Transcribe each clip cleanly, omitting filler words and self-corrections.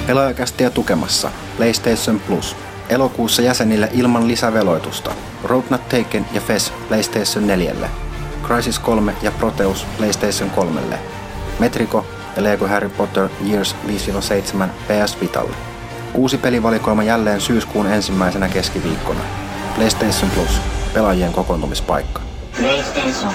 Pelaajakästiä tukemassa PlayStation Plus. Elokuussa jäsenille ilman lisäveloitusta. Road Not Taken ja Fez PlayStation 4. Crysis 3 ja Proteus PlayStation 3. Metrico ja Lego Harry Potter Years 5-7 PS Vitalle. Uusi pelivalikoima jälleen syyskuun ensimmäisenä keskiviikkona. PlayStation Plus. Pelaajien kokoontumispaikka. PlayStation.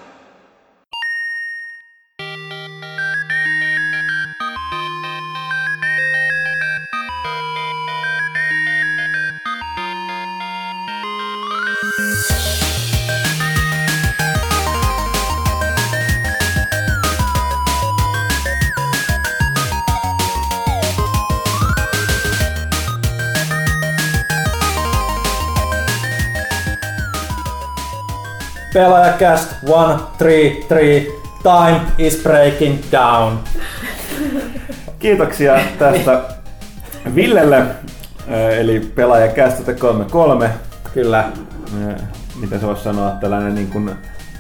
Pelaajakäst 133, time is breaking down. Kiitoksia tästä Villelle, eli Pelaajakäst 133. Kyllä. Mitä se voisi sanoa, tällainen niin kuin,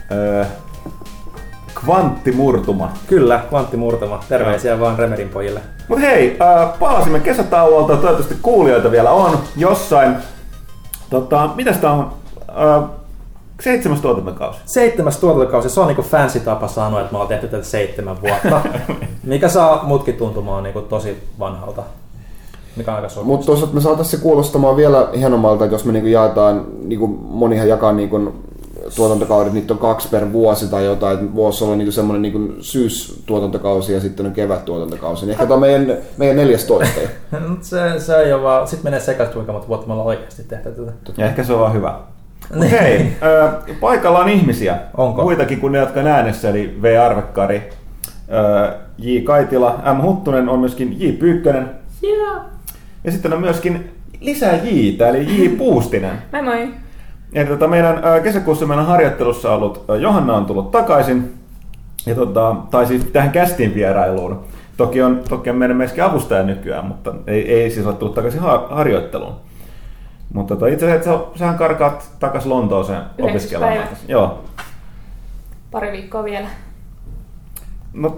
kvanttimurtuma. Kyllä, kvanttimurtuma. Terveisiä vaan Remedin pojille. Mut hei, palasimme kesätauolta, toivottavasti kuulijoita vielä on jossain. Mitäs tää on? 7. tuotantokausi. 7. tuotantokausi, se on niinku fancy tapa sanoa, että me ollaan tehty tätä 7 vuotta. Mikä saa mutkin tuntumaan niinku tosi vanhalta. Mikä on aika sopivasti. Mutta toisaalta me saataisiin se kuulostamaan vielä hienommalta, jos me niinku jaetaan, niinku monihan jakaa niinku tuotantokaudet, niitä on 2 per vuosi tai jotain, että voisi olla niinku semmoinen niinku syystuotantokausi ja sitten on kevättuotantokausi. Niin ehkä tämä on meidän 14. se ei ole vaan, sit menee sekaisin kuinka monta vuotta me ollaan oikeasti tehty tätä. Ja ehkä se on vaan hyvä. Hei, paikalla on ihmisiä. Onko? Muitakin kuin ne, jotka on äänessä, eli V. Arvekkari, J. Kaitila, M. Huttunen, on myöskin J. Pyykkönen. Yeah. Ja sitten on myöskin lisää J:tä, eli J. Puustinen. Moi moi. Ja meidän kesäkuussa meidän harjoittelussa ollut Johanna on tullut takaisin, ja tai siis tähän kästin vierailuun. Toki on meidän myöskin avustaja nykyään, mutta ei siis ole tullut takaisin harjoitteluun. Mutta itse asiassa sähän karkaat takaisin Lontooseen opiskelemaan. Joo. Pari viikkoa vielä. No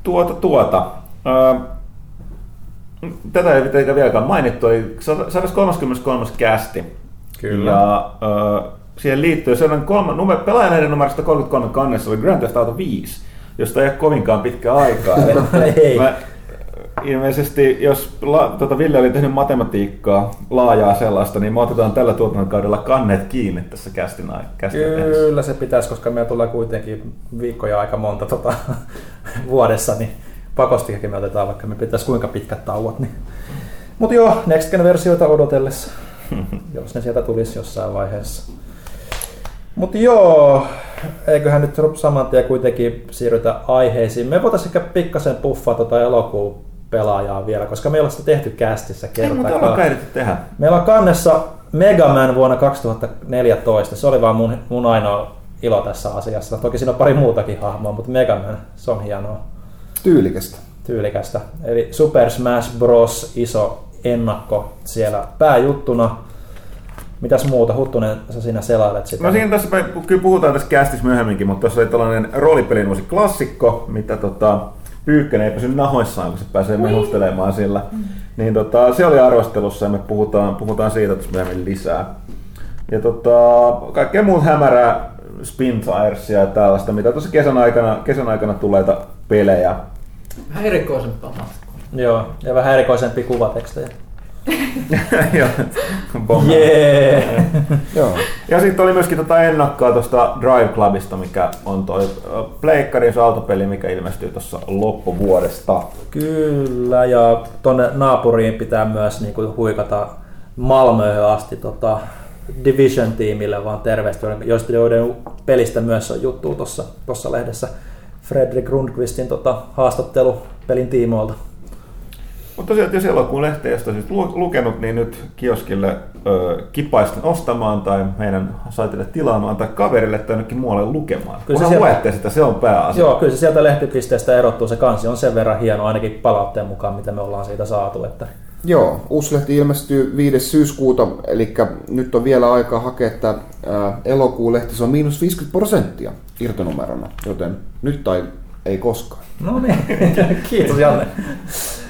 tätä ei mitenkään vieläkään mainittu, eli 133. kästi. Kyllä. Ja siihen liittyy sellainen pelaajaneiden numerosta 33 kannessa oli Grand Theft Auto 5, josta ei ole kovinkaan pitkä aikaa. Ilmeisesti, jos Ville oli tehnyt matematiikkaa, laajaa sellaista, niin me otetaan tällä tuotantokaudella kannet kiinni tässä kästin Kyllä se pitäisi, koska meillä tulee kuitenkin viikkoja aika monta vuodessa, niin pakostikin me otetaan, vaikka me pitäisi kuinka pitkät tauot. Niin. Mutta joo, Next Gen-versioita odotellessa, jos ne sieltä tulisi jossain vaiheessa. Mutta joo, eiköhän nyt saman tien kuitenkin siirrytä aiheisiin. Me voitaisiin ehkä pikkasen puffaa elokuun pelaajaa vielä, koska meillä on sitä tehty kästissä kertaakaan. Ei, mutta ollaan tehdä. Meillä on kannessa Mega Man vuonna 2014. Se oli vaan mun ainoa ilo tässä asiassa. Toki siinä on pari muutakin hahmoa, mutta Mega Man, se on hienoa. Tyylikästä. Eli Super Smash Bros. Iso ennakko siellä pääjuttuna. Mitäs muuta? Huttunen, sä siinä selailet sitä. No siinä tässä kyllä puhutaan tässä kästissä myöhemminkin, mutta tässä oli tällainen roolipelin uusi klassikko, mitä Pyykkönen ei pysy nahoissaan, kun se pääsee mehustelemaan sillä. Niin se oli arvostelussa ja me puhutaan siitä tuossa myöhemmin lisää. Ja kaikkea muut hämärää Spinfiresia ja tällaista, mitä tuossa kesän aikana tuleita pelejä. Vähän erikoisempaa matskua. Joo, ja vähän erikoisempia kuvatekstejä. Joo. Ja sitten oli myöskin ennakkoa tuosta Drive Clubista, mikä on toi pleikkarin autopeli, mikä ilmestyy tuossa loppuvuodesta. Kyllä, ja tonne naapuriin pitää myös niinku huikata Malmöön asti Division-tiimille vaan terveistä, joiden pelistä myös on juttu tuossa lehdessä. Fredrik Rundqvistin haastattelu pelin tiimoilta. Mutta tosiaan, jos elokuun lehteä siis lukenut, niin nyt kioskille kipaisten ostamaan tai meidän saitille tilaamaan tai kaverille tai jonnekin muualle lukemaan. Kunhan luette sitä, se on pääasia. Joo, kyllä se sieltä lehtipisteestä erottuu. Se kansi on sen verran hieno, ainakin palautteen mukaan, mitä me ollaan siitä saatu. Että... Joo, uusi lehti ilmestyy 5. syyskuuta, eli nyt on vielä aikaa hakea, että elokuun lehti se on -50% irtonumerona, joten nyt tai ei koskaan. No niin, kiitos Janne.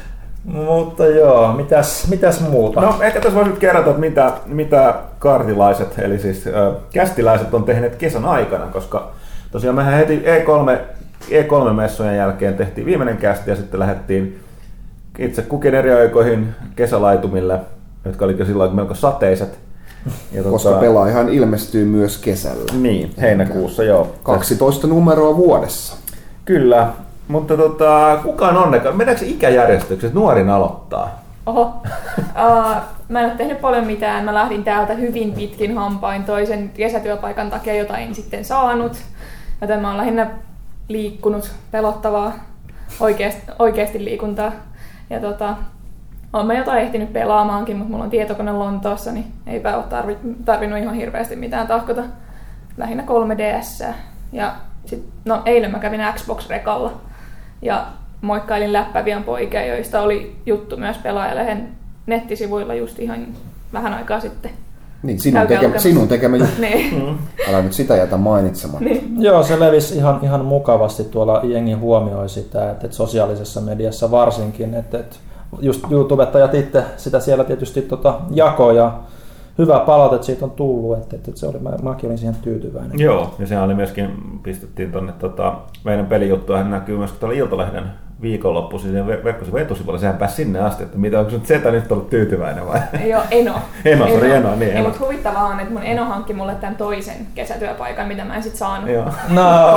Mutta joo, mitäs muuta? No ehkä tässä voisi nyt kerrata, että mitä kaartilaiset, eli siis kästiläiset on tehneet kesän aikana, koska tosiaan mehän heti E3-messujen jälkeen tehtiin viimeinen kästi ja sitten lähdettiin itse kukin eri aikoihin kesälaitumille, jotka olikin silloin melko sateiset. Ja koska pelaajahan ilmestyy myös kesällä. Niin, heinäkuussa joo. 12 numeroa vuodessa. Kyllä, mutta kuka on onnekas? Mennäänkö ikäjärjestyksessä? Nuorin aloittaa. Oho. Mä en ole tehnyt paljon mitään. Mä lähdin täältä hyvin pitkin hampain toisen kesätyöpaikan takia, jota en sitten saanut. Joten mä oon lähinnä liikkunut, pelottavaa, oikeasti liikuntaa. Ja oon mä jotain ehtinyt pelaamaankin, mutta mulla on tietokone Lontoossa, niin eipä ole tarvinnut ihan hirveästi mitään tahkota. Lähinnä 3DS. Ja eilen mä kävin Xbox-rekalla ja moikkailin läppäviän poikia, joista oli juttu myös Pelaajalehden nettisivuilla just ihan vähän aikaa sitten. Niin, sinun tekemä juttu. Niin. Älä nyt sitä jätä mainitsematta. Niin. Joo, se levisi ihan mukavasti tuolla, jengi huomioi sitä, että sosiaalisessa mediassa varsinkin, että just YouTubettajat itse sitä siellä tietysti jakoi ja hyvä palaute siitä on tullut, että se oli, mäkin olin siihen tyytyväinen. Joo, ja sehän oli myöskin, pistettiin tuonne meidän pelijuttua, hän näkyy myöskin tuolla Iltalehden viikonloppuisin verkkosivu etusivulla, sehän pääsi sinne asti, että mitä, onko Zeta nyt ollut tyytyväinen vai? Joo, Eno. Eno, niin Eno. Mutta huvittavaa on, että mun Eno hankki mulle tämän toisen kesätyöpaikan, mitä mä en sit saanut. Joo. No,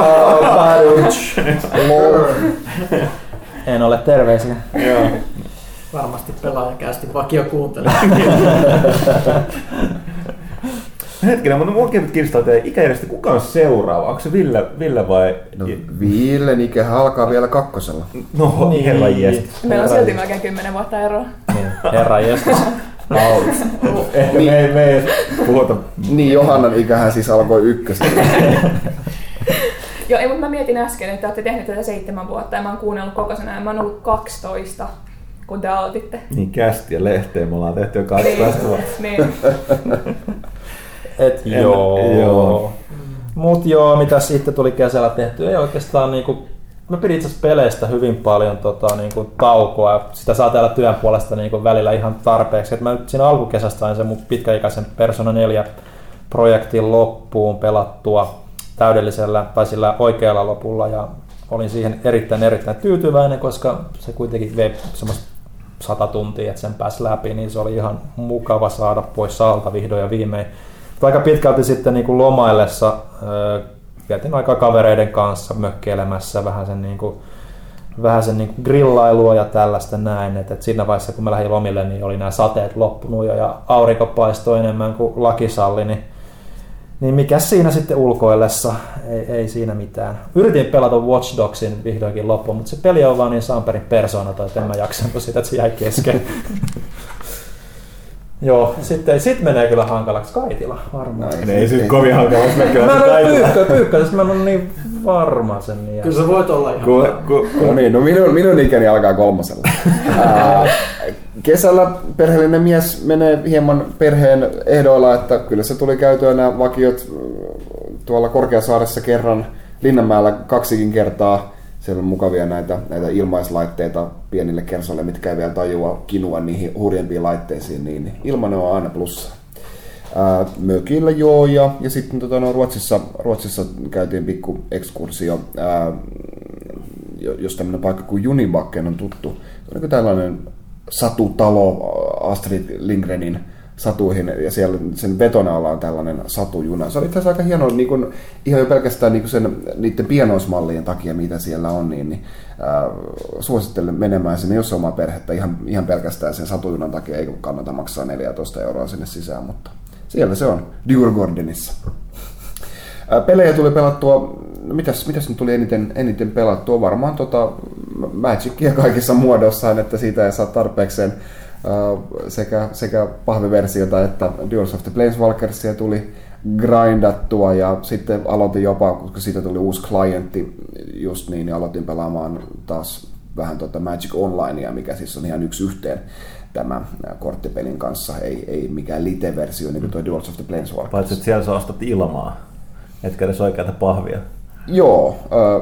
en ole terveisiä. Joo. Varmasti pelaajakästi vakio kuuntelee. Hetkinen, mutta minua kiinnostaa teidän ikäjärjestä. Kuka on seuraava? Onko se Ville vai? No Villen ikä alkaa vielä 2. No, niin. Herra jestas. Meillä on silti melkein 10 vuotta eroa. Niin, herra jestas. Ehkä me ei puhuta. Niin, Johannan ikähän siis alkoi 1. Joo, mutta mä mietin äsken, että olette tehneet tätä 7 vuotta ja mä oon kuunnellut koko sen ajan. Mä oon ollut 12, kun te aloititte. Niin, kästi ja lehteen me ollaan tehty jo 12 vuotta. Niin. Joo. Mut joo, mitä sitten tuli kesällä tehty? Ei oikeastaan niinku, mä pidin itse asiassa peleistä hyvin paljon niinku taukoa. Sitä saa täällä työn puolesta niinku välillä ihan tarpeeksi. Et mä nyt siinä alkukesästä sain sen mun pitkäikäisen Persona 4 projektin loppuun pelattua täydellisellä tai sillä oikealla lopulla ja olin siihen erittäin tyytyväinen, koska se kuitenkin vei semmoista 100 tuntia, että sen pääsi läpi, niin se oli ihan mukava saada pois alta vihdoin ja viimein. Aika pitkälti sitten niin kuin lomaillessa vietin aikaa kavereiden kanssa mökkeilemässä vähän sen grillailua ja tällaista näin. Et siinä vaiheessa, kun mä lähdin lomille, niin oli nämä sateet loppunut ja aurinko paistoi enemmän kuin laki salli, niin mikä siinä sitten ulkoillessa, ei siinä mitään. Yritin pelata Watch Dogsin vihdoinkin loppuun, mutta se peli on vaan niin Samperin persoonata, että en mä jaksanut sitä, että se jäi kesken. Joo, sitten menee kyllä hankalaksi Kaitila varmaan. Ei siis kovin hankalaksi näkyy. Mä en ole pyykkäisesti, mä en ole niin varma sen niin. Kyllä sä voit olla ihan No niin, no minun ikäni alkaa 3. Kesällä perheellinen mies menee hieman perheen ehdoilla, että kyllä se tuli käytyä nämä vakiot tuolla Korkeasaaressa kerran, Linnanmäellä 2 kertaa. Siellä on mukavia näitä ilmaislaitteita pienille kersoille, mitkä ei vielä tajua kinua niihin hurjempiin laitteisiin, niin ilmanen on aina plussa. Mökillä joo, ja sitten Ruotsissa käytiin pikku ekskursio, jos tämmöinen paikka kuin Junibacken on tuttu. Se on tällainen satutalo Astrid Lindgrenin satuihin, ja siellä sen vetonalla on tällainen satujuna. Se oli itse asiassa aika hieno, niin kun, ihan jo pelkästään niin niiden pienoismallien takia, mitä siellä on, niin suosittelen menemään sinne, jos on omaa perhettä, ihan pelkästään sen satujunan takia, ei kannata maksaa 14 € sinne sisään, mutta siellä se on, Djurgårdenissa. Pelejä tuli pelattua, no mitäs nyt tuli eniten pelattua? Varmaan Magicia kaikissa muodossaan, että siitä ei saa tarpeekseen sekä pahviversiota että Duels of the Planeswalkersia tuli grindattua ja sitten aloitin jopa, koska siitä tuli uusi klientti just niin aloitin pelaamaan taas vähän Magic Onlinea, mikä siis on ihan 1:1 tämä korttipelin kanssa, ei mikään lite-versio niin kuin tuo Duels of the Planeswalkers. Paitsi että siellä sä ostat ilmaa, etkä edes oikeata pahvia. Joo,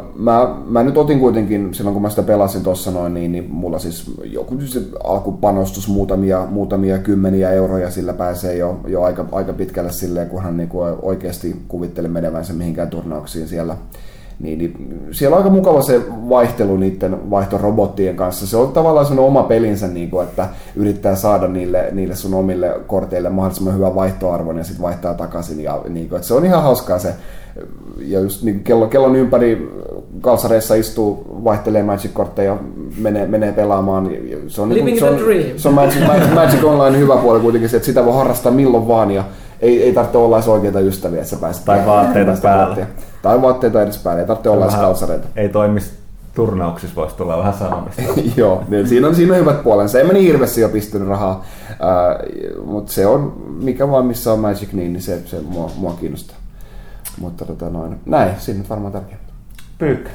mä nyt otin kuitenkin, silloin kun mä sitä pelasin tuossa noin, niin mulla siis joku alkupanostus muutamia kymmeniä euroja, sillä pääsee jo aika pitkälle silleen, kunhan niinku oikeasti kuvittelen menevänsä mihinkään turnauksiin siellä. Niin siellä on aika mukava se vaihtelu niiden vaihtorobottien kanssa. Se on tavallaan sellainen oma pelinsä, niin että yrittää saada niille sun omille korteille mahdollisimman hyvän vaihtoarvon ja sitten vaihtaa takaisin. Ja, niin kuin, että se on ihan hauskaa se. Ja just niin kellon ympäri kalsareissa istuu, vaihtelee Magic-kortteja, menee pelaamaan. Se on, se on Magic Online hyvä puoli kuitenkin se, että sitä voi harrastaa milloin vaan ja ei tarvitse olla edes oikeita ystäviä, että sä pääset. Tai vaatteita päällä. Tai vaatteita edes päällä, ei tarvitse olla edes kalsareita. Ei toimisi turnauksissa, voisi tulla vähän sanomista. Joo, niin siinä on hyvät puolensa. En mä niin hirveästi jo pistänyt rahaa, mutta se on, mikä vaan missä on Magic niin se mua kiinnostaa. Mutta näin, siinä nyt varmaan tärkeää. Pyykkä.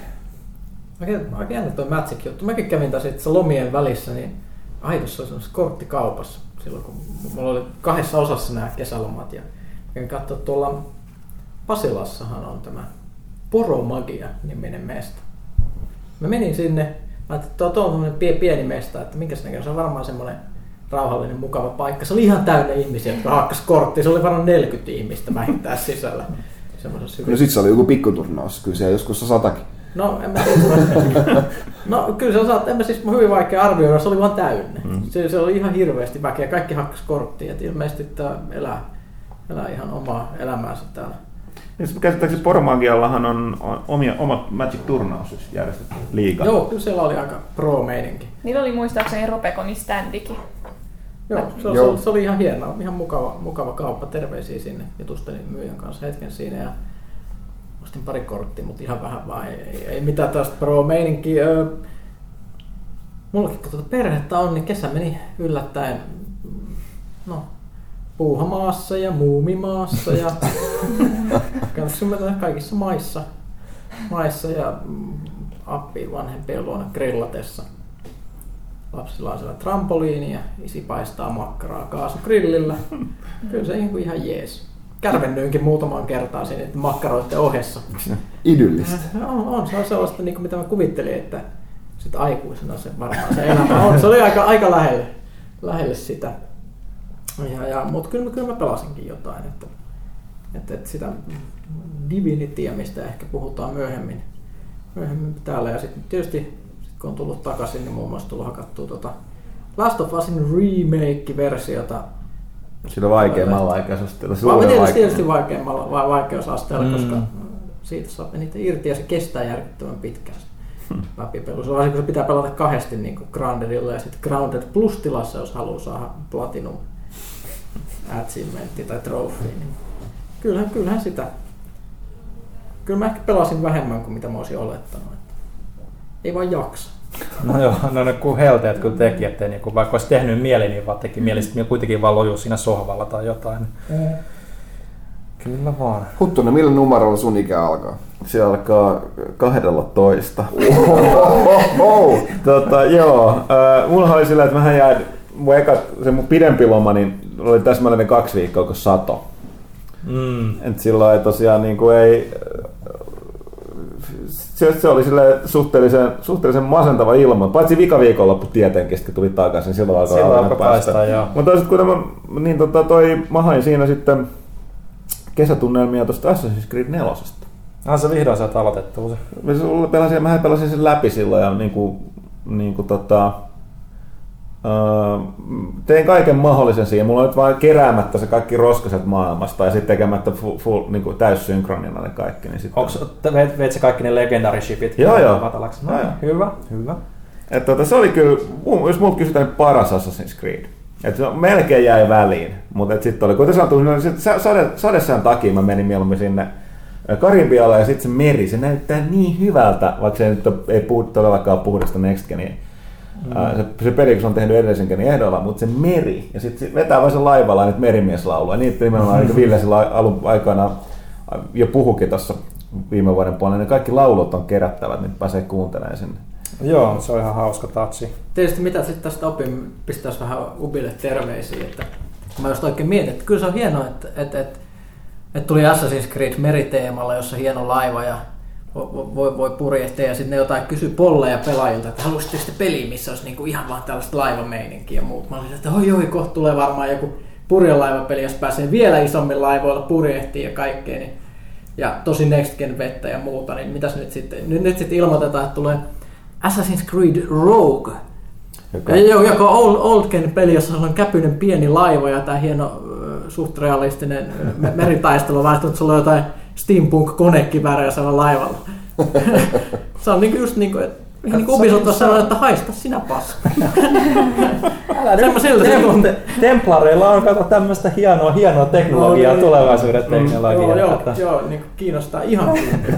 Aika jännä toi Magic-juttu. Mäkin kävin taas itse lomien välissä, niin Aidossa oli semmoisessa korttikaupassa. Silloin kun mulla oli 2 osassa nämä kesälomat. Ja kävin katsoa tuolla Pasilassahan on tämä Poromagia-niminen mesta. Mä menin sinne, mä ajattelin, että tuo on semmoinen pieni mesta, että minkäs näköinen, se on varmaan semmoinen rauhallinen, mukava paikka. Se oli ihan täynnä ihmisiä, jotka hakkas korttia. Se oli varmaan 40 ihmistä vähintään sisällä. No sit se oli joku pikkuturnaus, kyllä siellä joskus 100. No en mä tiedä. No kyllä se on, en mä siis hyvin vaikea arvioida, se oli vaan täynnä. Se oli ihan hirveästi väkeä, kaikki hakkas korttia, että ilmeisesti tämä elää ihan omaa elämäänsä täällä. Käsittääkseni Poromagiallahan on oma Magic-turnaus järjestetty liiga. Joo, kyllä siellä oli aika pro-meininki. Niillä oli muistaakseni Robeconin standikin. Joo, se oli ihan hienoa, ihan mukava kauppa, terveisiä sinne. Jutustelin myyjän kanssa hetken siinä ja ostin pari korttia, mutta ihan vähän vaan, ei mitään tästä pro-meininkiä. Mullakin kun tuota perhettä on, niin kesä meni yllättäen Puuhamaassa ja Muumimaassa ja kaikissa maissa ja appiin vanhempien luona grillatessa. Lapsilla on siellä trampoliini ja isi paistaa makkaraa kaasugrillillä. Kyllä se ihan jees. Kärvennyinkin muutamaan kertaan siinä makkaroiden ohessa. Idyllistä. On, se on sellaista, niin kuin mitä mä kuvittelin, että sit aikuisena se varmaan se elämä on. Se oli aika lähelle sitä. Mutta kyllä mä pelasinkin jotain. Että sitä Divinityä, mistä ehkä puhutaan myöhemmin täällä. Ja sitten tietysti kun on tullut takaisin, niin muun muassa tullut hakattua Last of Usin remake-versiota. Sillä on vaikeammalla vaikeusasteella. Tietysti vaikeammalla vaikeusasteella, koska siitä saa eniten irti ja se kestää järkyttävän pitkään läpipelu. Se varsinkin kun se pitää pelata 2 niin kuin Groundedilla ja sitten Grounded Plus-tilassa, jos haluaa saada Platinum achievementti tai trophy. Niin kyllähän sitä. Kyllä mä ehkä pelasin vähemmän kuin mitä mä olisin olettanut. Ei vaan jaksa. No joo, no kun helteet kyllä teki, että niinku, vaikka olisi tehnyt mieli, niin vaan teki mieli, sitten kuitenkin vaan lojuu siinä sohvalla tai jotain. Kyllä vaan. Huttunen, millä numerolla sun ikä alkaa? Se alkaa 12. Joo. Mulla oli sillä, että mähän jäin, mun pidempi loma, niin oli täsmälleen 2 viikkoa, kun sato. Et silloin ei tosiaan niinku ei... Se oli suhteellisen masentava ilma, paitsi viikonloppu tietenkin, kun tuli takaisin, silloin alkoi paistaa. Mutta kun mä hain siinä sitten kesätunnelmia tuosta Assassin's Creed 4. Se vihdoin saat aloitettua se. Mä pelasin sen läpi silloin ja tein kaiken mahdollisen siihen. Mulla on nyt vaan keräämättä se kaikki roskaset maailmasta ja sitten tekemättä niin täyssynkronina ne kaikki. Niin veit se kaikki ne legendary shipit? Joo. Matalaksi. No, hyvä. Se oli kyllä, jos multa kysytään, paras Assassin's Creed. Se melkein jäi väliin, mutta sitten oli, kuten sanottu, sadesään takia mä menin mieluummin sinne Karibialle ja sitten se meri, se näyttää niin hyvältä, vaikka se nyt ei todellakaan puhdasta Next Genia. Se peli, kun se on tehnyt edellisen genin ehdolla, mutta se meri, ja sitten vetää vain se laivalla nyt merimieslaulua. Niitä nimenomaan, niin Ville sillä alun aikana jo puhukin tuossa viime vuoden puolella, niin kaikki laulut on kerättävät, niin pääsee kuuntelemaan sinne. Joo, se on ihan hauska tatsi. Tietysti mitä sitten tästä opin, pistäisi vähän Ubille terveisiä, että mä just oikein mietin, että kyllä se on hienoa, että tuli Assassin's Creed meriteemalla, jossa hieno laiva ja voi purjehtia ja sitten ne jotain kysy polleja pelaajilta, että haluaisitteko te peliä, missä olisi niinku ihan vaan tällaista laivameininkiä ja muut. Mä olisin, että kohta tulee varmaan joku purjelaivapeli, jos pääsee vielä isommin laivoilla purjehtiin ja kaikkea. Niin, ja tosi Next Gen vettä ja muuta, niin mitäs nyt sitten? Nyt sitten ilmoitetaan, että tulee Assassin's Creed Rogue. Joka on Old Gen peli, jossa on käpyinen pieni laiva ja tämä hieno suht realistinen meritaistelu, vaan että sulla on jotain steampunk-konekivärejä siellä laivalla. Se on just niin kuin, niin kuin Ubisoft on sanonut, että haista sinä paska. Templareilla on kato tämmöistä hienoa teknologiaa, tulevaisuuden teknologiaa. Joo, niin kiinnostaa ihan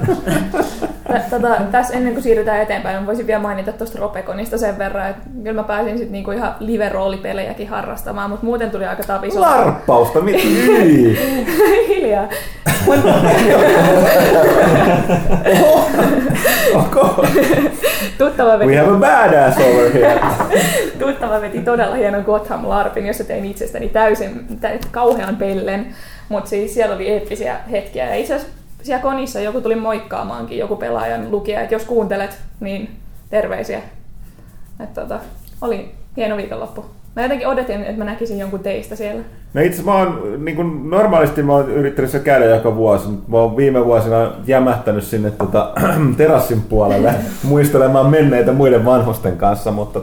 Tässä ennen kuin siirrytään eteenpäin, voisin vielä mainita tuosta Ropeconista sen verran, että kyllä mä pääsin sitten niinku ihan live-roolipelejäkin harrastamaan, mutta muuten tuli aika tavis. Larppausta, mitä? Hiljaa. We have a badass over here. Tuttava veti todella hienon Gotham LARPin, jossa tein itsestäni kauhean pellen, mutta siis siellä oli eeppisiä hetkiä ja itse asiassa siellä konissa joku tuli moikkaamaankin, joku pelaajan lukija, että jos kuuntelet, niin terveisiä. Että oli hieno viikonloppu. Mä jotenkin odotin, että mä näkisin jonkun teistä siellä. No itse mä oon, niin kuin normaalisti mä oon yrittänyt käydä joka vuosi, mutta mä oon viime vuosina jämähtänyt sinne terassin puolelle muistelemaan menneitä muiden vanhusten kanssa, mutta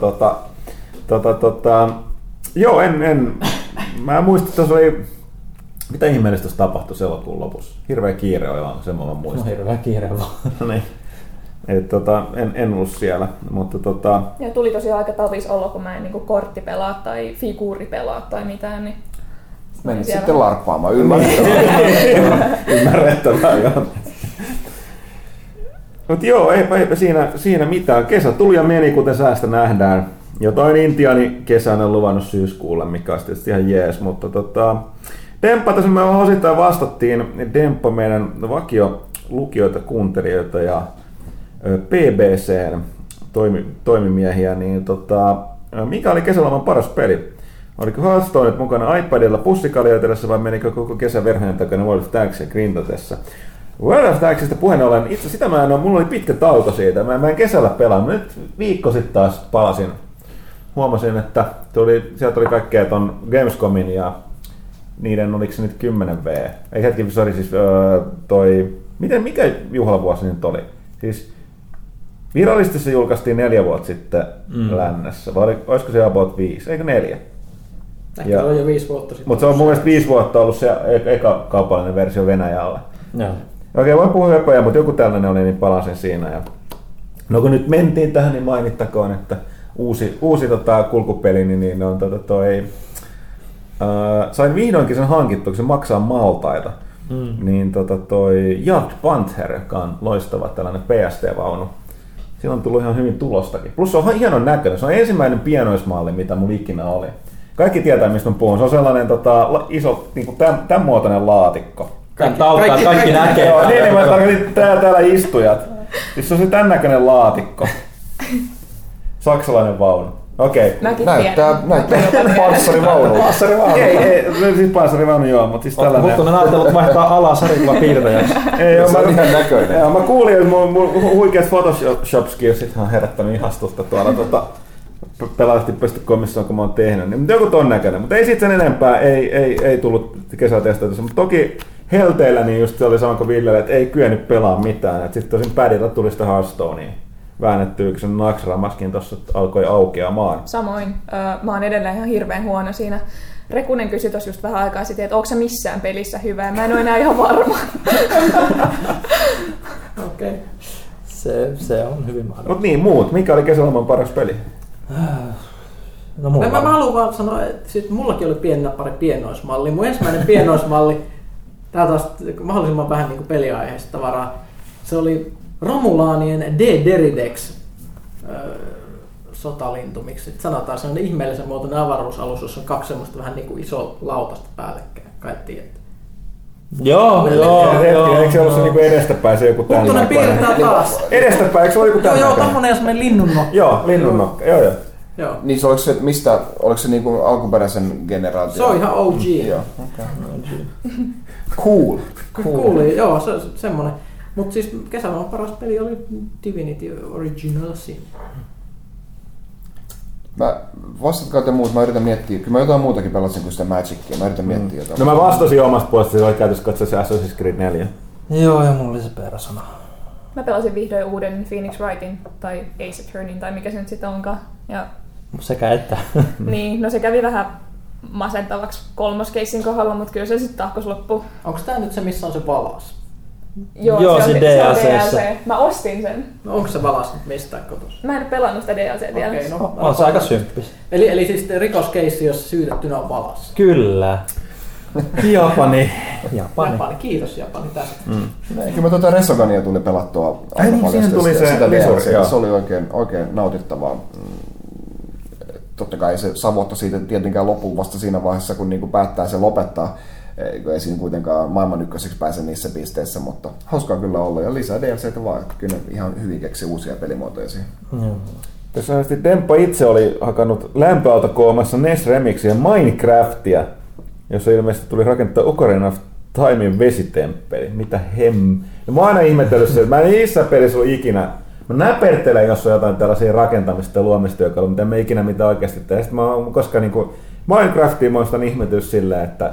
joo, mä muistan, että tuossa oli, mitä ihmeellistä tuossa tapahtui se elokuun lopussa? Hirveä kiire oli vaan, sen mä muistan. No hirveä kiire vaan. Niin. En ollut siellä, mutta Ja tuli tosiaan aika tavis olo, kun mä en niinku korttipelaa tai figuuripelaa tai mitään, niin menit sitten larppaamaan, ymmärrettävää. Joo. Mutta joo, eipä siinä mitään. Kesä tuli ja meni, kuten säästä nähdään. Jotain intiani kesänä luvannut syyskuulle, mikä on tietysti ihan jees, mutta Demppa, tässä me osittain vastattiin. Demppa meidän vakio lukijoita, kuuntelijoita ja PBCn toimimiehiä, niin mikä oli kesäloman paras peli? Oliko Hearthstoneit mukana iPadilla pussikaljoitellessa vai menikö koko kesä verhojen takana World of Tanksia grindatessa? World of Tanksista puheen ollen, itse sitä mä en ole, mulla oli pitkä tauko siitä, mä en kesällä pelannut, nyt viikko sitten taas palasin. Huomasin, että sieltä oli kaikkea ton Gamescomin ja niiden, oliko se nyt 10V? Ei hetki, sori siis mikä juhlavuosi nyt oli? Siis virallisesti se julkaistiin 4 vuotta sitten lännessä, vai olisiko se about 5, eikö 4? Ehkä on jo 5 vuotta sitten. Mutta se on mun mielestä 5 vuotta ollut se eka kaupallinen versio Venäjällä. Joo. Okei, voin puhua höpöjä, mutta joku tällainen oli, niin palasin siinä. Ja no kun nyt mentiin tähän, niin mainittakoon, että uusi kulkupeli, niin on sain vihdoinkin sen hankittua, kun se maksaa maltaita. Niin toi Yacht Panther, joka on loistava tällainen PST-vaunu. Siinä on tullut ihan hyvin tulostakin. Plus se on hienon näköinen. Se on ensimmäinen pienoismalli, mitä mulla ikinä oli. Kaikki tietää, mistä mä puhun. Se on sellainen iso, niin tämän muotoinen laatikko. Kaikki näkee. Joo, niin mä tarkoitin täällä istujat. Siis se on se tämän näköinen laatikko. Saksalainen vaunu. Okei. Näyttää panssarivaunu. Ei, siis panssarivaunu joo, mutta siis tällainen. Mutta ne näytellyt vaihtaa alasarikuva piirtäjäksi. Se on ihan näköinen. Mä kuulin, että mun huikeat Photoshop-skillsit on herättänyt ihastusta tuolla Pelaajat.comissa, kun mä oon tehnyt. Mutta joku ton näköinen. Mutta ei sit sen enempää, ei tullut kesätestautussa. Mutta toki helteillä niin just se oli sama kuin Villelle, että ei kyennyt pelaa mitään. Sitten tosin padilla tuli sitä Hearthstonea väännettyä, kun sen Naxxramaskin tuossa alkoi aukeamaan. Samoin. Mä oon edelleen ihan hirveän huono siinä. Rekunen kysyi tuossa just vähän aikaa sitten, että onko sä missään pelissä hyvä? Mä en ole enää ihan varma. Okei. Se on hyvin mahdollista. Mut niin, muut. Mikä oli kesäloman paras peli? No, mä haluan vaan sanoa, että sit mullakin oli pienenä pari pienoismalli. Mun ensimmäinen pienoismalli, tää taas mahdollisimman vähän niin peliaiheista tavaraa, se oli Romulaanien D-Deridex sotalintu, miksi sanotaan, sellainen ihmeellisen muotoinen avaruusalus, jossa on 2 semmoista vähän niin kuin iso lautasta päällekkäin, kai tiedätte. Joo. Eikö se ollut se niinku edestäpäin se joku tämän näköinen? Piirtää taas. Edestäpäin, eikö se ole joku tämän näköinen? Joo, tommonen semmoinen linnunokka. Joo, linnunokka, joo. Niin oliko se, oliko se niinku alkuperäisen generaation? Se on ihan OG. Joo, okay. Cool, joo, se semmoinen. Mutta siis kesäloman paras peli oli Divinity Original Sin. Vastatkaa te muut, mä yritän miettiä. Kyllä mä jotain muutakin pelasin kuin sitä Magicia. Mä yritän miettiä jotain. No mä vastasin omasta puolesta, että se oli käytössä katsoa se Assassin's Creed 4. Joo, ja mulla oli se Persona. Mä pelasin vihdoin uuden Phoenix Wrightin tai Ace Attorneyn tai mikä se nyt sitten onkaan. Ja sekä että. niin, no se kävi vähän masentavaksi kolmoskeissin kohdalla, mutta kyllä se sitten tahkos loppuun. Onko tää nyt se, missä on se valas? Joo, se DLC. Mä ostin sen. No onko se valas nyt mistään kotossa? Mä en ole pelannut sitä DLC vielä. Okei, no, On se aika symppis. Eli siis rikoskeissi, jossa syytettynä on valas. Kyllä. Japani. Kiitos Japani tästä. Kyllä mä Resogania tuli pelattua aika paljon. Siihen tuli se DLC. Se oli oikein nautittavaa. Totta kai se savotta siitä tietenkään loppuu vasta siinä vaiheessa, kun niinku päättää se lopettaa. Ei siinä kuitenkaan maailman ykköseksi pääse niissä pisteissä, mutta hauskaa kyllä olla. Ja lisää DLCtä vaan, kyllä ihan hyvin keksi uusia pelimuotoja siihen. Tässä Demppa itse oli hakannut lämpöalta koomassa NES Remixiä Minecraftia, jossa ilmeisesti tuli rakentaa Ocarina of Timein vesitemppeli. Mitä No mä oon aina ihmetellyt se, että mä en niissä pelissä ole ikinä. Mä näpertelen, jos on jotain tällaisia rakentamista ja luomistyökaluja, mitä mä ikinä mitä oikeasti tee. Sitten mä oon koskaan niinku Minecraftia mä oon ihmetellyt silleen, että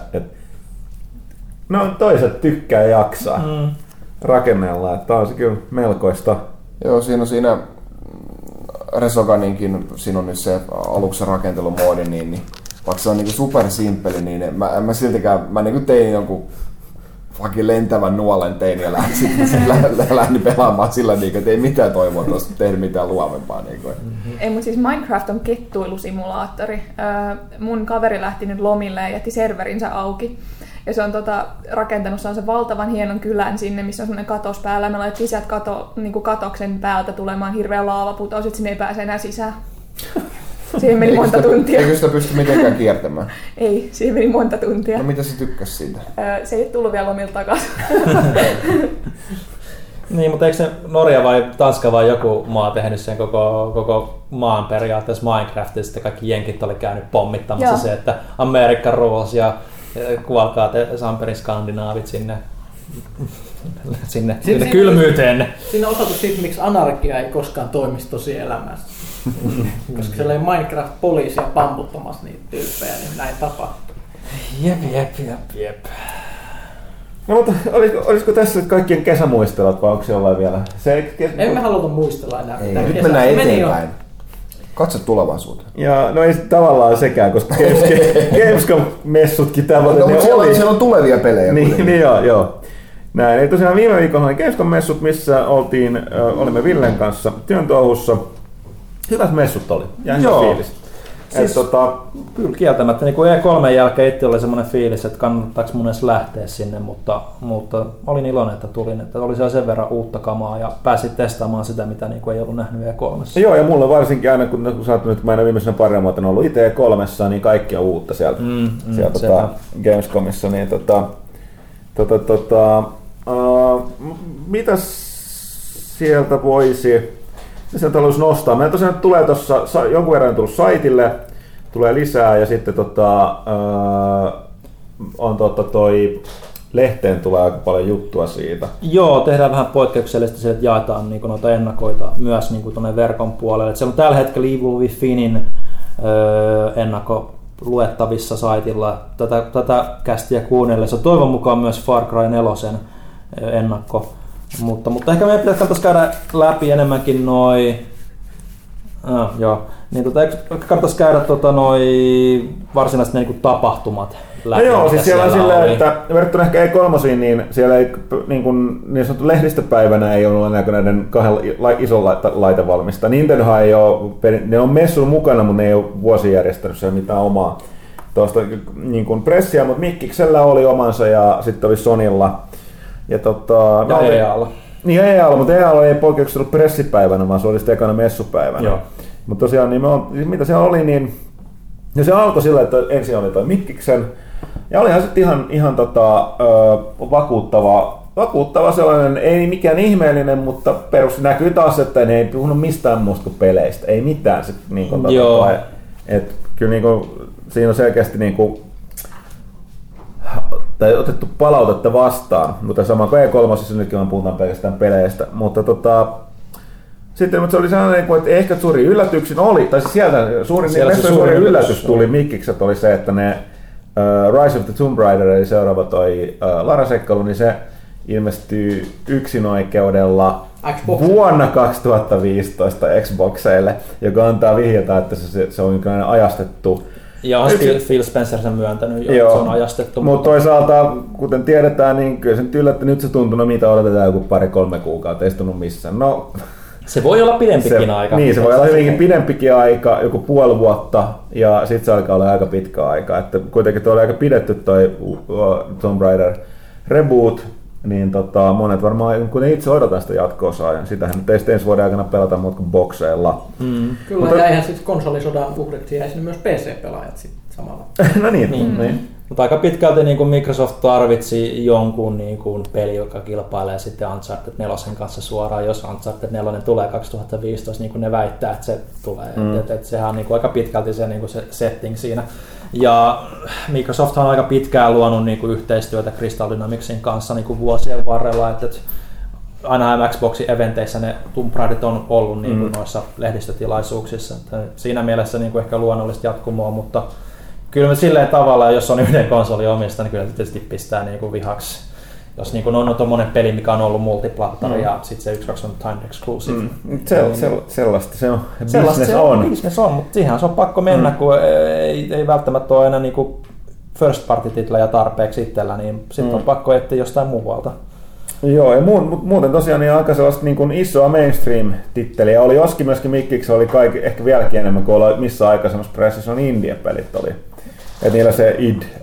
no toiset tykkää ja jaksaa rakennella, että on se kyllä melkoista. Joo, siinä Resoganinkin, siinä on nyt se aluksi rakentelumoodi, niin vaikka se on niinku supersimppeli, niin mä siltikään, mä niinku tein jonkun fucking lentävän nuolen tein ja lähdin pelaamaan sillä, että ei mitään toivoa tuosta tehdä mitään luovempaa. Ei, mutta siis Minecraft on kettuilusimulaattori. Mun kaveri lähti nyt lomille ja jätti serverinsä auki. Ja se on rakentanut se valtavan hienon kylän sinne, missä on semmoinen katos päällä. Me laitettiin sieltä niinku katoksen päältä tulemaan hirveä laavaputa, sitten sinne ei pääse enää sisään. Siihen meni monta tuntia. Eikö sitä pysty mitenkään kiertämään? Ei, siihen meni monta tuntia. No mitä sä tykkäs siitä? Se ei ole tullut vielä lomilta takaisin. Niin, mutta eikö se Norja vai Tanska vai joku maa tehnyt sen koko maan periaatteessa Minecraftia, sitten kaikki jenkit oli käynyt pommittamassa. Joo. Se, että Amerikka rules ja kuolkaa te Samperin skandinaavit sinne kylmyyteen. Siinä on osoitus siitä, miksi anarkia ei koskaan toimisi tosielämässä. Koska siellä ei Minecraft-poliisia pamputtamassa niitä tyyppejä, niin näin tapahtuu. Jep. No mutta olisiko tässä kaikkien kesämuistelut vai onko jollain vielä? Emme haluta muistella enää. Ei, nyt mennään eteenpäin. Katso tulevaisuuteen. Ja no ei tavallaan sekään, koska Gamescom-messutkin siellä on tulevia pelejä. Niin joo. Näin. Eli tosiaan viime viikolla oli Gamescom-messut, missä olimme Villen kanssa työn touhussa. Hyvät messut oli. Ja hyvä fiilis. Siis, kyllä kieltämättä. Niin kuin E3 jälkeen itse oli semmoinen fiilis, että kannattaako mun edes lähteä sinne, mutta olin iloinen, että tulin. Että oli siellä sen verran uutta kamaa ja pääsin testaamaan sitä, mitä niin kuin ei ollut nähnyt E3. Joo, ja mulla varsinkin aina, kun sä oot nyt mä viimeisenä parin vuotena ollut itse E3, niin kaikki on uutta sieltä Gamescomissa. Niin mitäs sieltä voisi... Sieltä haluaisi nostaa. Meillä tosiaan tulee tuossa, jonkun verran tullut saitille, tulee lisää ja sitten on toi lehteen tulee aika paljon juttua siitä. Joo, tehdään vähän poikkeuksellisesti se, että jaetaan niin noita ennakoita myös niin tuonne verkon puolelle. Et siellä on tällä hetkellä Evil Withinin ennakko luettavissa saitilla. Tätä kästiä kuunnellessa. Toivon mukaan myös Far Cry 4 ennakko. Mutta ehkä meidän pitäisi käydä läpi enemmänkin kannattaisi käydä varsinaiset niinku tapahtumat läpi. No joo, siis siellä on silleen, että verrattuna ehkä E3, niin siellä ei niin sanottu lehdistöpäivänä ei ollut enää näiden kahden ison laitevalmista. Nintendohan ei ole, ne on messun mukana, mutta ne ei ole vuosi järjestänyt siellä mitään omaa tuosta niin pressiä, mutta Mikkiksellä oli omansa ja sitten oli Sonylla. Ja EA:lla. Niin EA:lla, mutta EA:lla ei poikkeuksessa ollut pressipäivänä, vaan se oli sitten ekana messupäivänä. Joo. Mutta tosiaan, niin mitä siellä oli, niin se alkoi sillä, että ensin oli toi Mikkiksen. Ja olihan sitten ihan vakuuttava sellainen, ei mikään ihmeellinen, mutta perus näkyy taas, että ne ei puhunut mistään muusta kuin peleistä. Ei mitään. Se, kyllä siinä on selkeästi tai otettu palautetta vastaan, mutta sama kuin E3, nytkin vaan puhutaan pelkästään peleistä, mutta sitten se oli sellainen, että ehkä suuri yllätyksin oli, tai siis sieltä suuri yllätys tuli Mikkikset oli se, että ne Rise of the Tomb Raider, eli seuraava toi Lara-seikkailu, niin se ilmestyy yksinoikeudella vuonna 2015 Xboxeille, joka antaa vihjata, että se on jonkinlainen ajastettu. Ja on Phil Spencer sen myöntänyt, että se on ajastettu. Mutta toisaalta, kuten tiedetään, niin kyllä se nyt se tuntuu, mitä odotetaan joku 2-3 kuukautta, ei istunut missään. No, se voi olla pidempikin aika. Niin, se voi olla hyvinkin pidempikin aika, joku puoli vuotta, ja sitten se alkaa olla aika pitkä aika. Että kuitenkin tuo oli aika pidetty toi Tomb Raider reboot, niin monet varmaan, kun itse odotan sitä jatko-osaa, ja sitähän nyt ei sitten ensi vuoden aikana pelata muuta kuin bokseilla. Kyllä, mutta jäihän sitten konsolisodan uhriksi jäi sinne myös PC-pelaajat sitten samalla. No niin. Mutta aika pitkälti niin kuin Microsoft tarvitsi jonkun niin kuin peli, joka kilpailee sitten Uncharted 4 kanssa suoraan, jos Uncharted 4 tulee 2015, niin kuin ne väittää, että se tulee. Sehän on niin kuin aika pitkälti se, niin kuin se setting siinä. Ja Microsoft on aika pitkään luonut niin kuin yhteistyötä Crystal Dynamicsin kanssa niin kuin vuosien varrella. Että aina Xboxin eventeissä ne Tomb Raiderit on ollut niin kuin noissa lehdistötilaisuuksissa. Että siinä mielessä niin kuin ehkä luonnollista jatkumoa, mutta kyllä silleen tavalla, jos on yhden konsolin omista, niin kyllä tietysti pistää niinku vihaksi. Jos niinku on tommonen peli, mikä on ollut multiplattari ja sitten se 1-2 on timed exclusive. Sellaista se on. Business on, mutta siihen se on pakko mennä, kun ei välttämättä ole enää niinku first party titlejä tarpeeksi itsellä, niin sitten on pakko etsiä jostain muualta. Joo, ja muuten tosiaan niin aika sellaista niin kuin isoa mainstream-titteliä oli, joskin myöskin Mikkiksi oli ehkä vieläkin enemmän kuin olla missä aikaisemmassa pressissä indie-pelit oli. Et niillä se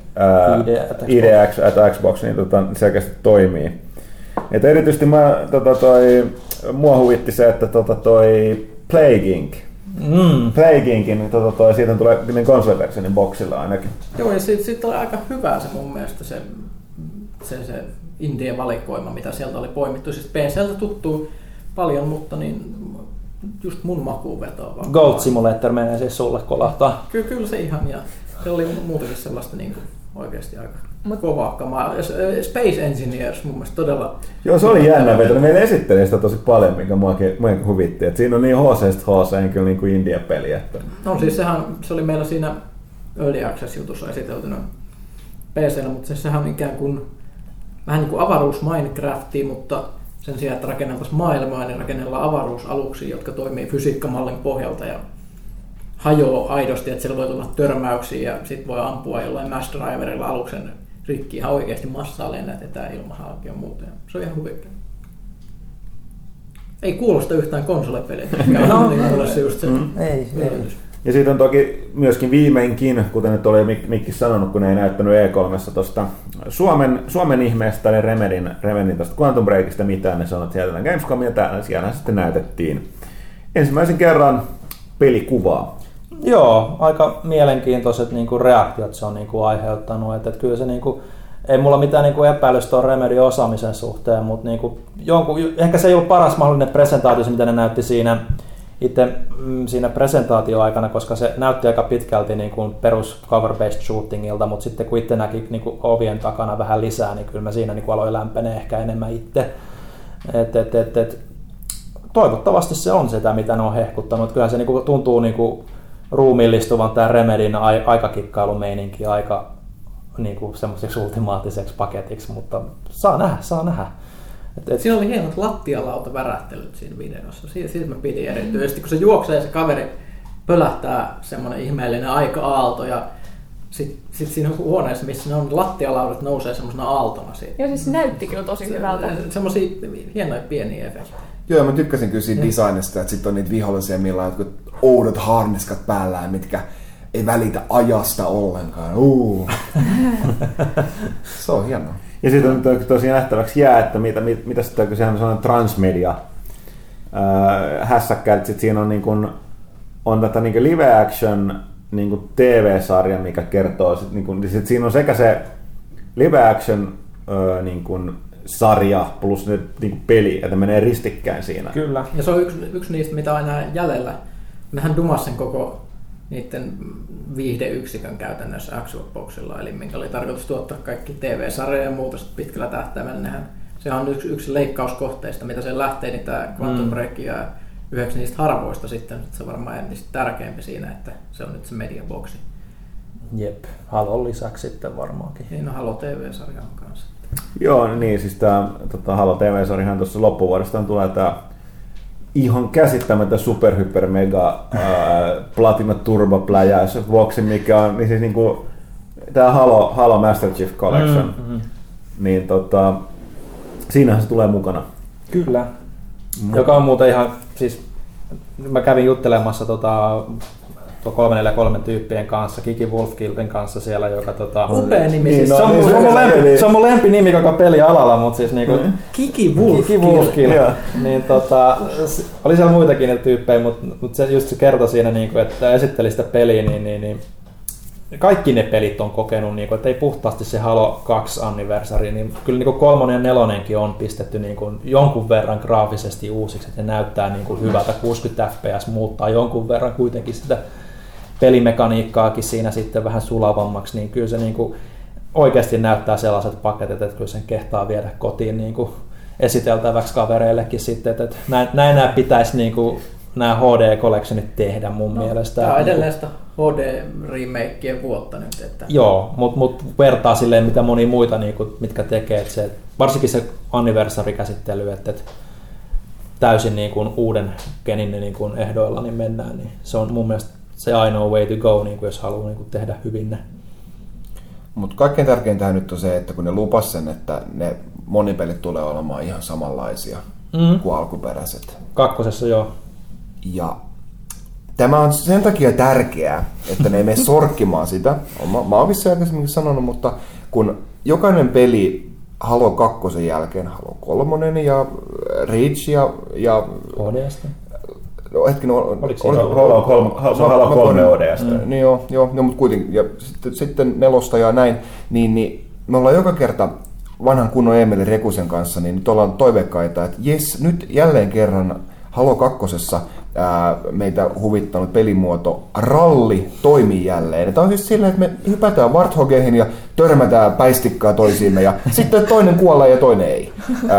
ID at Xbox niin selkeästi toimii. Et erityisesti mua huvitti se, että toi Plague Inc. Plague siitä tulee konsoliversionin boxilla ainakin. Joo, ja siitä oli aika hyvä se mun mielestä se indie-valikoima, mitä sieltä oli poimittu. Siis PC:ltä tuttuu paljon, mutta niin just mun makuun vetoa. Goat Simulator menee siis sulle kolahtaa. Kyllä se ihan, ja se oli muutenkin sellaista niin kuin oikeasti aika kovaa kamaa. Space Engineers mun mielestä todella... Joo, se oli jännä veto. Meillä esitteli sitä tosi paljon, mikä muakin huvitti. Et siinä on niin HC-HC kyllä niin kuin indie-peli. Että... No siis se oli meillä siinä Early Access-jutussa esiteltynä PC:llä, mutta sehän on ikään kuin vähän niin kuin avaruus Minecraftia, mutta sen sijaan, että rakenneltaisiin maailmaa, niin rakennellaan avaruusaluksia, jotka toimii fysiikkamallin pohjalta ja hajoaa aidosti, että siellä voi tulla törmäyksiä ja sitten voi ampua jollain mass driverilla aluksen rikki ihan oikeasti massaa lennätetään ilmahalki ja muuta. Se on ihan huikea. Ei kuulosta yhtään konsolipeliltä, mikä on niin just se yllätys. Ja siitä on toki myöskin viimeinkin, kuten nyt oli Mikki sanonut, kun ei näyttänyt E3:ssa tuosta Suomen ihmeestä, eli Remedin tuosta Quantum Breakista mitään, ne sanoivat sieltä Gamescom ja siellä sitten näytettiin ensimmäisen kerran pelikuvaa. Joo, aika mielenkiintoiset niinku reaktiot se on niinku aiheuttanut, että kyllä se niinku, ei mulla mitään niinku epäilystä ole Remedin osaamisen suhteen, mutta niinku ehkä se ei ollut paras mahdollinen presentaatio, mitä ne näytti siinä presentaatioaikana, koska se näytti aika pitkälti niin kuin perus cover-based shootingilta, mutta sitten kun itse näki niin kuin ovien takana vähän lisää, niin kyllä mä siinä niin kuin aloin lämpenee ehkä enemmän itse. Toivottavasti se on sitä, mitä ne on hehkuttanut. Kyllähän se niin kuin tuntuu niin kuin ruumiillistuvan tämä Remedin aikakikkailu-meininki aika niin kuin semmoiseksi ultimaattiseksi paketiksi, mutta saa nähdä. Siinä oli hienot lattialauta-värähtelyt siinä videossa. Siitä mä pidin erityisesti, kun se juoksee ja se kaveri pölähtää semmoinen ihmeellinen aika-aalto ja sit siinä huoneessa, missä ne on lattialaudat, nousee semmoisena aaltona siitä. Joo, siis se näytti kyllä tosi hyvältä. Semmoisia hienoja pieniä efektejä. Joo, mä tykkäsin kyllä siitä designista, että sit on niitä vihollisia, millä on jotkut oudot harniskat päällään, mitkä ei välitä ajasta ollenkaan. Se on hienoa. Ja sitten on tosiaan nähtäväksi jää, että mitä sitten, kun sehän on sellainen transmedia hässäkkä, että siinä on, niin kuin, on tätä niin kuin live action niin kuin TV-sarja, mikä kertoo, niin kuin, sit siinä on sekä se live action niin kuin sarja plus nyt niin kuin peli, että menee ristikkäin siinä. Kyllä. Ja se on yksi niistä, mitä on enää jäljellä. Nehän dumas sen koko niiden viihdeyksikön käytännössä Xboxilla, eli minkä oli tarkoitus tuottaa kaikki TV-sarjoja ja muuta pitkällä tähtäimellä. Se on yksi leikkauskohteista, mitä se lähtee, niin tämä Quantum Break ja yhdeksi niistä harvoista sitten, se on varmaan entistä tärkeämpi siinä, että se on nyt se mediaboksi. Jep, Halon lisäksi sitten varmaankin. Niin, no Halo TV-sarja on kanssa. Joo, niin siis tämä Halo TV-sarjahan tuossa loppuvuodesta tulee tämä ihan käsittämättä super hyper mega platina turbo pläjäys vuoksi, mikä on niin siis niinku tämä Halo Master Chief Collection. Niin siinähän se tulee mukana. Kyllä. Joka on muuten ihan, siis mä kävin juttelemassa tuo 343 tyyppien kanssa, Kiki Wolfkildin kanssa siellä, joka upea nimi. Niin, se on mun lempinimi koko pelialalla, mutta siis niinku Kiki Wolfkild. Niin oli siellä muitakin niitä tyyppejä, mutta se just se kertoi siinä niinku, että esitteli sitä peliä, niin kaikki ne pelit on kokenut, niin kuin, että ei puhtaasti se Halo 2 anniversary, niin kyllä niin 3 ja 4 on pistetty niin kuin jonkun verran graafisesti uusiksi, että ne näyttää niin kuin hyvältä, 60 fps muuttaa jonkun verran kuitenkin sitä pelimekaniikkaakin siinä sitten vähän sulavammaksi, niin kyllä se niin kuin oikeasti näyttää sellaiset paketit, että kyllä sen kehtaa viedä kotiin niin kuin esiteltäväksi kavereillekin sitten, että näin nämä pitäisi niin kuin nämä HD-collectionit tehdä mun mielestä. Tämä on edelleen sitä HD-remakeen vuotta nyt. Että... Joo, mutta vertaa silleen mitä monia muita, niin kuin, mitkä tekee, että se, varsinkin se anniversary-käsittely, että täysin niin kuin uuden genin niin kuin ehdoilla niin mennään, niin se on mun mielestä se ainoa way to go, niin kuin jos haluaa niin kuin tehdä hyvin ne. Mutta kaikkein tärkeintä nyt on se, että kun ne lupas sen, että ne monipelit tulee olemaan ihan samanlaisia kuin alkuperäiset. 2. joo. Ja tämä on sen takia tärkeää, että ne ei mene sorkkimaan sitä. Mä oon vissiin aikaisemmin sanonut, mutta kun jokainen peli Halo 2 jälkeen, Halo 3 ja Reach ja ODS:tä. No hetkinen, Halo 3 ODS:tä. Niin joo, mutta kuitenkin. Ja sitten 4 ja näin, niin me ollaan joka kerta vanhan kunnon Emeli Rekusen kanssa, niin nyt ollaan toiveikkaita, että jes, nyt jälleen kerran Halo 2. Meitä huvittanut pelimuoto ralli toimii jälleen. Tämä on siis silleen, että me hypätään Warthogeihin ja törmätään päistikkaa toisiimme ja sitten toinen kuolee ja toinen ei.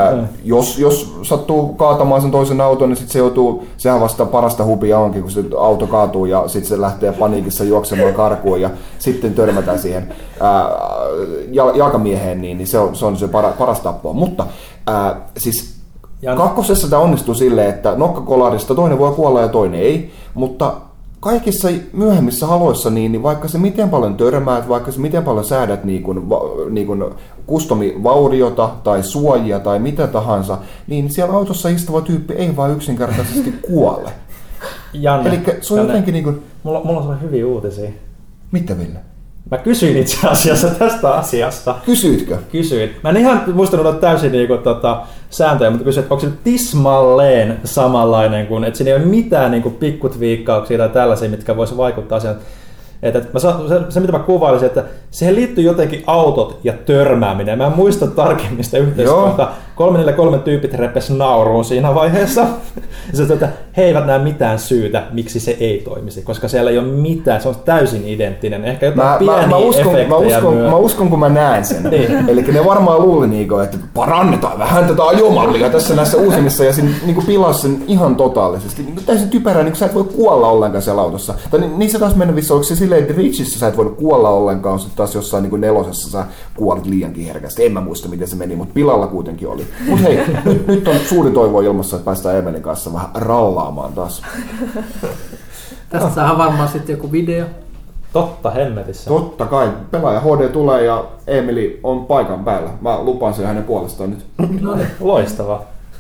Jos sattuu kaatamaan sen toisen auton, niin sitten se joutuu, sehän vasta parasta hupia onkin, kun se auto kaatuu ja sitten se lähtee paniikissa juoksemaan karkuun ja sitten törmätään siihen jalkamieheen, niin se on se paras tappoa. Mutta siis 2. tämä onnistuu silleen, että nokkakolarista toinen voi kuolla ja toinen ei, mutta kaikissa myöhemmissä haloissa, niin vaikka se miten paljon törmäät, vaikka se miten paljon säädät niin kuin customivauriota tai suojia tai mitä tahansa, niin siellä autossa istuva tyyppi ei vaan yksinkertaisesti kuole. Eli se on jotenkin niin kuin... Mulla on hyviä uutisia. Mitä, Ville? Mä kysyin itse asiassa tästä asiasta. Kysyitkö? Kysyin. Mä en ihan muistanut täysin sääntöjä, mutta kysyin, että onko se tismalleen samanlainen, kuin, että siinä ei ole mitään pikkutviikkauksia tai tällaisia, mitkä voisi vaikuttaa siihen. Se, mitä mä kuvailisin, että siihen liittyy jotenkin autot ja törmääminen. Mä en muista tarkemmin sitä yhteiskohtaa. 343 tyypit repes nauruun siinä vaiheessa. Ja se, että he eivät näe mitään syytä, miksi se ei toimisi, koska siellä ei ole mitään, se on täysin identtinen. Ehkä jotain pieniä efektejä mä uskon, kun mä näen sen. Niin. Eli ne varmaan luuli, että parannetaan vähän tätä ajomallia tässä näissä uusimmissa ja niin pilasi sen ihan totaalisesti. Täysin typerää, niin sä et voi kuolla ollenkaan siellä autossa. Tai niin se taas mennä onko se silleen, että Reachissä sä et voinut kuolla ollenkaan, sitten taas jossain niin 4 sä kuolit liiankin herkästi. En mä muista, miten se meni, mutta pilalla kuitenkin oli. Mutta hei, nyt on suuri toivo ilmassa, että päästään Emelin kanssa vähän rallaamaan taas. Tästä saadaan varmaan sitten joku video. Totta hemmetissä. Totta kai. Pelaaja HD tulee ja Emeli on paikan päällä. Mä lupaan sen hänen puolestaan nyt. No niin, loistavaa.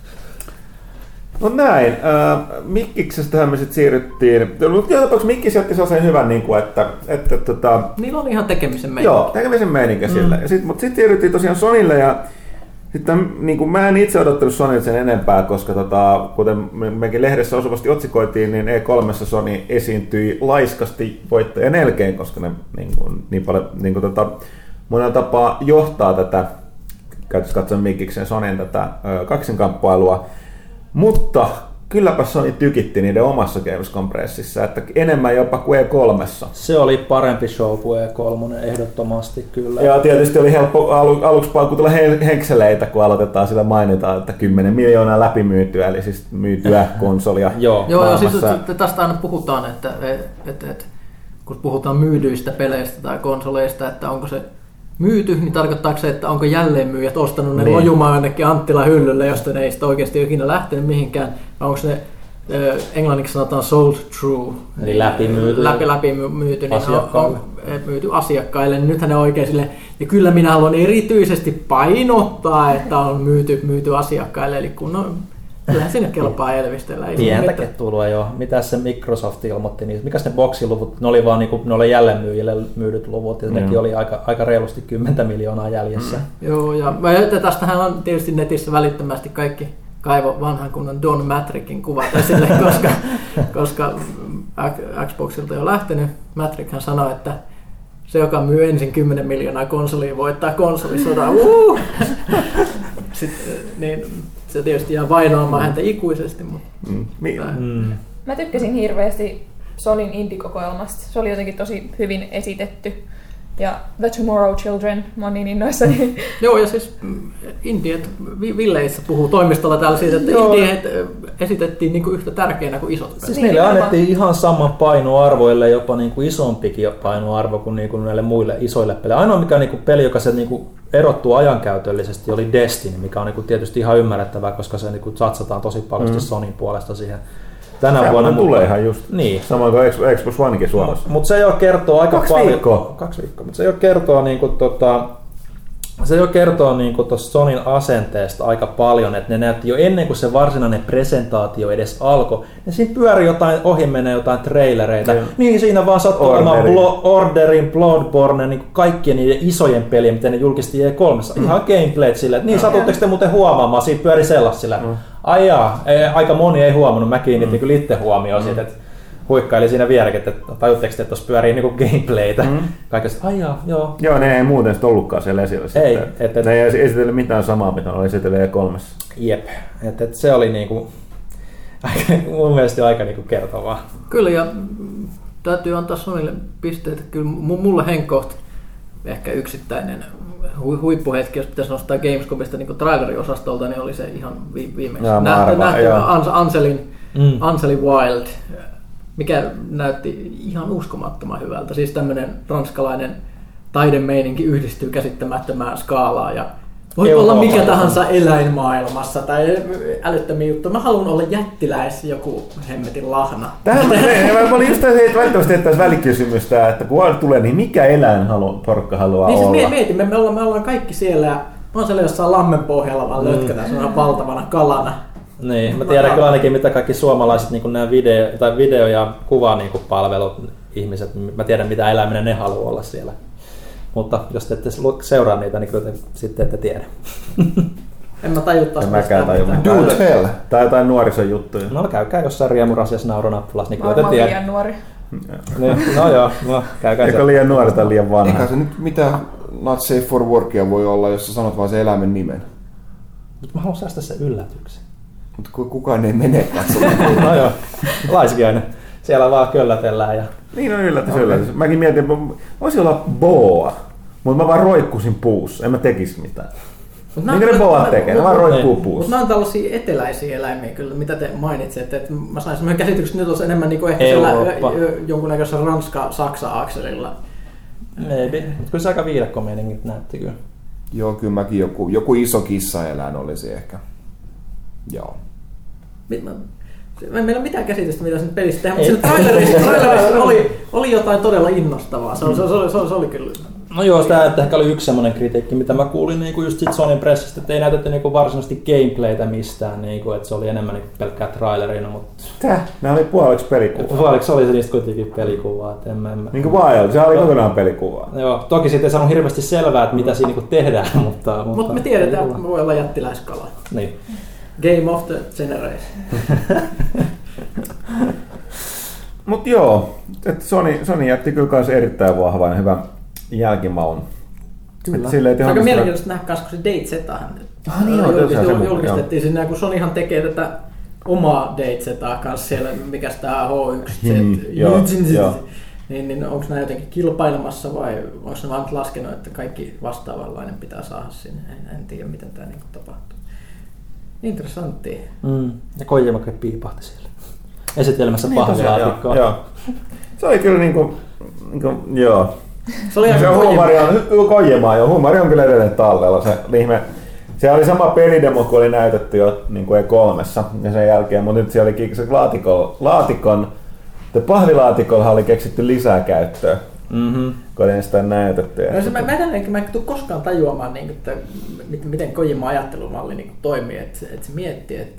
No näin. Mikkiksestähän me sitten siirryttiin. Joka tapauksessa Mikkis jätti sellaisen hyvän, että niillä on ihan tekemisen meininki. Joo, tekemisen meininki sillä. Mutta sitten siirryttiin tosiaan Sonylle ja sitten niin mä en itse odottanut Sonylta sen enempää, koska kuten mekin lehdessä osuvasti otsikoitiin, niin E3 Sony esiintyi laiskasti voittajan elkeen, koska ne niin paljon monella tapaa johtaa tätä, käytössä katsoen Mikkiksen Sonyn tätä kaksinkamppailua. Mutta kylläpä Sony tykitti niiden omassa Gamescom-pressissä, että enemmän jopa kuin E3. Se oli parempi show kuin E3, ehdottomasti kyllä. Ja tietysti oli helppo aluksi paukutella henkseleitä, kun aloitetaan sillä mainitaan, että 10 miljoonaa läpimyytyä, eli siis myytyä konsolia. Joo, ja siis tästä aina puhutaan, että kun puhutaan myydyistä peleistä tai konsoleista, että onko se myyty, niin tarkoittaako se, että onko jälleenmyyjät ostanut ne lojumaan jonnekin Anttila hyllylle, josta ne ei sitä oikeasti ikinä lähtenyt mihinkään, vai onko se englanniksi sanotaan sold true, eli läpimyyty niin on myyty asiakkaille, niin nythän ne oikein silleen, ja kyllä minä haluan erityisesti painottaa, että on myyty asiakkaille, eli kun on kyllähän sinne kelpaa elvistellä. Pientäkin tulua jo. Mitäs se Microsoft ilmoitti? Niin mikäs ne boksiluvut? Ne oli vaan niinku, ne oli jälleenmyyjille myydyt luvut ja nekin oli aika reilusti 10 miljoonaa jäljessä. Joo, ja tästähän on tietysti netissä välittömästi kaikki kaivo vanhan kunnon Don Matrickin kuvat esille, koska Xboxilta on lähtenyt. Matrick hän sanoi, että se, joka myy ensin 10 miljoonaa konsolia, voittaa konsolisodan. Sitten, niin, se tietysti jää vainoamaan häntä ikuisesti. Mutta Mä tykkäsin hirveästi Sonyn indie-kokoelmasta. Se oli jotenkin tosi hyvin esitetty. Ja The Tomorrow Children, mä oon niin innoissani. Joo, ja siis indiet Villeissä puhuu toimistolla täällä siitä, että indiet esitettiin niinku yhtä tärkeänä kuin isot pelit. Siis niille annettiin ihan saman painoarvoille, jopa niinku isompikin painoarvo kuin niinku näille muille isoille peleille. Ainoa mikä niinku peli, joka se niinku erottuu ajankäytöllisesti, oli Destiny, mikä on niinku tietysti ihan ymmärrettävää, koska se niinku satsataan tosi paljon Sonyn puolesta siihen. Tänä vuonna tulee ihan just samoin kuin Xbox Onekin Suomessa. Mutta se jo kertoo aika paljon. 2 viikkoa. Mutta se jo kertoo niinku tuosta Sonyn asenteesta aika paljon, että ne näytti jo ennen kuin se varsinainen presentaatio edes alkoi, ja siinä pyöri jotain, ohi menee jotain trailereita. Niin siinä vaan sattuu olemaan Orderin, Bloodborne, niin kaikkien niiden isojen pelien, mitä ne julkisti E3. Ihan gameplayt silleen, että niin satutteko te muuten huomaamaan, siinä pyöri sellaisilla. Ai jaa, aika moni ei huomannut, mä kiinnitin kyllä itse huomioon siitä, että huikkaili siinä vierekin, että tajutteko, että tuossa pyörii niinku gameplaytä. Kaikesta, ai joo. Joo, ne ei muuten sitten ollutkaan siellä esillä. Ei. Ne ei esitellä mitään samaa, mitä oli esitellä E3. Jep, että se oli niinku, mun mielestä aika niinku kertovaa. Kyllä, ja täytyy antaa Sonylle pisteitä. Kyllä mulle henkkoht ehkä yksittäinen huippuhetki, jos pitäisi nostaa Gamescomista niin traileri-osastolta, niin oli se ihan viimeisen nähty Anselin Wild, mikä näytti ihan uskomattoman hyvältä. Siis tämmöinen ranskalainen taidemeininki yhdistyy käsittämättömään skaalaan ja voi olla mikä tahansa eläinmaailmassa tai älyttömiä juttuja. Mä haluan olla jättiläis joku hemmetin lahna. Mä olin just välttämättä tehtäisiin välikysymystä, että kun Wild tulee, niin mikä eläin porukka haluaa niin olla? Siis mietimme, me ollaan kaikki siellä ja mä oon siellä jossain lammen pohjalla vaan lötkätään sellainen valtavana kalana. Niin, mä tiedän kyllä ainakin mitä kaikki suomalaiset niin nämä video- ja kuvapalvelut ihmiset, mä tiedän mitä eläiminä ne haluaa olla siellä. Mutta jos te ette seuraa niitä, niin kyllä te sitten ette tiedä. En mä tajuttaa sitä. Do tell. Tai jotain nuorisojuttuja. No käykää jossain Riemurasiassa naurunappulas, niin kyllä te tiedä. tiedä. Liian nuori. No joo, käykää se. Eikä liian nuori tai liian vanha. Eikä se nyt mitään not safe for workia voi olla, jos sä sanot vaan se eläimen nimen. Mutta mä haluan säästää sen yllätyksen. Mutta kukaan ei mene katsomaan. No joo, laiskiainen. Siellä vaan köllätellään. Ja... Niin on yllätys. Mäkin mietin, että voisi olla boa, mutta mä vaan roikkusin puussa, en mä tekisi mitään. Minkä ne boat tekee? Ne vaan roikkuu puussa. Mutta nämä on tällaisia eteläisiä eläimiä kyllä, mitä te mainitsette. Että mä sain semmoinen käsityksen, että nyt olisi enemmän niin ehkä jonkunnäköisellä Ranska-Saksa-akselilla. Maybe, mutta kyllä se aika viidakkomeiningit näytti kyllä. Joo, kyllä mäkin joku iso kissaeläin olisi ehkä. Joo. Meillä ei ole mitään käsitystä, mitä sen pelistä tehdään, mutta trailerissa oli jotain todella innostavaa. Se oli kyllä. No joo, tämä ehkä oli yksi semmoinen kritiikki, mitä mä kuulin niin just sit Sonyn pressistä, että ei näytetty niin varsinaisesti gameplaytä mistään, niin kuin, että se oli enemmän niin pelkkää trailerina. Mutta... Nämä oli puoliksi pelikuvaa. Puoliksi oli se niistä kuitenkin pelikuvaa. Että niin kuin Wild, se oli kokonaan pelikuvaa. Joo, toki siitä ei saanut hirveästi selvää, että mitä siinä niin tehdään. Mutta me tiedetään, että voi olla jättiläiskala. Niin. Game of the Generation. Mut joo, että Sony jätti kyllä kans erittäin vahvan ja hyvän jälkimaun. Kyllä. Aika mielenkiintoista nähdä, koska se DayZ julkistettiin sinne, kun Sonyhan tekee tätä omaa Date-setaa kanssa siellä, mikäs tää H1Z, niin onko nämä jotenkin kilpailemassa vai onko ne vaan laskenut, että kaikki vastaavanlainen pitää saada sinne? En tiedä, miten tämä niinku tapahtuu. Interessanttia. Ja Kojima piipahti siellä esitelmässä pahvilaatikkoa. Joo. Se oli kyllä joo. Se oli se huumori on kyllä edelleen tallella. Se oli sama pelidemo, kun oli näytetty jo niin kuin E3 ja sen jälkeen, mutta nyt siellä oli se pahvilaatikolla oli keksitty lisää käyttöä, kun oli sitä näytetty. Mä en tule koskaan tajuamaan, niin, että miten Kojima ajattelumalli niin toimii, että se miettii, että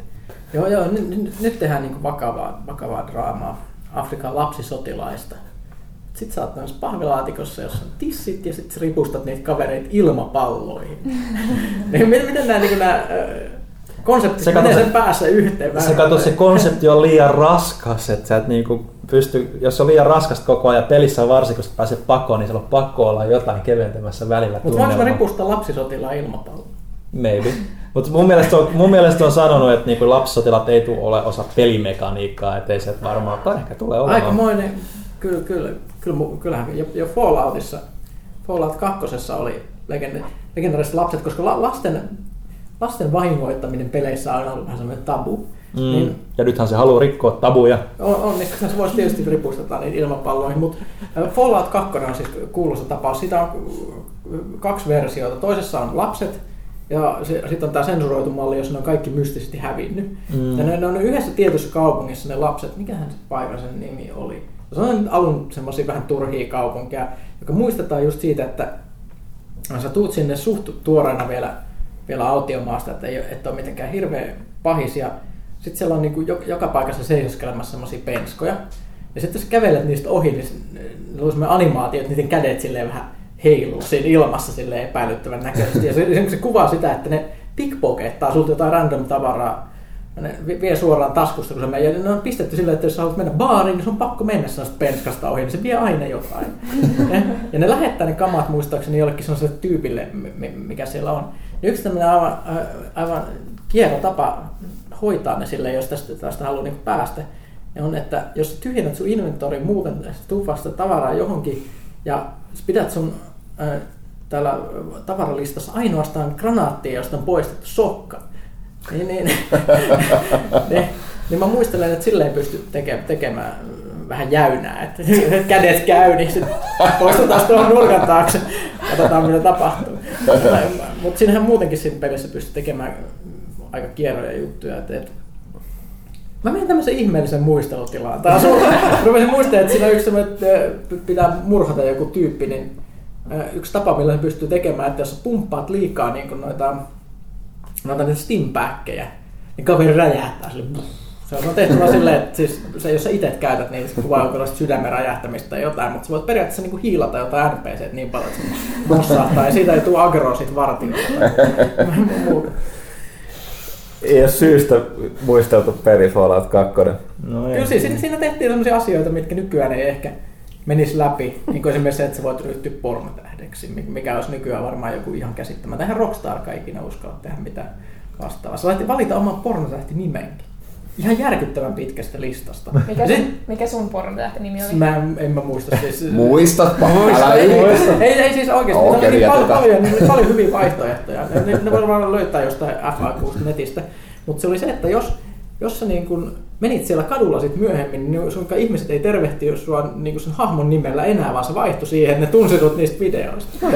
nyt tehdään niin vakavaa draamaa Afrikan lapsisotilaista. Sitten sä oot tämmöisessä pahvilaatikossa, jossa on tissit ja sitten ripustat niitä kavereita ilmapalloihin. Miten nämä konseptit menee sen päässä yhteen? Se konsepti on liian raskas, että sä et niinku pysty, jos on liian raskasta koko ajan pelissä varsinkin, kun pääsee pakoon, niin siellä on pakko olla jotain keventämässä välillä. Mutta voinko mä ripustaa lapsisotilaan ilmapalloon? Maybe. Mutta mun mielestä on sanonut, että niinku lapsisotilaat ei tule ole osa pelimekaniikkaa, ettei se varmaan, tai ehkä tulee olemaan. Aikamoinen. Kyllähän jo Fallout 2 oli legendaariset lapset, koska lasten vahingoittaminen peleissä on ollut vähän sellainen tabu. Niin, ja nythän se haluaa rikkoa tabuja. Niin se voisi tietysti ripustata niitä ilmapalloihin, mutta Fallout 2 on siis kuuluisa tapaus. Siitä on 2 versiota. Toisessa on lapset ja sitten on tämä sensuroitu malli, jossa ne on kaikki mystisesti hävinnyt. Ja ne on yhdessä tietyssä kaupungissa ne lapset. Mikähän se paikan sen nimi oli? Se on alun semmoisia vähän turhia kaupunkeja, joka muistetaan just siitä, että sä tuut sinne suht tuoreena vielä autiomaasta, että ei ole mitenkään hirveä pahis. Ja sitten siellä on niinku joka paikassa seisoskelemassa semmoisia penskoja. Ja sitten jos kävelet niistä ohi, niin se on semmoinen animaatio, että niiden kädet silleen vähän heiluu siinä ilmassa silleen epäilyttävän näköisesti. Ja se kuvaa sitä, että ne pickpockettaa sulta jotain random tavaraa. Ne vie suoraan taskusta, kun se menee. Ja ne on pistetty silleen, että jos sä haluat mennä baariin, niin se on pakko mennä sellaista penskasta ohi, niin se vie aina jotain. Ja ne lähettää ne kamat muistaakseni jollekin sellaiselle tyypille, mikä siellä on. Ja yksi tämmöinen aivan kierro tapa hoitaa ne silleen, jos tästä haluaa niin päästä, on, että jos sä tyhjennät sun inventorin muuten tuvasta tavaraa johonkin, ja pidät sun täällä tavaralistassa ainoastaan granaattia, josta on poistettu sokka, niin mä muistelen, että silleen pysty tekemään vähän jäynää, että kädet käy, niin sitten poistutaan tuohon nurkan taakse, katsotaan mitä tapahtuu. Mutta siinähän muutenkin siinä pelissä pystyy tekemään aika kierroja juttuja. Mä menen tämmöisen ihmeellisen muistelutilaan. Rupesin muistelemaan, että siinä on yksi semmoinen, että pitää murhata joku tyyppi, niin yksi tapa, millä se pystyy tekemään, että jos sä pumppaat liikaa niin noita stimpackkejä, niin kaveri räjähtää sille. Se on tehty vaan silleen, että siis, jos sä itse käytät, niin se kuvaa jonkinlaista sydämen räjähtämistä tai jotain, mutta sä voit periaatteessa niin kuin hiilata jotain NPC:t niin paljon, että se bossahtaa ja siitä ei tule agroa sit vartiolta. Ei ole syystä muisteltu peli Fallout 2. No kyllä siinä tehtiin sellaisia asioita, mitkä nykyään ei ehkä menisi läpi, niin kuin esimerkiksi se, että sä voit ryhtyä pornotähdeksi, mikä olisi nykyään varmaan joku ihan käsittämättä. Eihän Rockstar ikinä uskalla tehdä mitään vastaavaa. Sä lähti valita oman pornotähti-nimenkin. Ihan järkyttävän pitkästä listasta. Mikä sun pornotähti-nimi oli? En mä muista siis. Muistatpa? Ei siis oikeasti. Se on paljon hyviä vaihtoehtoja. Ne voidaan löytää jostain FAQ:sta netistä. Mutta se oli se, että jos sä niin kun menit siellä kadulla sit myöhemmin, niin sunkaan ihmiset ei tervehti sua niin sen hahmon nimellä enää, vaan se vaihtui siihen, että ne tunsi sut niistä videoista.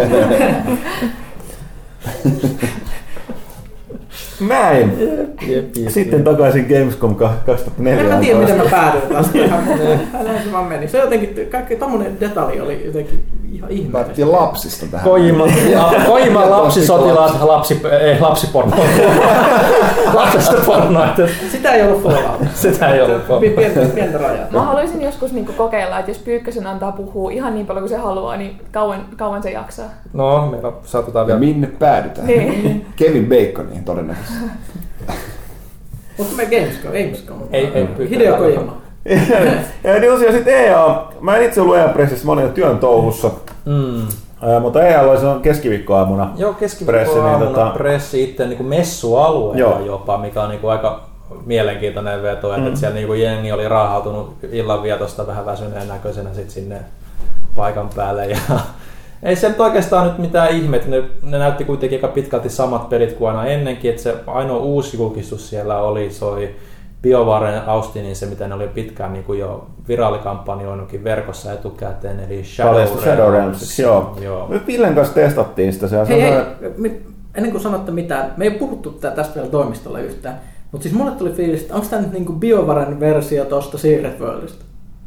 Näin. Sitten takaisin Gamescom 2004. En mä tiedä, miten mä päädyin taas. Näin se vaan meni. Se jotenkin, kaikki tommonen detalji oli jotenkin ihan ihmeellistä. Päättiin lapsista tähän. Kojima lapsisotilaat, lapsiporno. Lapsesta pornoa. Sitä ei ollut Fallout. Sitä ei ollut pientä rajaa. Mä haluaisin joskus niinku kokeilla, että jos Pyykkösen antaa puhua ihan niin paljon kuin se haluaa, niin kauan se jaksaa. No, meillä saatetaan vielä. Minne päädytään? Niin. Kevin Baconiin todennäköisesti. Mutta me Gamescom. Ei Hideo Kojima. Ja niin tosiaan sitten EA, mä en itse ollut EA-pressissä, mä olin jo työn touhussa. Mutta EA oli keskiviikkoaamuna. Joo, keskiviikkoaamuna pressi itse niin messualueella jopa, mikä on niin aika mielenkiintoinen veto, että siellä niinku jengi oli raahautunut illanvietosta vähän väsyneen näköisenä sit sinne paikan päälle. Ja ei se nyt oikeastaan nyt mitään ihmettä, ne näytti kuitenkin aika pitkälti samat pelit kuin aina ennenkin, että se ainoa uusi julkistus siellä oli BioWaren Austinin se, mitä ne oli pitkään niin kuin jo viraalikampanjoinutkin verkossa etukäteen, eli Shadow Realms. Joo. Me Villen kanssa testattiin sitä. Ennen kuin sanotte mitään, me ei puhuttu tästä vielä toimistolla yhtään, mutta siis mulle tuli fiilis, että onko tämä nyt niin BioWaren versio tuosta Secret Worldista?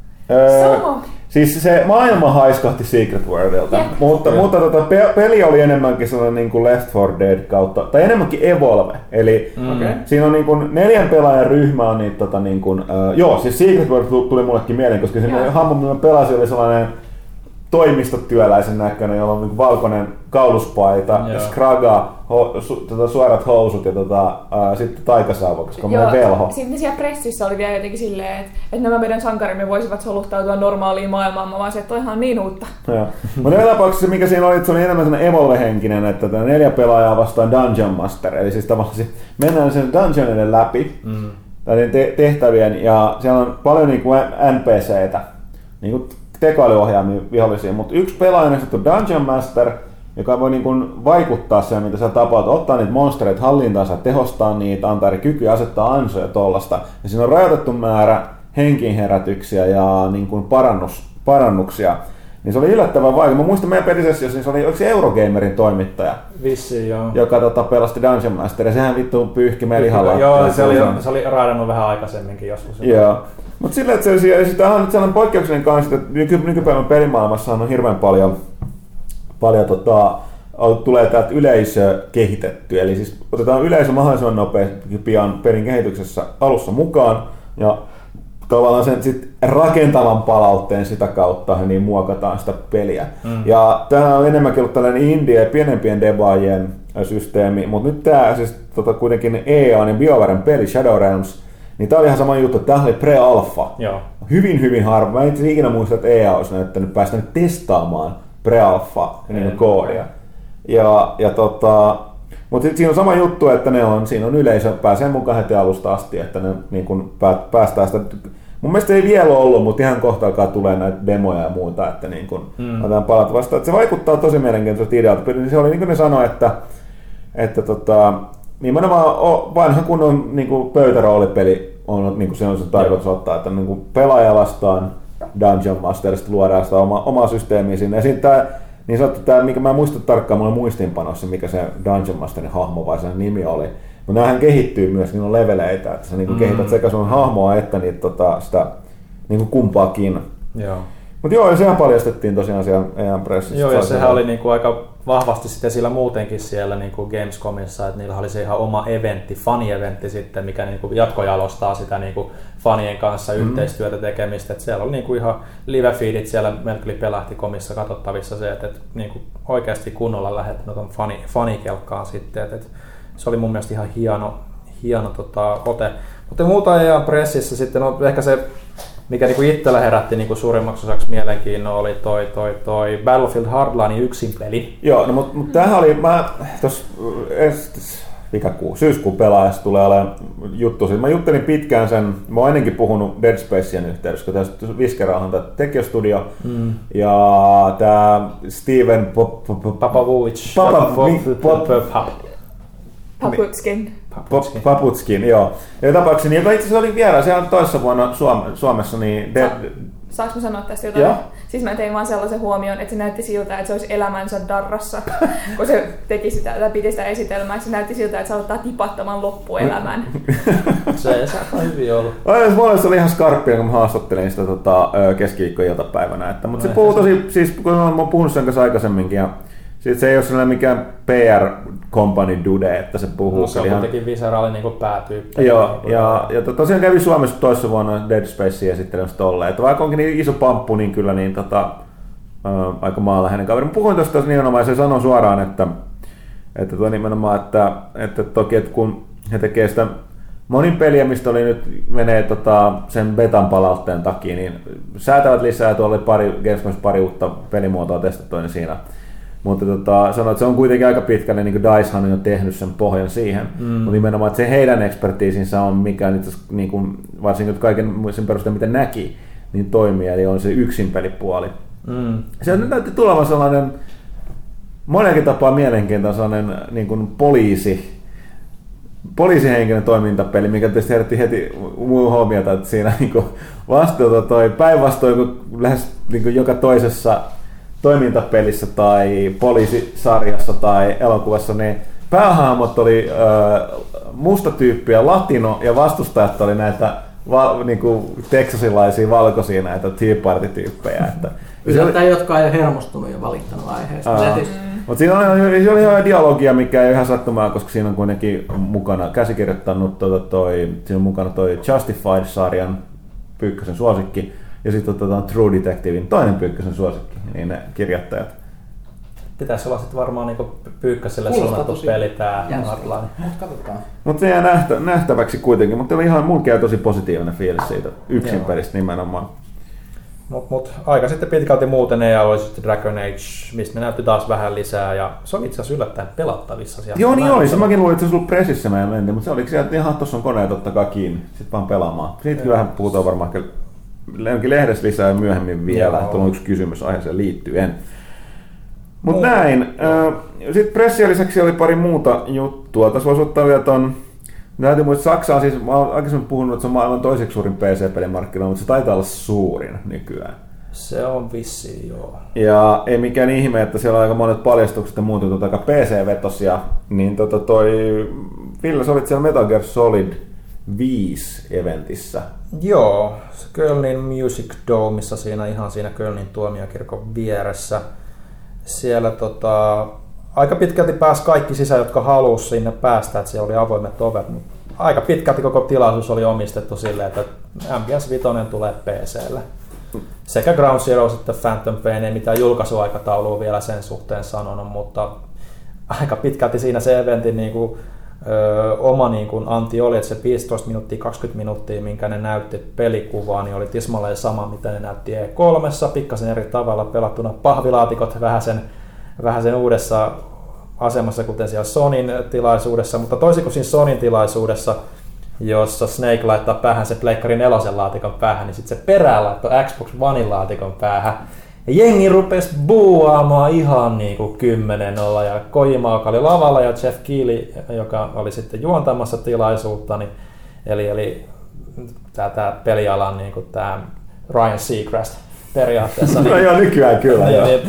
Siis se maailma haiskahti Secret Worldilta, mutta peli oli enemmänkin sellainen niin kuin Left 4 Dead kautta, tai enemmänkin Evolve. Eli siinä on niin kuin 4 pelaajan ryhmä on niitä, siis Secret World tuli mullekin mieleen, koska se hahmo, millä pelasi, oli sellainen toimistotyöläisen näköinen, jolla on niin valkoinen kauluspaita, skraga, suorat housut ja sitten taikasauva, koska on velho. Sitten siellä pressissä oli vielä jotenkin silleen, että nämä meidän sankarimme voisivat soluttautua normaaliin maailmaan, mä vaan se, että toihan on niin uutta. Mutta joka tapauksessa mikä siinä oli, että se oli enemmän sellainen Evolve-henkinen, että 4 pelaajaa vastaan Dungeon Master, eli siis tavallaan mennään sen dungeoniden läpi, tehtävien, ja siellä on paljon niin kuin NPC:tä, niin kuin tekoälyohjaamia vihollisia, mutta yksi pelaaja on Dungeon Master, joka voi niin kuin vaikuttaa siihen, mitä sä tapaat, ottaa niitä monstereita hallintaansa, tehostaa niitä, antaa eri kykyä, asettaa ansoja tollasta. Ja siinä on rajoitettu määrä henkiinherätyksiä ja niin kuin parannuksia. Niin se oli yllättävän vaikea. Mä muistan meidän pelisessiossa, niin se oli yksi Eurogamerin toimittaja, Vissiin, joo. Joka pelasti Dungeon Master, ja sehän vittu pyyhki melihalla. Joo, se oli raadannut vähän aikaisemminkin joskus. Joo. Mutta sillä, että tämä on nyt sellainen poikkeuksellinen kanssa, että nykypäivän pelimaailmassa on hirveän paljon tulee täältä yleisö kehitetty. Eli siis otetaan yleisö mahdollisimman nopeasti pian pelin kehityksessä alussa mukaan, ja tavallaan sen sit rakentavan palautteen sitä kautta niin muokataan sitä peliä. Ja tämä on enemmänkin ollut tällainen indie ja pienempien devaajien systeemi, mutta nyt tämä siis kuitenkin EA, niin BioWaren peli Shadow Realms, niin tää oli ihan sama juttu, että tää oli pre-alpha. Hyvin harva. Mä en itse ikinä muista, että EA olisi näyttänyt päästä testaamaan pre-alpha koodia. Mutta siinä on sama juttu, että siinä on yleisö, pääsee mukaan heti alusta asti, että ne niin kun päästään sitä. Mun mielestä ei vielä ollut, mutta ihan kohta alkaa tulee näitä demoja ja muuta, että niin kun otetaan palata vastaan. Että se vaikuttaa tosi mielenkiintoiselta idealta. Se oli niin kuin ne sanoi, että nimenomaan vanha kunnon niin pöytäroolipeli on niin se on se tarkoitus ottaa, että niin pelaaja vastaan Dungeon Masterista luodaan sitä omaa systeemiä sinne. Ja sitten niin sanottu tämä, mikä mä en muista tarkkaan, mulla on muistiinpanossa, mikä se Dungeon Masterin hahmo vai sen nimi oli. Mutta näähän kehittyy myös, niin on leveleitä, että sä niin kehität sekä sun hahmoa että niitä, sitä niin kumpaakin. Mutta joo, ja sehän paljastettiin tosiaan siellä EAN pressissä. Joo, ja sehän oli niinku aika vahvasti sitten sillä muutenkin siellä niinku Gamescomissa, että niillä oli se ihan oma eventti, fani-eventti sitten, mikä niinku jatkojalostaa sitä niinku fanien kanssa yhteistyötä tekemistä. Että siellä oli niinku ihan live-feedit siellä Merkeli Pelahti-komissa katsottavissa se, että niinku oikeasti kunnolla lähettänyt on fanikelkkaan sitten. Et se oli mun mielestä ihan hieno ote. Mutta muuta EAN pressissä sitten on ehkä se, mikä niinku itsellä herätti niinku suurimmaksi osaksi mielenkiinnoa, oli toi Battlefield Hardlinein yksin peli. Joo, no mutta tämähän oli, syyskuun pelaajassa tulee olemaan juttu. Mä juttelin pitkään sen, mä oon ennenkin puhunut Dead Spacen yhteydessä, kun tässä Viscerahan tämä tekijästudio, ja tää Steven Paputskin, joo. Ja tapaukseni, joka itse asiassa oli vieraan, siellä toissa vuonna Suomessa, niin... Saanko mä sanoa tästä jotain? Joo. Siis mä tein vaan sellaisen huomion, että se näytti siltä, että se olisi elämänsä darrassa, kun se teki sitä, piti sitä esitelmää. Se näytti siltä, että se aloittaa tipattoman loppuelämän. Se on hyvin ollut. Se oli ihan skarppia, kun mä haastattelin sitä keskiviikko-iltapäivänä. Mutta se puhuu tosi, siis kun mä oon puhunut sen kanssa aikaisemminkin, ja sitten se ei ole sellainen mikään PR-company dude, että se puhuu. No, se on kuitenkin Visceralin niin päätyyppi. Joo, ja tosiaan kävi Suomessa toissa vuonna Dead Spacea esittelemässä tolleen. Että vaikka onkin niin iso pamppu, niin kyllä niin, aika maanläheinen kaveri. Mä puhuin tuosta nimenomaan, ja se sanoi suoraan, että toki, että kun he tekee sitä monin peliä, mistä oli nyt menee sen betan palautteen takia, niin säätävät lisää, ja tuolla oli pari uutta pelimuotoa testattu, niin Mutta sanoin, että se on kuitenkin aika pitkälle, niin kuin DICEhan on jo tehnyt sen pohjan siihen, mutta nimenomaan, että se heidän ekspertiisinsä on, mikä nyt niin kuin, varsinkin kaiken sen perusteella, mitä näki, niin toimii, eli on se yksinpelipuoli. Se näytti tulevan sellainen, monenkin tapaa mielenkiintoinen sellainen niin kuin poliisihenkinen toimintapeli, mikä tietysti herätti heti muun huomiota, että siinä niin päinvastoin kuin lähes niin kuin joka toisessa toimintapelissä tai poliisisarjassa tai elokuvassa, niin päähahmot oli musta tyyppiä latino ja vastustajat oli näitä niinku teksasilaisia valkoisia näitä Tea Party-tyyppejä. Yllättäen, jotka ei ole hermostunut ja valittanut aiheesta. Mutta siinä oli ihan dialogia, mikä ei ihan sattumaa, koska siinä on kuitenkin mukana käsikirjoittanut siinä on mukana toi Justified-sarjan Pyykkösen suosikki ja sitten True Detectivein toinen Pyykkösen suosikki, niin ne kirjoittajat. Pitäisi olla sitten varmaan niinku Pyykköselle suunnattu peli tää Hardline. Mutta se jää nähtäväksi kuitenkin, mutta oli ihan mulkea tosi positiivinen fiilis siitä yksin pelistä nimenomaan. Mut aika sitten pitkälti muuten ei oli sitten Dragon Age, mistä me näytti taas vähän lisää ja se on itse asiassa yllättäen pelattavissa sieltä. Joo, niin oli. Mäkin luulin, että se ollut pressissä meidän lenti, mutta se oli sieltä ihan tuossa on koneet, ottakaa kiinni, sitten vaan pelaamaan. Siitäkin vähän puhutaan varmaan onkin lehdessä lisää myöhemmin vielä, että on yksi kysymys aiheeseen liittyen. Mutta näin. Sitten pressia lisäksi oli pari muuta juttua. Tässä voisi ottaa vielä ton. Täytyy muistaa, Saksa on siis, mä olen aikaisemmin puhunut, että se on maailman toiseksi suurin PC-pelimarkkina, mutta se taitaa olla suurin nykyään. Se on vissiin, joo. Ja ei mikään ihme, että siellä on aika monet paljastukset ja muut aika PC-vetosia. Niin Ville, sä olit siellä Metal Gear Solid 5 eventissä. Joo, Kölnin Music Domeissa ihan siinä Kölnin tuomiokirkon vieressä. Siellä aika pitkälti pääsi kaikki sisään, jotka halusi sinne päästä, että siellä oli avoimet ovet, mutta aika pitkälti koko tilaisuus oli omistettu silleen, että MGS5 tulee PC:lle. Sekä Ground Zero että Phantom Pain, ei mitään julkaisuaikataulua vielä sen suhteen sanonut, mutta aika pitkälti siinä se eventin oma anti oli, että se 15 minuuttia, 20 minuuttia, minkä ne näytti pelikuvaa, niin oli tismalleen sama, mitä ne näytti E3, pikkasen eri tavalla pelattuna pahvilaatikot vähän sen uudessa asemassa, kuten siellä Sonyn tilaisuudessa, mutta toisin kuin siinä Sonyn tilaisuudessa, jossa Snake laittaa päähän se Pleikkari 4 laatikon päähän, niin sitten se perään laittoi Xbox Onein laatikon päähän. Ja jengi rupesi buuaamaan ihan niinku 10-0 ja Kojima, joka oli lavalla ja Jeff Keighley, joka oli sitten juontamassa tilaisuutta, niin, eli tämä pelialan niinku tämä Ryan Seacrest periaatteessa. No joo, nykyään kyllä.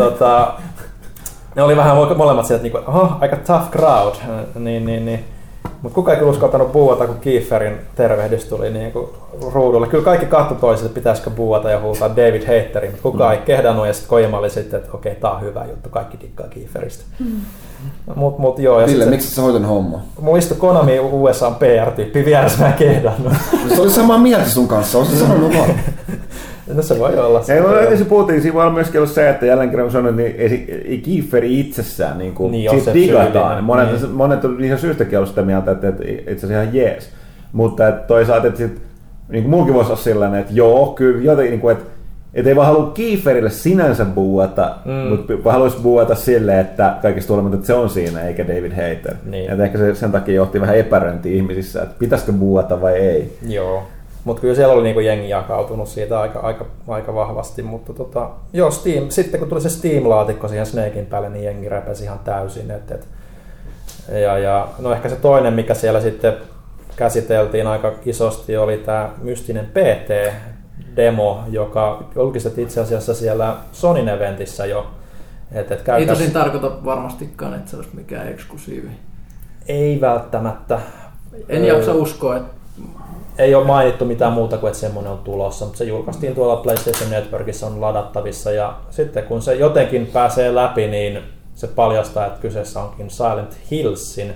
Ne oli vähän molemmat sieltä niinku, aika tough crowd, niin. Mutta kukaan ei uskaltanut buuata, kun Kieferin tervehdys tuli niinku ruudulle. Kyllä kaikki katsoi toisille, että pitäisikö buuata ja huutaa David Haterin, mutta kukaan ei kehdannut ja sitten Kojima oli sitten, että okei, tää on hyvä juttu, kaikki dikkaa Kieferistä. Mut joo. Ja Ville, miksi sä hoitan hommaa? Mulla istui Konami USA:n PR-tyyppi vieressä, mä en kehdannut. Se oli samaa mieltä sun kanssa, olisin sanonut vaan. No se voi olla. Ei, se puhuttiin, siinä voi myöskin olla se, että jälleen kerran sanoin, niin ei Kieferi itsessään siitä digataan. Monet on ihan syystäkin ollut sitä mieltä, että itse asiassa ihan jees. Mutta toisaalta, että niin muukin voisi olla sellainen, että joo, kyllä jotenkin, että ei vaan halua Kieferille sinänsä buuata, mutta haluaisi buuata silleen, että kaikista huolimatta, että se on siinä, eikä David Hayter. Niin. Että ehkä se sen takia johti vähän epäröintiä ihmisissä, että pitäisikö buuata vai ei. Joo. Mutta kyllä siellä oli niinku jengi jakautunut siitä aika vahvasti, mutta joo, Steam, sitten kun tuli se Steam-laatikko siihen Snakein päälle, niin jengi räpesi ihan täysin. Ja no ehkä se toinen, mikä siellä sitten käsiteltiin aika isosti, oli tämä mystinen PT-demo, joka julkistettiin itse asiassa siellä Sonyn eventissä jo. Ei tosin tarkoita varmastikaan, että se olisi mikään eksklusiivi. Ei välttämättä. En jaksa uskoa, että ei ole mainittu mitään muuta kuin, että semmoinen on tulossa, mutta se julkaistiin tuolla PlayStation Networkissa, on ladattavissa ja sitten kun se jotenkin pääsee läpi, niin se paljastaa, että kyseessä onkin Silent Hillsin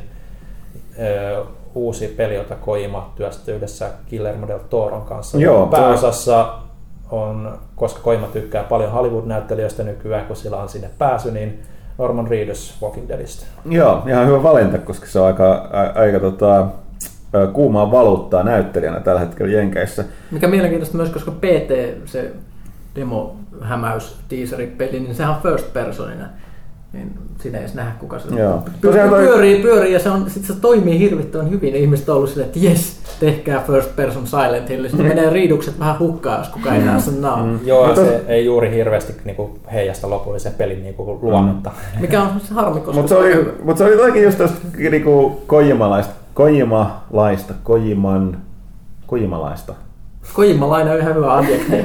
uusi peli, jota Kojima työsti yhdessä Guillermo del Toron kanssa. Joo, pääosassa on, koska Kojima tykkää paljon Hollywood-näyttelijöistä nykyään, kun sillä on sinne pääsy, niin Norman Reedus Walking Deadistä. Joo, ihan hyvä valinta, koska se on aika kuumaa valuuttaa näyttelijänä tällä hetkellä Jenkeissä. Mikä mielenkiintoista myös, koska PT, se demo-hämäys, teaseri-peli, niin sehän on first personina. niin siinä ei edes nähdä kuka se pyörii ja se toimii hirvittävän hyvin. Ihmiset on ollut silleen, että jes, tehkää First Person Silent Hill. Sitten menee riidukset vähän hukkaan, jos kukaan ei näe sen naan. Joo, se ei juuri hirveästi niinku heijasta lopullisen pelin niinku luonnetta. Mikä on harmi, koska mutta se oli toikin just tästä niinku Kojimalaista. Kojimalainen on ihan hyvä adjektiivi.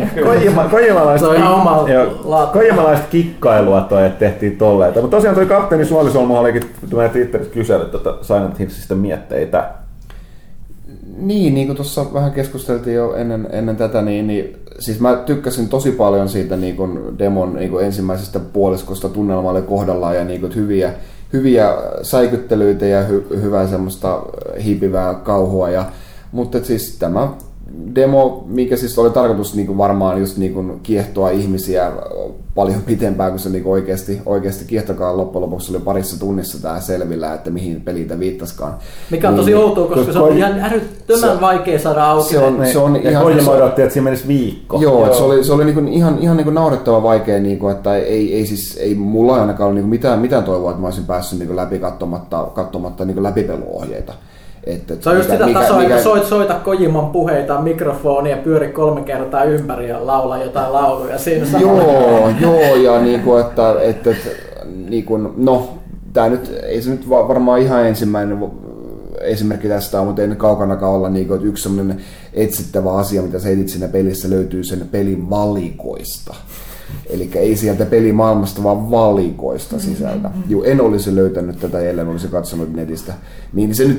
Kojimalaista kikkailua toi, että tehtiin tolleita. Mutta tosiaan toi kapteeni Suolisolmu olikin Twitterissä kysellyt Silent Hillsistä mietteitä. Niin kuin tuossa vähän keskusteltiin jo ennen tätä, niin siis mä tykkäsin tosi paljon siitä niin kuin demon niin kuin ensimmäisestä puoliskosta. Tunnelma oli kohdallaan ja niin kuin, hyviä säikyttelyitä ja hyvää semmoista hiipivää kauhua. Mutta siis tämä demo, mikä siis oli tarkoitus niin kuin varmaan just niin kuin kiehtoa ihmisiä paljon pitempään kuin se niin kuin oikeasti kiehtokaan, loppujen lopuksi oli parissa tunnissa tämä selvillä, että mihin peliin tämä viittaskaan. Mikä on tosi outoa, koska se on ihan älyttömän vaikea saada auki. Se on ihan Kojima odotti, että siinä menisi viikko. Joo. Se oli niin kuin ihan niin kuin naurettava vaikea, niin kuin, että ei mulla ainakaan ole niin kuin mitään toivoa, että mä olisin päässyt niin kuin läpi katsomatta niin kuin läpipeluohjeita. Se on just sitä tasoa, että soita Kojiman puheita mikrofonia, pyöri 3 kertaa ympäri ja laula jotain lauluja siinä samalla. Joo, ja niinku, että niinku, no, tää nyt, ei se nyt varmaan ihan ensimmäinen esimerkki tästä on, mutta ei nyt kaukanakaan olla niinku, että yksi sellainen etsittävä asia, mitä sä etit siinä pelissä, löytyy sen pelin valikoista. Eli ei sieltä pelimaailmasta, vaan valikoista sisältä. Juu, en olisi löytänyt tätä, ellen olisi katsonut netistä. Niin se nyt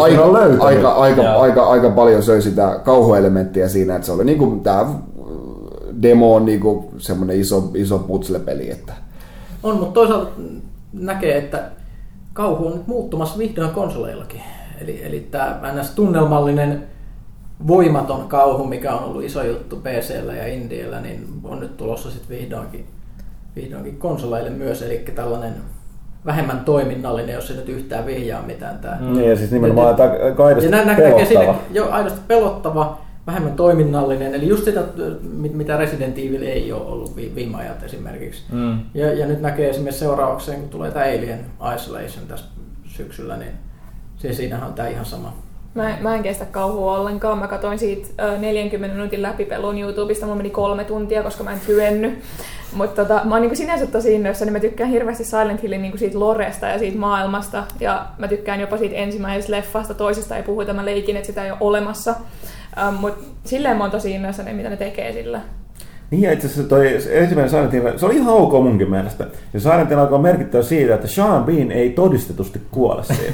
aika paljon söi sitä kauhuelementtiä siinä, että se oli niinku tämä demo on niinku semmoinen iso putsle-peli. Että. On, mutta toisaalta näkee, että kauhu on nyt muuttumassa vihdoin konsoleillakin. Eli tämä tunnelmallinen voimaton kauhu, mikä on ollut iso juttu PC:llä ja Indiellä, niin on nyt tulossa sitten vihdoinkin konsoleille myös, eli tällainen vähemmän toiminnallinen, jos ei nyt yhtään vihjaa mitään. Ja siis nimenomaan aidosti pelottava. Joo, aidosti pelottava, vähemmän toiminnallinen, eli just sitä, mitä Resident Evil ei ole ollut viime ajat esimerkiksi. Ja nyt näkee esimerkiksi seuraavakseen, kun tulee tämä Alien Isolation tässä syksyllä, niin siinähän on tämä ihan sama. Mä en kestä kauhua ollenkaan. Mä katsoin siitä 40 minuutin läpipelun YouTubesta. Mulla meni 3 tuntia, koska mä en kyennyt. Mutta mä oon niin sinänsä tosi innoissa, niin mä tykkään hirveästi Silent Hillin niin siitä loresta ja siitä maailmasta. Ja mä tykkään jopa siitä ensimmäisestä leffasta. Toisesta ei puhuta, mä leikin, että sitä ei ole olemassa. Mutta silleen mä oon tosi innoissa, mitä ne tekee sillä. Niin ja itse asiassa toi ensimmäinen Silent Hill, se oli ihan ok munkin mielestä. Ja Silent Hill alkoi merkittää siitä, että Sean Bean ei todistetusti kuole siinä.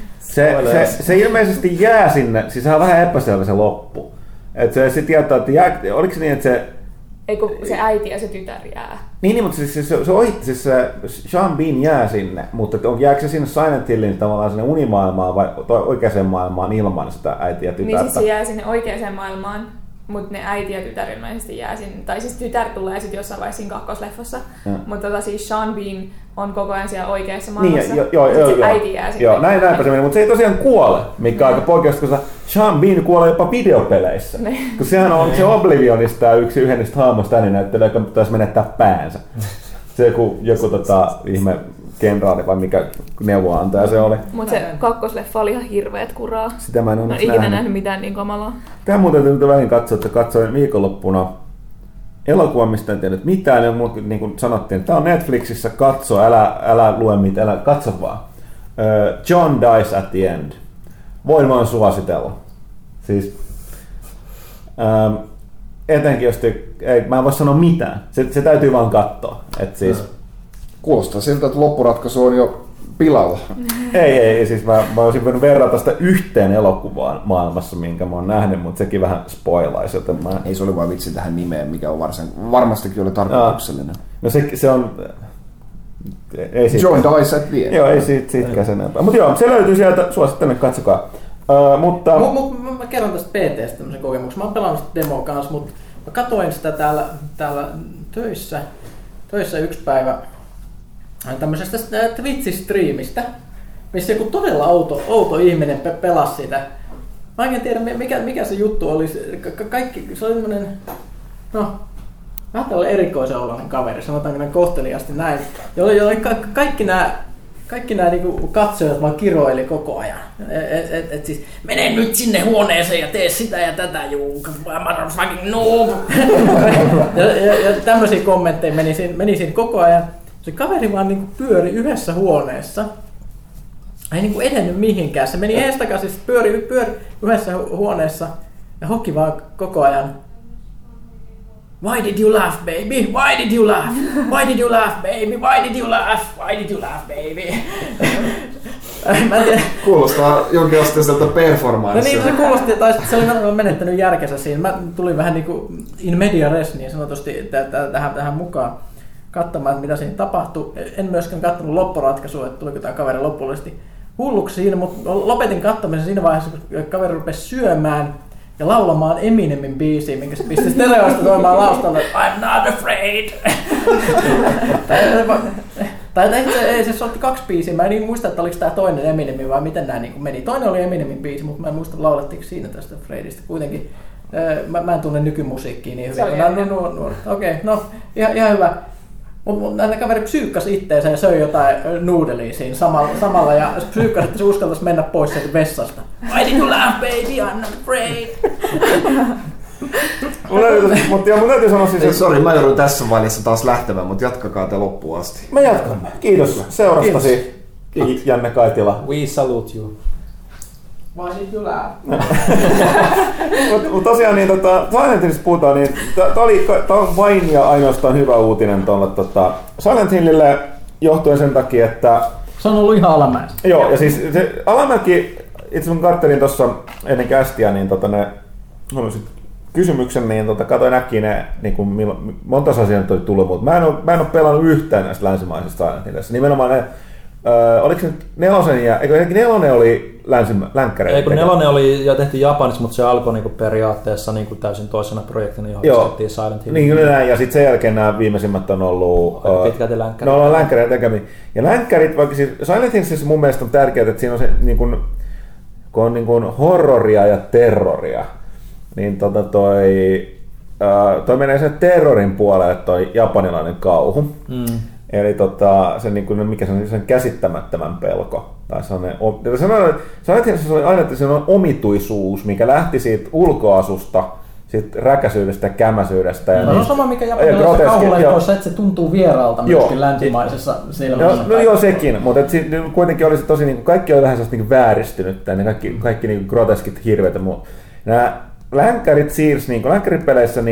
Se ilmeisesti jää sinne, siis se on vähän epäselvä se loppu. Että se tietää, että oliko se niin, että se... Ei kun se äiti ja se tytär jää. Niin mutta siis se Sean Bean jää sinne, mutta jääkö se sinne Silent Hillin tavallaan sinne unimaailmaan vai oikeaan maailmaan ilman sitä äitiä ja tytärtä? Niin siis se jää sinne oikeaan maailmaan. Mutta ne äiti ja tytär ilmeisesti jää sinne, tai siis tytär tulee sitten jossain vaiheessa siinä kakkosleffassa, mutta siis Sean Bean on koko ajan siellä oikeassa maailmassa, niin, äiti jää sinne. Joo, näinpä se meni, mutta se ei tosiaan kuole, mikä on aika poikkeuksellista, koska Sean Bean kuolee jopa videopeleissä. Kun sehän on se Oblivionista yhden niistä hahmoista ääninäyttelyä, joka taisi menettää päänsä. Se joku ihme kenraali vai mikä neuvoantaja se oli. Mutta se kakkosleffa oli ihan hirveet kuraa. Sitä mä en ole ikinä nähnyt mitään niin kamalaa. Tämä muuten täytyy väliin katsoa, että katsoin viikonloppuna elokuva, mistä en tiennyt mitään. Ja niin kuin sanottiin, että tämä on Netflixissä, katso, älä lue mitään, katso vaan. John Dies at the End. Voin vaan suositella. Siis, etenkin jos mä en voi sanoa mitään. Se täytyy vaan katsoa. Et siis, kuulostaa siltä, että loppuratkaisu on jo pilalla. Ei, siis mä olisin voinut verrata sitä yhteen elokuvaan maailmassa, minkä mä oon nähnyt, mutta sekin vähän spoilaisi, joten mä... Ei se oli vaan vitsi tähän nimeen, mikä on varmastikin oli tarkoituksellinen. No se on... Ei John Dies at the End. Joo, ei siitä sen enempää. Mutta joo, se löytyy sieltä, suosittelen, katsokaa. Mutta... Mä kerron tästä PT:stä tämmöisen kokemuksen. Mä oon pelannut sitä demoa kanssa, mutta mä katoin sitä täällä töissä yksi päivä tämmöisestä Twitch-striimistä, missä joku todella outo ihminen pelasi sitä. Mä en tiedä, mikä se juttu oli. Kaikki, se oli semmoinen, vähän tällainen erikoisen oloinen kaveri, sanotaanko näin kohteliaasti näin, jolle kaikki nämä niinku katsojat vaan kiroili koko ajan. Et siis, mene nyt sinne huoneeseen ja tee sitä ja tätä, you motherfucking noob. ja tämmöisiä kommentteja meni siinä koko ajan. Se kaveri vaan niinku pyöri yhdessä huoneessa. Ei niinku edennyt mihinkään. Se meni eestakaisin, pyöri yhdessä huoneessa ja hoki vaan koko ajan. Why did you laugh, baby? Why did you laugh? Why did you laugh, baby? Why did you laugh? Why did you laugh, baby? Mä en tiedä. Kuulostaa jonkinasteiselta performanssia. No niin, se kuulosti, tai se oli menettänyt järkensä siinä. Mä tulin vähän niin kuin in media res niin sanotusti tähän mukaan katsomaan, mitä siinä tapahtui. En myöskään katsonut loppuratkaisua, että tuliko tämä kaveri lopullisesti hulluksi siinä, mutta lopetin katsomisen siinä vaiheessa, kun kaveri rupesi syömään ja laulamaan Eminemin biisiä, minkä se pisti stereoista toimaan laustalle. I'm not afraid! Tai se soitti 2 biisiä. Mä en muista, että oliko tämä toinen Eminem vai miten nämä niin meni. Toinen oli Eminemin biisi, mutta mä en muista, laulettiinko siinä tästä Afraidista. Kuitenkin mä en tunne nykymusiikkiä niin hyvin. Okei, no ihan hyvä. Mutta näitä kaveri psyykkasi itteensä ja söi jotain nuudelia siinä samalla ja psyykkasi, että se uskaltaisi mennä pois sieltä vessasta. Why did you laugh, baby? I'm not afraid. Mun täytyy sanoa siis... Sori, mä joudun tässä vaiheessa taas lähtemään, mutta jatkakaa te loppuun asti. Me jatkamme. Kiitos seurastasi, Janne Kaitila. We salute you. Why did you laugh? Mutta tosiaan, niin Silent Hillistä puhutaan, niin tää on vain ja ainoastaan hyvä uutinen tuolle Silent Hillille johtuen sen takia, että... Se on ollut ihan alamäessä. Joo, ja siis se alamäki, itse kun katselin tuossa ennen kästiä, niin ne kysymyksen, niin katsoin äkkiä ne, niin monta asiaa oli tullut, mutta mä en ole pelannut yhtään näistä länsimaisista Silent Hillistä. Nimenomaan ne, oliko se nyt nelonen oli länkkäreitä? Ei, kun nelonen oli ja tehtiin Japanissa, mutta se alkoi niinku periaatteessa niinku täysin toisena projektina, johon tehtiin Silent Hill. Niin, näin, ja sitten sen jälkeen nämä viimeisimmät on ollut... pitkälti länkkäreitä. No, on länkkäreitä tekemiä. Ja länkkärit, vaikka siis Silent Hillissä mun mielestä on tärkeää, että siinä on se, niin kun on niin kun horroria ja terroria, niin toi menee sen terrorin puolelle, toi japanilainen kauhu. Eli se niin kuin, mikä se on, sen käsittämättömän pelko. Tai se oli aina, että se on omituisuus, mikä lähti siitä ulkoasusta, siitä räkäisyydestä ja kämäisyydestä. No on sama, mikä japanilaisessa kauhuleipoissa, että se tuntuu vieraalta myöskin länsimaisessa silmässä. No joo, sekin, mutta kuitenkin oli se tosi, niin kuin, kaikki oli vähän sellaista niin väristynyt, ja kaikki niin groteskit, hirveitä. Nämä länkkärit siirsi, niin länkkäripeleissä,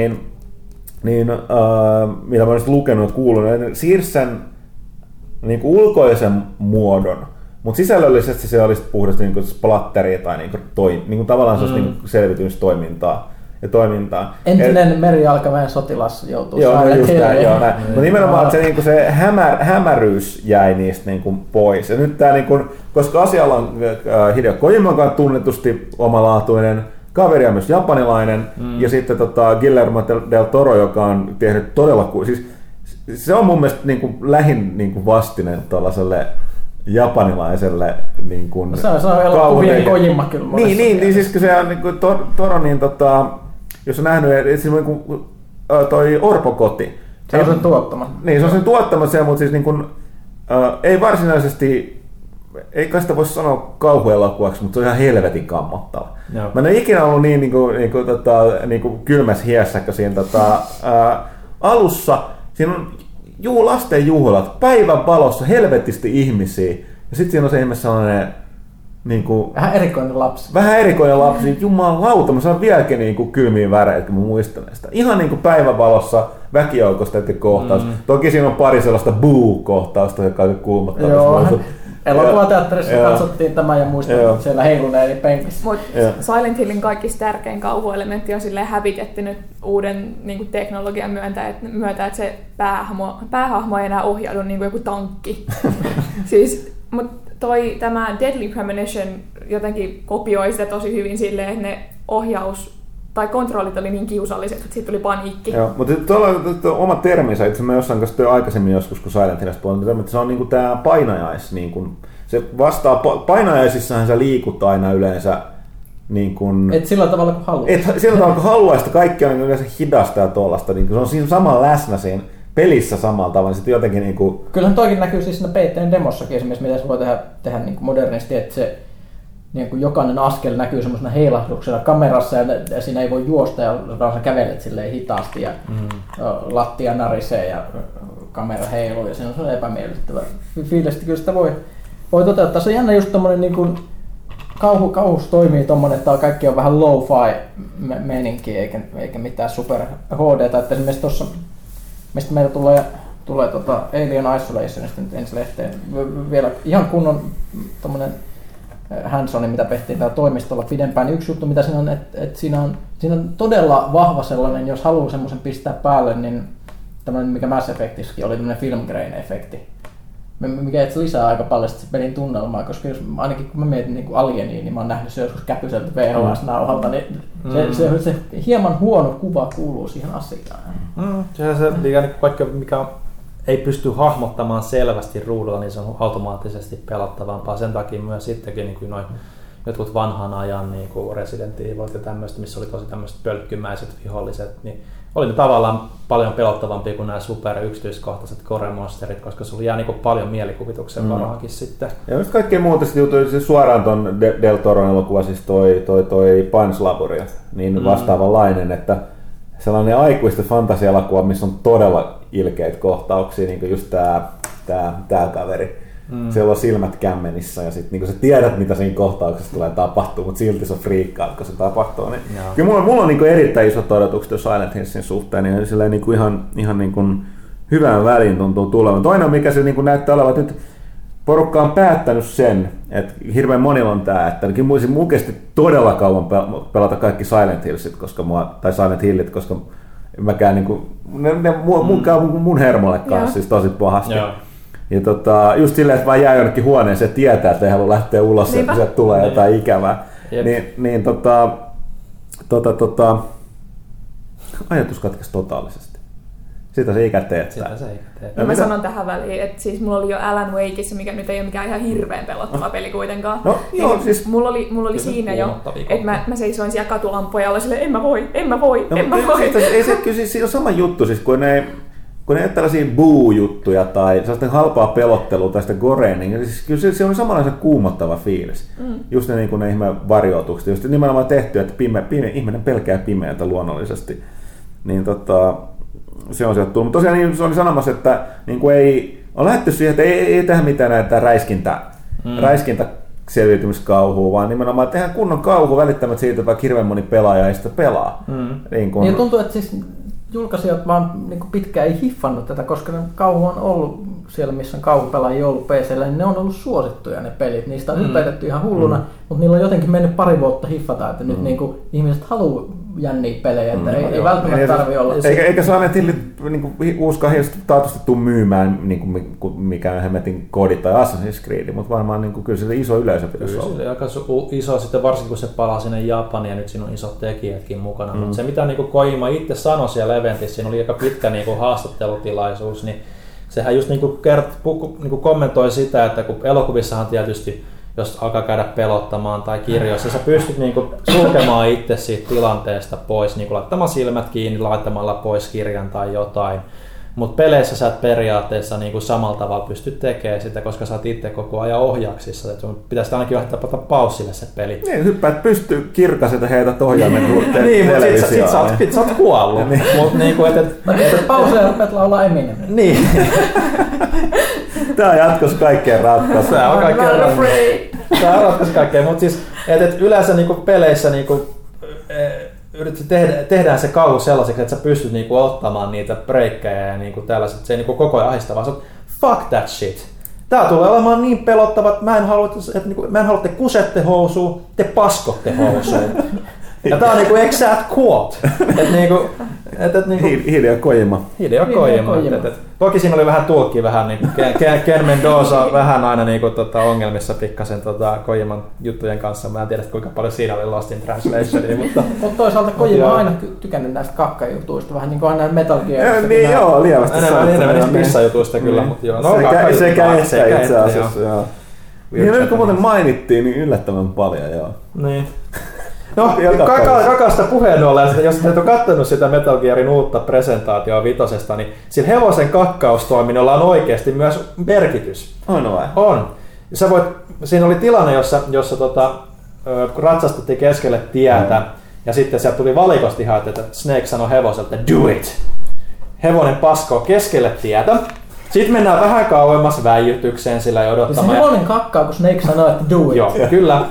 mitä mä olisin lukenut ja kuullut, ne siirsi sen niin ulkoisen muodon, mutta sisällöllisesti se olisi puhdasta niin splatteria tai niin tavallaan se olisi niin selvitymistoimintaa. Entinen merijalkaväen sotilas joutuu saada. Mutta nimenomaan että se hämäryys jäi niistä pois. Ja nyt tämä, koska asialla on Hideo Kojiman kanssa tunnetusti omalaatuinen, kaveri on myös japanilainen, ja sitten Guillermo del Toro, joka on tehnyt todella... Siis, se on mun mielestä lähin vastine tuollaiselle japanilaiselle se on elokuvien Kojima kyllä monessa. Niin siis kun se on Toro, niin jos on nähnyt, toi Orpokoti. Se on sen tuottama. Niin, se on sen tuottama se, mutta siis ei varsinaisesti... Ei kai sitä voisi sanoa kauhuelokuvaksi, mutta se on ihan helvetin kammottava. Joo. Mä en ole ikinä ollut niin kylmässä hiessäkö siinä alussa. Siinä on lasten juhlat, päivän valossa helvetisti ihmisiä. Ja sitten siinä on se ihme sellainen... Vähän erikoinen lapsi. Jumalauta, mä saan vieläkin kylmiä väreitä, kun mä muistan sitä. Ihan päivänvalossa väkijoukosta kohtaus. Toki siinä on pari sellaista boo-kohtausta, joka on kuumottavissa. Elokuvateatterissa katsottiin tämä ja muistan siellä heiluneen penkissä. Mutta Silent Hillin kaikista tärkein kauhuelementti on silleen hävitetty nyt uuden teknologian myötä, että se päähahmo ei enää ohjaudu niin kuin joku tankki. Mutta tämä Deadly Premonition jotenkin kopioi sitä tosi hyvin silleen, että ne tai kontrollit oli niin kiusalliset, että siitä tuli paniikki. Joo, mutta tuolla on oma terminsä. Itse mä jossain kanssa aikaisemmin joskus, kun Silent Hillistä puhutaan, että se on tämä painajais. Se vastaa, painajaisissahan sä liikut aina yleensä niin kuin, et sillä tavalla kuin haluaa. Sillä tavalla kuin haluaisi, että kaikki on yleensä hidasta ja tuollaista. Niin se on siinä samalla läsnä siinä pelissä samalla tavalla. Sitten jotenkin niin kuin... Kyllähän toikin näkyy siis siinä PT:n demossakin esimerkiksi, mitä se voi tehdä niin kuin modernisti, että se niin kuin jokainen askel näkyy semmoisena heilahduksena kamerassa ja siinä ei voi juosta ja sä kävelet silleen hitaasti ja lattia narisee ja kamera heiluu ja se on sellainen epämiellyttävä fiilis. Kyllä sitä voi toteuttaa. Se on jännä just tommonen niin kuin kauhus toimii tommonen, että kaikki on vähän low-fi meininki eikä mitään super HD:tä. Että esimerkiksi tossa, mistä meillä tulee Alien Isolationista nyt ensi lehteen vielä ihan kunnon tommonen hands-on, mitä tehtiin täällä toimistolla pidempään. Niin yksi juttu, mitä siinä on, että siinä on todella vahva sellainen, jos haluaa semmoisen pistää päälle, niin tämmöinen, mikä Mass Effectissäkin oli, tämmöinen film grain-efekti. Mikä itse lisää aika paljon sitä pelin tunnelmaa, koska jos, ainakin kun mä mietin niin kuin Alieniin, niin mä oon nähnyt se joskus käpyseltä VHS-nauhalta, niin se hieman huono kuva kuuluu siihen asiaan. Sehän se kaikki, mikä ei pysty hahmottamaan selvästi ruudulla, niin se on automaattisesti pelattavampaa. Sen takia myös sittenkin niin noin jotkut vanhan ajan niin kuin Resident Evil ja tämmöistä, missä oli tosi tämmöiset pölkkymäiset viholliset, niin oli ne tavallaan paljon pelottavampia kuin nämä super yksityiskohtaiset gore-monsterit, koska sulla jää niin paljon mielikuvituksen varaakin sitten. Ja just kaikkea muuta sitten suoraan ton Del Toron elokuva, siis toi Pan's Labyrinth, niin vastaavanlainen, että sellainen aikuisten fantasia-elokuva, missä on todella ilkeitä kohtauksia, niin kuin just tää kaveri. Siellä on silmät kämmenissä ja sitten niin sä tiedät, mitä siinä kohtauksessa tulee tapahtua, mutta silti se friikkaa, kun se tapahtuu. Niin. Kyllä mulla on niin erittäin isot odotukset Silent Hillsin suhteen, niin silleen niin ihan niin kuin hyvään väliin tuntuu tulevan. Toinen, mikä se niin näyttää olevan, että nyt porukka on päättänyt sen, että hirveän monilla on tämä, että mun kesti todella kauan pelata kaikki Silent Hillsit, tai Silent Hillit, koska mäkään niin kuin, mun hermolle kanssa siis tosi pahasti. Ja just silleen, että vaan jää jonnekin huoneeseen ja tietää, että ei halua lähteä ulos, että sieltä tulee jotain ikävää. Niin ajatus katkesi totaalisesti. Sitä se ikä teettää. No mä sanon tähän väliin, että siis mulla oli jo Alan Wakeissa, mikä nyt ei ole mikään ihan hirveän pelottava peli kuitenkaan. No, joo, siis mulla oli siinä jo, että mä seisoin siellä katulampuja ja olin silleen, en mä voi. Ei se kyllä siis on sama juttu, siis kun ne ei ole tällaisia boo-juttuja tai sellaista halpaa pelottelua tai sitä gorea, niin siis kyllä se on samanlaisen kuumottava fiilis. Just ne ihme varjoitukset, just nimenomaan tehty, että ihminen pelkää pimeätä luonnollisesti. Niin se on sieltä tullut. Mutta tosiaan niin se oli sanomassa, että niin kuin on lähdetty siihen, että ei tehdä mitään näitä räiskintä selviytymiskauhua, vaan nimenomaan tehdään kunnon kauhu välittämättä siitä, että vaikka hirveän moni pelaaja ei sitä pelaa. Niin tuntuu, että siis julkaisijat vaan niin pitkään ei hiffannut tätä, koska kauhu on ollut siellä, missä on kauhupelaajia ollut PC:llä, niin ne on ollut suosittuja ne pelit. Niistä on hypätetty ihan hulluna, mutta niillä on jotenkin mennyt pari vuotta hiffata, että nyt niin kuin ihmiset haluaa jänniä pelejä, että ei välttämättä tarvitse olla. Eikä Silent Hillit niin uuskaan hirveästi taatusti tule myymään niin kuin mikään hemmetin kodi tai Assassin's Creed, mutta varmaan niin kuin, kyllä se iso yleisö pitäisi olla. Kyllä se aika iso sitten, varsinkin kun se palaa sinne Japaniin ja nyt siinä on isot tekijätkin mukana. Mutta se mitä niin Kojima itse sanoi siellä eventissä, siinä oli aika pitkä niin haastattelutilaisuus, niin sehän just niin kuin kommentoi sitä, että kun elokuvissahan tietysti jos alkaa käydä pelottamaan tai kirjoissa, sä pystyt niinku sulkemaan itse siitä tilanteesta pois, niinku laittamaan silmät kiinni, laittamalla pois kirjan tai jotain. Mutta peleissä sä et periaatteessa niinku samalla tavalla pysty tekemään sitä, koska sä oot itse koko ajan ohjauksissa. Et sun pitäisi ainakin laittaa paussille se peli. Niin, hyppäät pystyy kirkaset ja heität ohjaimen niin, mutta sit sä oot kuollut. Mut niinku, pauseja rupeat laulaa Eminem. Niin. Tää on jatkossa kaikkeen ratkaisu. Tää on ratkaisu kaikkeen, mutta siis yleensä niinku peleissä niinku, tehdään se kauhu sellaiseksi, että sä pystyt niinku ottamaan niitä breikkejä ja niinku tällaiset, se ei niinku koko ajan ahdistavaa. Sä oot, fuck that shit. Tää tulee olemaan niin pelottava, että mä en halua, että te kusette housuun, te paskotte housuun. Ja tää on niinku exact quote. Hideo Kojima. Toki siinä oli vähän tulkki, vähän niin Ken Mendoza vähän aina niinku ongelmissa pikkasen Kojiman juttujen kanssa. Mä en tiedä kuinka paljon siinä oli Lost in Translation. Mutta toisaalta Kojima on aina tykännyt näistä kakkajutuista, vähän niin kuin aina Metal Gearista. Niin joo, lievästi. Enemmän niistä pissajutuista kyllä, mutta joo. Sekä itse asiassa, joo. Niin nyt kun muuten mainittiin, niin yllättävän paljon, joo. Niin. No, kakasta puheen ollen, jos et ole katsonut sitä Metal Gearin uutta presentaatioa vitosesta, niin sillä hevosen kakkaustoiminnalla on oikeasti myös merkitys. On vai? On. Siinä oli tilanne, jossa kun ratsastettiin keskelle tietä, ja sitten sieltä tuli valikosti ihan, että Snake sanoi hevoselta, do it! Hevonen paskoo keskelle tietä. Sitten mennään vähän kauemmas väijytykseen sillä ja odottamaan. Se hevonen kakkaa, kun Snake sanoo, että do it. Joo, kyllä.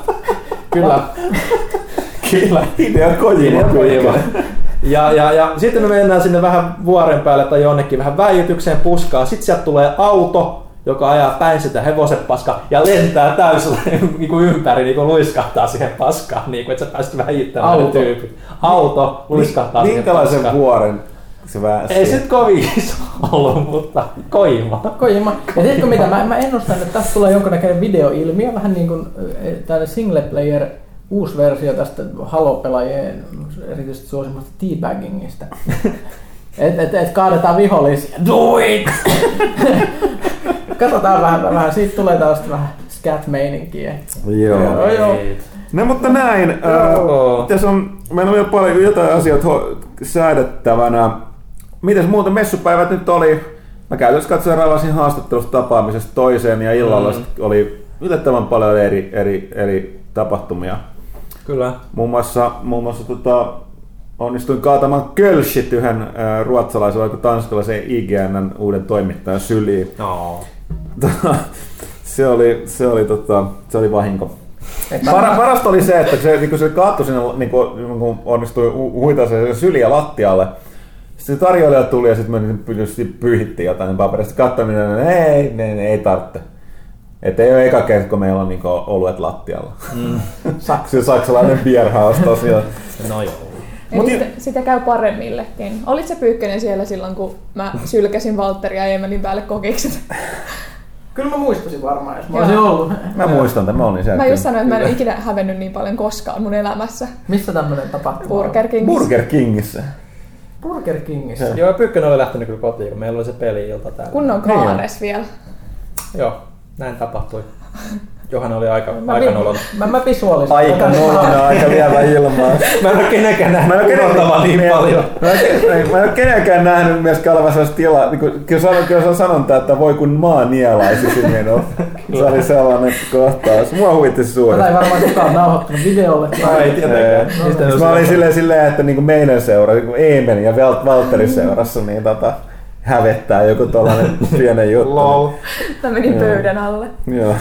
Idea Kojima. Ja sitten me mennään sinne vähän vuoren päälle tai jonnekin vähän väijytykseen puskaan. Sitten sieltä tulee auto, joka ajaa päin sitä hevosen paskaa ja lentää täysillä niin ympäri, niin luiskahtaa siihen paskaan, niin kuin, että sä pääsit väijyttämään ne tyypit. Auto luiskahtaa siihen paskaan. Minkälaisen vuoren se väänsi? Ei se nyt kovin iso ollut, mutta Kojima. Ja tiedätkö mitä, mä ennustan, että tästä tulee jonkinnäköinen videoilmiö, vähän niin kuin tällainen single player uusi versio tästä Halo-pelaajien erityisesti suosimasta teabaggingista. Et kaadetaan vihollisia. Do it! Katsotaan vähän, siitä tulee tällaista vähän scat-meininkiä. Joo. No mutta näin. Meillä on vielä paljon jotain asioita säädettävänä. Mites muuten messupäivät nyt oli? Mä käytännössä katsoin ravasin haastattelusta tapaamisesta toiseen ja illalla oli yllättävän paljon eri tapahtumia. Kyllä. Muun muassa onnistuin kaatamaan Kölschit yhden ruotsalaisen vai tanskalaisen IGN:n uuden toimittajan syliin. No. Se oli vahinko. Parasta oli se, että se kaattui sinne, niin onnistui huitaa se syliä lattialle. Sitten se tarjoilija tuli ja sitten me pyyhittiin jotain paperista. Katsoin, ei tarvitse. Että ei ole eka kerta, kun meillä on niin oluet lattialla. Se saksalainen beerhouse tosiaan. No joo. Sitä käy paremmillekin. Olit se Pyykkönen siellä silloin, kun mä sylkäsin Valtteria ja Emelin päälle kokikset? Kyllä mä muistasin varmaan, jos mä olisin ollut. Mä muistan, että mä olin siellä. Mä just sanoin, että mä en ole ikinä hävennyt niin paljon koskaan mun elämässä. Missä tämmönen tapahtui? Burger Kingissä. Burger Kingissä? Joo, Pyykkönen oli lähtenyt kyllä kotiin, kun meillä oli se peli-ilta täällä. Kunnon kaares vielä. Joo, näin tapahtui. Johanna oli aika nolona. Mä visualisin. Aika nolona, aika lievä ilmaa. Mä en ole kenenkään nähnyt kunottamaan niin paljon. Mä en ole kenenkään nähnyt myöskään olevan sellaista tilaa. Kyllä se on sanonta, että voi kun maa nielaisisi minua. Se oli sellainen kohtaus. Mua huvitti se suuresti. Tätä ei varmaan kukaan nauhoittanut videolle. Ei tietenkään. Mä olin silleen, että meidän seura, Eemen ja Valtterin seurassa, niin hävettää joku tollainen pienen juttu. Lol. Mä menin pöydän alle. Joo.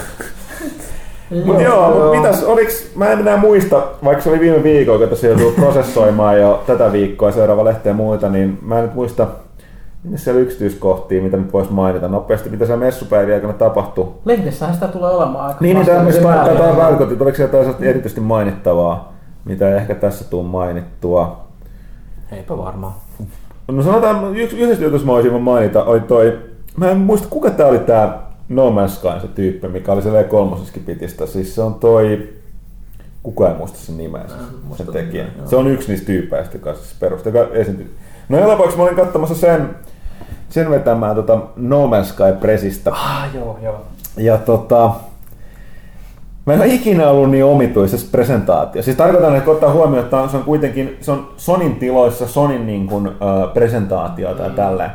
Mutta mitäs, mä en enää muista, vaikka se oli viime viikolla, kun tässä joutuu prosessoimaan jo tätä viikkoa seuraava lehteen ja muita, niin mä en nyt muista, mitä siellä yksityiskohtia, mitä nyt voisi mainita nopeasti, mitä siellä messupäivien aikana tapahtui. Lehdessähän sitä tulee olemaan aika. Niin, tämä on tarkoitettu, oliko siellä jotain erityisesti mainittavaa, mitä ei ehkä tässä tule mainittua. Eipä varmaan. No sanotaan, yhdessä jutussa mä voisin mainita, oli mä en muista kuka tää oli tää No Man's Sky, se tyyppi, mikä oli se V3:ssakin pitistä. Siis se on kuka ei muista sen nimeä, sen tekijä. Se on yksi niistä tyypeistä, joka esiintyi. No joka tapauksessa mä olin katsomassa sen vetämään No Man's Sky Pressistä. Joo. Ja mä en ole ikinä ollut niin omituisessa presentaatiossa. Siis tarkoitan, että ottaa huomioon, että se on kuitenkin Sonyn tiloissa, Sonyn niin kuin, presentaatioita ja tälleen.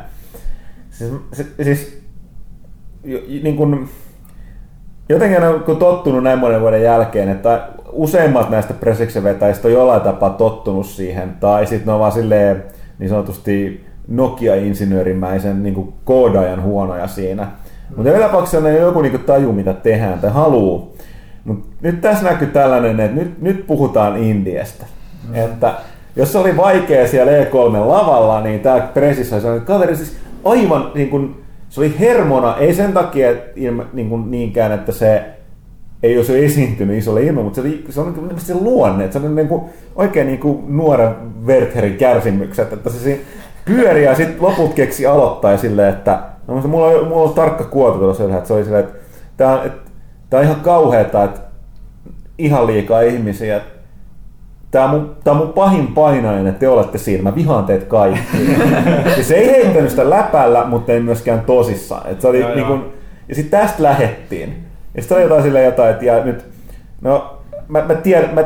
Siis niin kun, jotenkin on tottunut näin monen vuoden jälkeen, että useimmat näistä pressiksen vetäjistä on jollain tapaa tottunut siihen, tai sitten ne on vaan silleen niin sanotusti Nokia-insinöörimäisen niin kuin koodaajan huonoja siinä. Mutta joka tapauksessa on joku niin kuin taju, mitä tehdään tai haluu. Mut nyt tässä näkyy tällainen, että nyt puhutaan Indiestä. Että jos se oli vaikea siellä E3-lavalla, niin tää pressissä oli kaveri siis aivan niin kuin se oli hermona, ei sen takia niinkään, että se ei olisi esiintynyt isolle ilme, mutta se on se luonne, että se on niin kuin, oikein niin kuin nuoren Wertherin kärsimykset, että se siinä pyörii ja sitten loput keksi aloittaa ja silleen, että no, mulla on tarkka kuotu tuossa, että se oli silleen, että tää on ihan kauheeta, että ihan liikaa ihmisiä. Tää on mun pahin painainen, että te olette siinä. Mä vihaan teet kaikki. Ja se ei heittänyt sitä läpällä, mutta ei myöskään tosissaan. Et se oli niin kun, ja sitten tästä lähettiin. Ja sitten oli jotain silleen että ja nyt, no mä tiedän,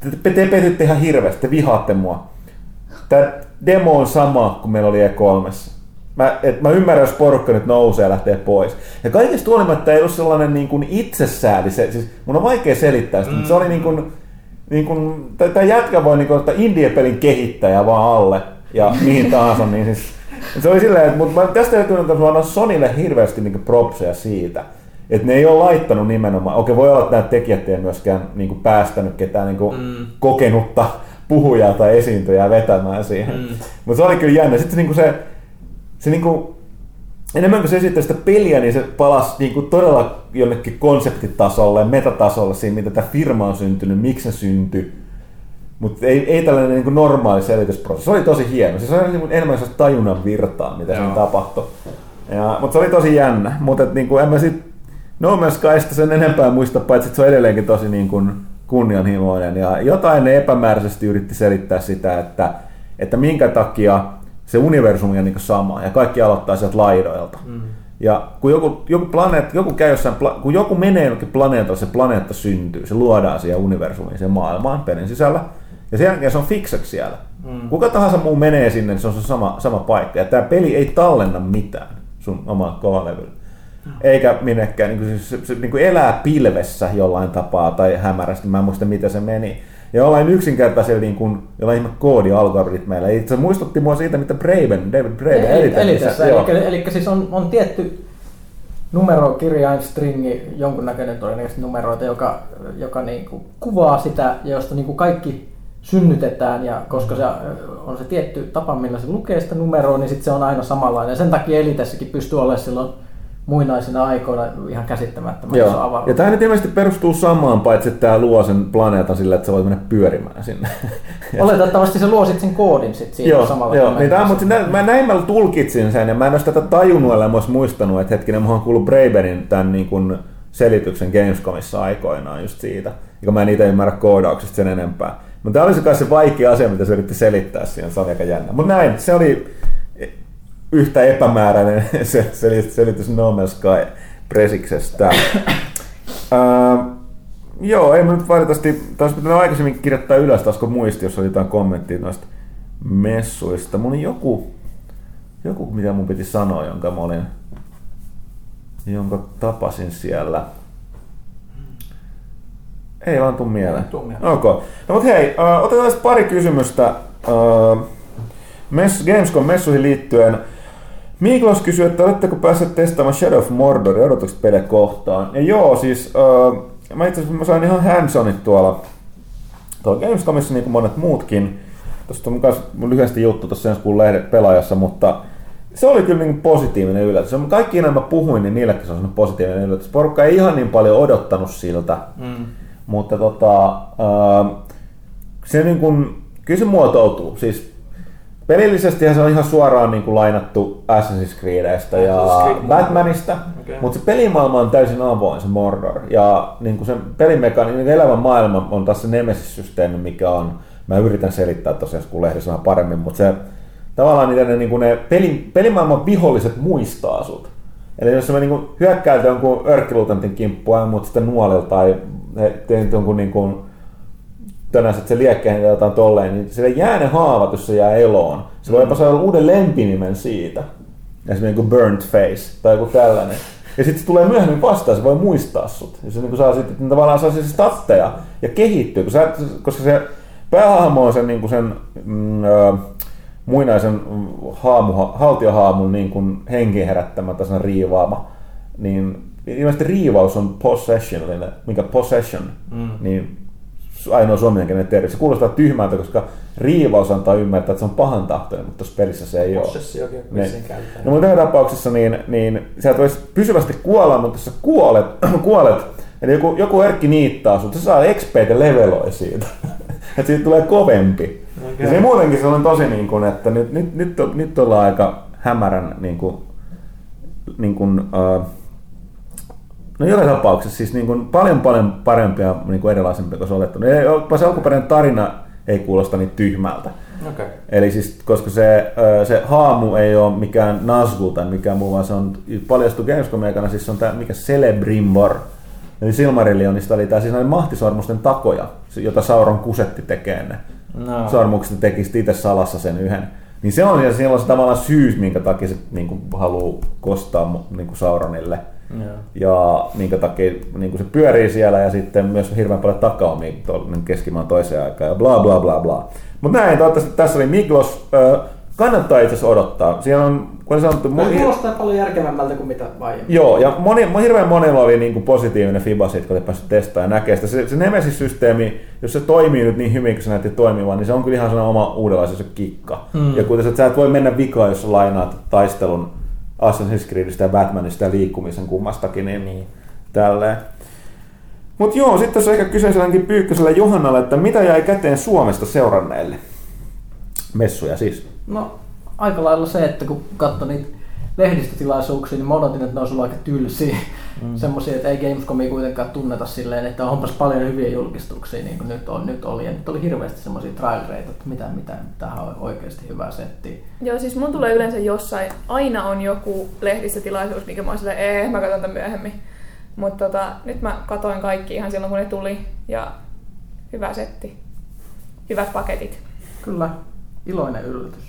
te petitte ihan hirveästi, te vihaatte mua. Tää demo on sama kuin meillä oli E3. Mä ymmärrän, jos porukka nyt nousee ja lähtee pois. Ja kaikesta huolimatta ei ollut sellainen niin kuin itsesääli. Siis mun on vaikea selittää sitä, mutta se oli tää jätkä voi niin kuin ottaa indie-pelin kehittäjä vaan alle ja mihin tahansa. Niin siis, se oli silleen, että mutta tästä täytyy antaa Sonylle hirveästi niin kuin propseja siitä, että ne ei ole laittanut nimenomaan. Okei, voi olla, että nämä tekijät ei myöskään niin kuin päästänyt ketään niin kuin kokenutta puhujaa tai esiintyjää vetämään siihen. Mutta se oli kyllä jännä. Sitten se niinku, enemmän kuin se esittää sitä peliä, niin se palasi niinku todella jonnekin konseptitasolle, metatasolle siinä, mitä tämä firma on syntynyt, miksi se syntyi. Mutta ei tällainen niinku normaali selitysprosessi. Se oli tosi hieno. Se oli niinku enemmän sellaista tajunnan virtaa, mitä siinä tapahtui. Mutta se oli tosi jännä. Mutta niinku, en mä sit No Man's Skysta sen enempää muista, paitsi että se on edelleenkin tosi niinku kunnianhimoinen. Ja jotain ne epämääräisesti yritti selittää sitä, että minkä takia se universumi on niin sama ja kaikki aloittaa sieltä laidoilta. Ja kun joku menee jonnekin planeetalle, se planeetta syntyy, se luodaan siihen universumiin, siihen maailmaan pelin sisällä. Ja sen jälkeen se on fikseksi siellä. Kuka tahansa muu menee sinne, niin se on se sama paikka. Ja tämä peli ei tallenna mitään sun omaan kovalevylle. Eikä minnekään, se niin kuin elää pilvessä jollain tapaa tai hämärästi, mä en muista miten se meni. Ja jollain yksinkertaisella niin kuin, jollain ihme koodialgoritmeilla. Se muistutti mua siitä, mitä David Braben eli siis on tietty numero, kirjain, stringi, jonkunnäköinen todennäköisesti numeroita, joka niin kuin kuvaa sitä, josta niin kuin kaikki synnytetään, ja koska se on se tietty tapa, millä se lukee sitä numeroa, niin sitten se on aina samanlainen. Ja sen takia Elitessäkin pystyy olemaan silloin muinaisina aikoina ihan käsittämättömän iso avaruus. Ja tämä nyt ilmeisesti perustuu samaan, paitsi että tämä luo sen planeetan sillä, että sä voit mennä pyörimään sinne. Oletettavasti se luo sitten sen koodin siinä samalla. Joo, niin näin mä tulkitsin sen, ja mä en olisi tätä tajunnut, ellei mä olisi muistanut, että hetkinen, mä oon kuullut Brabenin tämän niin kuin selityksen Gamescomissa aikoinaan just siitä, ja mä en itse ymmärrä koodauksesta sen enempää. Mutta tämä olisi kai se vaikea asia, mitä se yritti selittää siinä, se oli aika jännä. Mutta näin, se oli yhtä epämääräinen se selitys No Man's Sky Presiksestä. Joo, ei mä nyt valitettavasti, taas pitänyt aikaisemmin kirjoittaa ylös, taasko muisti, jos oli jotain kommenttia noista messuista. Mun joku mitä mun piti sanoa, jonka tapasin siellä. Ei vaan tuu mieleen. Okay. No mut hei, otetaan pari kysymystä Gamescom-messuihin liittyen. Miklos kysyy, että oletteko päässeet testaamaan Shadow of Mordor ja odotukset pelejä kohtaan? Ja joo, siis mä itse asiassa sain ihan hands-onit tuolla Gamescomissa niin kuin monet muutkin. Tuosta on myös lyhyesti juttu tuossa ensi kuun lehden Pelaajassa, mutta se oli kyllä niin positiivinen yllätys. Kaikki mä puhuin, niin niillekin se on positiivinen yllätys. Porukka ei ihan niin paljon odottanut siltä, mutta se niin kuin, kyllä se muotoutuu. Siis pelillisesti se on ihan suoraan niin kuin lainattu Assassin's Creedistä ja Batmanista, mutta se pelimaailma on täysin avoin, se Mordor. Ja niin kuin sen pelimekaniikka, elävä maailma on taas se Nemesis-systeemi, mikä on, mä yritän selittää tosiaan, kun lehdessä on paremmin, mutta se tavallaan ne pelimaailman viholliset muistaa sut. Eli jos sä niin hyökkäät jonkun örkkiluutentin kimppuun, mutta sitten nuolilta tai teet jonkun niin kuin tönäiset se liekkeen tai jotain tolleen, niin sille jää ne haavat, jos se jää eloon. Se voi jopa saada uuden lempinimen siitä. Esimerkiksi niin Burnt Face tai joku tällainen. Ja sitten se tulee myöhemmin vastaan, se voi muistaa sut. Ja se niin saa sitten tavallaan saa siis statteja ja kehittyy, koska se päähahmo on sen, niin sen muinaisen haltiohaamun niin henkiin herättämä tai riivaama. Niin ilmeisesti riivaus on possession, mikä possession, niin ainoa suomenkielinen termi. Se kuulostaa tyhmältä, koska riivaus antaa ymmärtää, että se on pahan tahtoinen, mutta tuossa pelissä se ei ole. Possessiokin vissiin käytetään. No mutta tässä tapauksessa niin sieltä voisi pysyvästi kuolla, mutta jos sä kuolet, eli joku erkki niittaa sut, sä saa XP:tä leveloi siitä. Että siitä tulee kovempi. Okay. Ja se muutenkin se on tosi niin kuin, että nyt ollaan aika hämärän no joka tapauksessa siis niin kuin paljon parempia niin kuin erilaisempia kuin se olettu. Jopa se alkuperäinen tarina ei kuulosta niin tyhmältä. Okay. Eli siis, koska se haamu ei ole mikään Nazgûl tai mikään muu, vaan se on paljastu Gamescom aikana, siis se on tämä mikä Celebrimbor, Eli Silmarillionista oli tää siis mahtisormusten takoja, jota Sauron kusetti tekee ne. No. Sormukset teki itse salassa sen yhden. Niin se on, ja siellä on se tavallaan syys, minkä takia se niin haluaa kostaa niin Sauronille. Ja minkä takia niin se pyörii siellä ja sitten myös hirveän paljon takaumia keskimaan toiseen aikaan ja bla bla bla bla. Mutta näin, toivottavasti tässä oli Miglos. Kannattaa itse asiassa odottaa. Siellä on, kun sanottu, kuulostaa paljon järkevämmältä kuin mitä aiemmin. Joo, ja hirveän monella oli niin kuin positiivinen fiba siitä, kun te pääsivät testaamaan ja näkee sitä. Se Nemesis-systeemi, jos se toimii nyt niin hyvin, kun se näytti toimivan, niin se on kyllä ihan sellainen oma uudenlaisen kikka. Ja kuten sä et voi mennä vikaan, jos sä lainaat taistelun Assassin's Creedistä ja Batmanista ja liikkumisen kummastakin, niin tälleen. Mut joo, sitten tässä on ehkä kyseiselläkin Pyykkösellä Johannalle, että mitä jäi käteen Suomesta seuranneille? Messuja siis. No aika lailla se, että kun katsoi niitä lehdistötilaisuuksia, niin mä odotin, että ne olisi ollut aika tylsiä. Semmoisia, että ei Gamescomia kuitenkaan tunneta silleen, että onpas paljon hyviä julkistuksia, niin kuin nyt oli. Ja nyt oli hirveästi semmoisia trailereita, että mitä tähän on oikeasti hyvää settiä. Joo, siis mun tulee yleensä jossain, aina on joku lehdistötilaisuus, mikä mä oon silleen, mä katson tämän myöhemmin. Mutta nyt mä katoin kaikki ihan silloin, kun ne tuli, ja hyvä setti. Hyvät paketit. Kyllä, iloinen yllätys.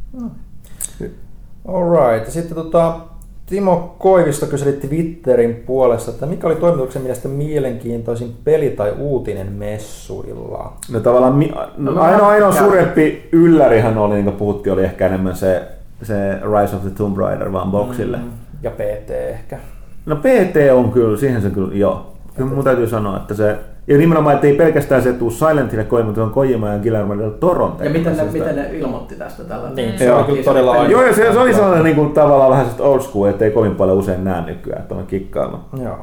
Alright, ja sitten Timo Koivisto kyseli Twitterin puolesta, että mikä oli toimituksen mielestä mielenkiintoisin peli tai uutinen messuilla? No tavallaan ainoa suurempi yllärihän oli, niin kuin puhuttiin, oli ehkä enemmän se Rise of the Tomb Raider vaan boxille. Ja PT ehkä. No PT on kyllä, siihen se kyllä, joo. Kyllä mun täytyy sanoa, että se, ja nimenomaan, että ei pelkästään se tuu Silent Hill Kojima, mutta se on Kojima ja Guillermo del Toron. Ja miten ne ilmoitti tästä tällä? Niin, se oli kyllä todella aika. Joo, ja se oli sellainen niin kuin, tavallaan vähän old school, ettei kovin paljon usein näe nykyään, että on kikkailla. Joo.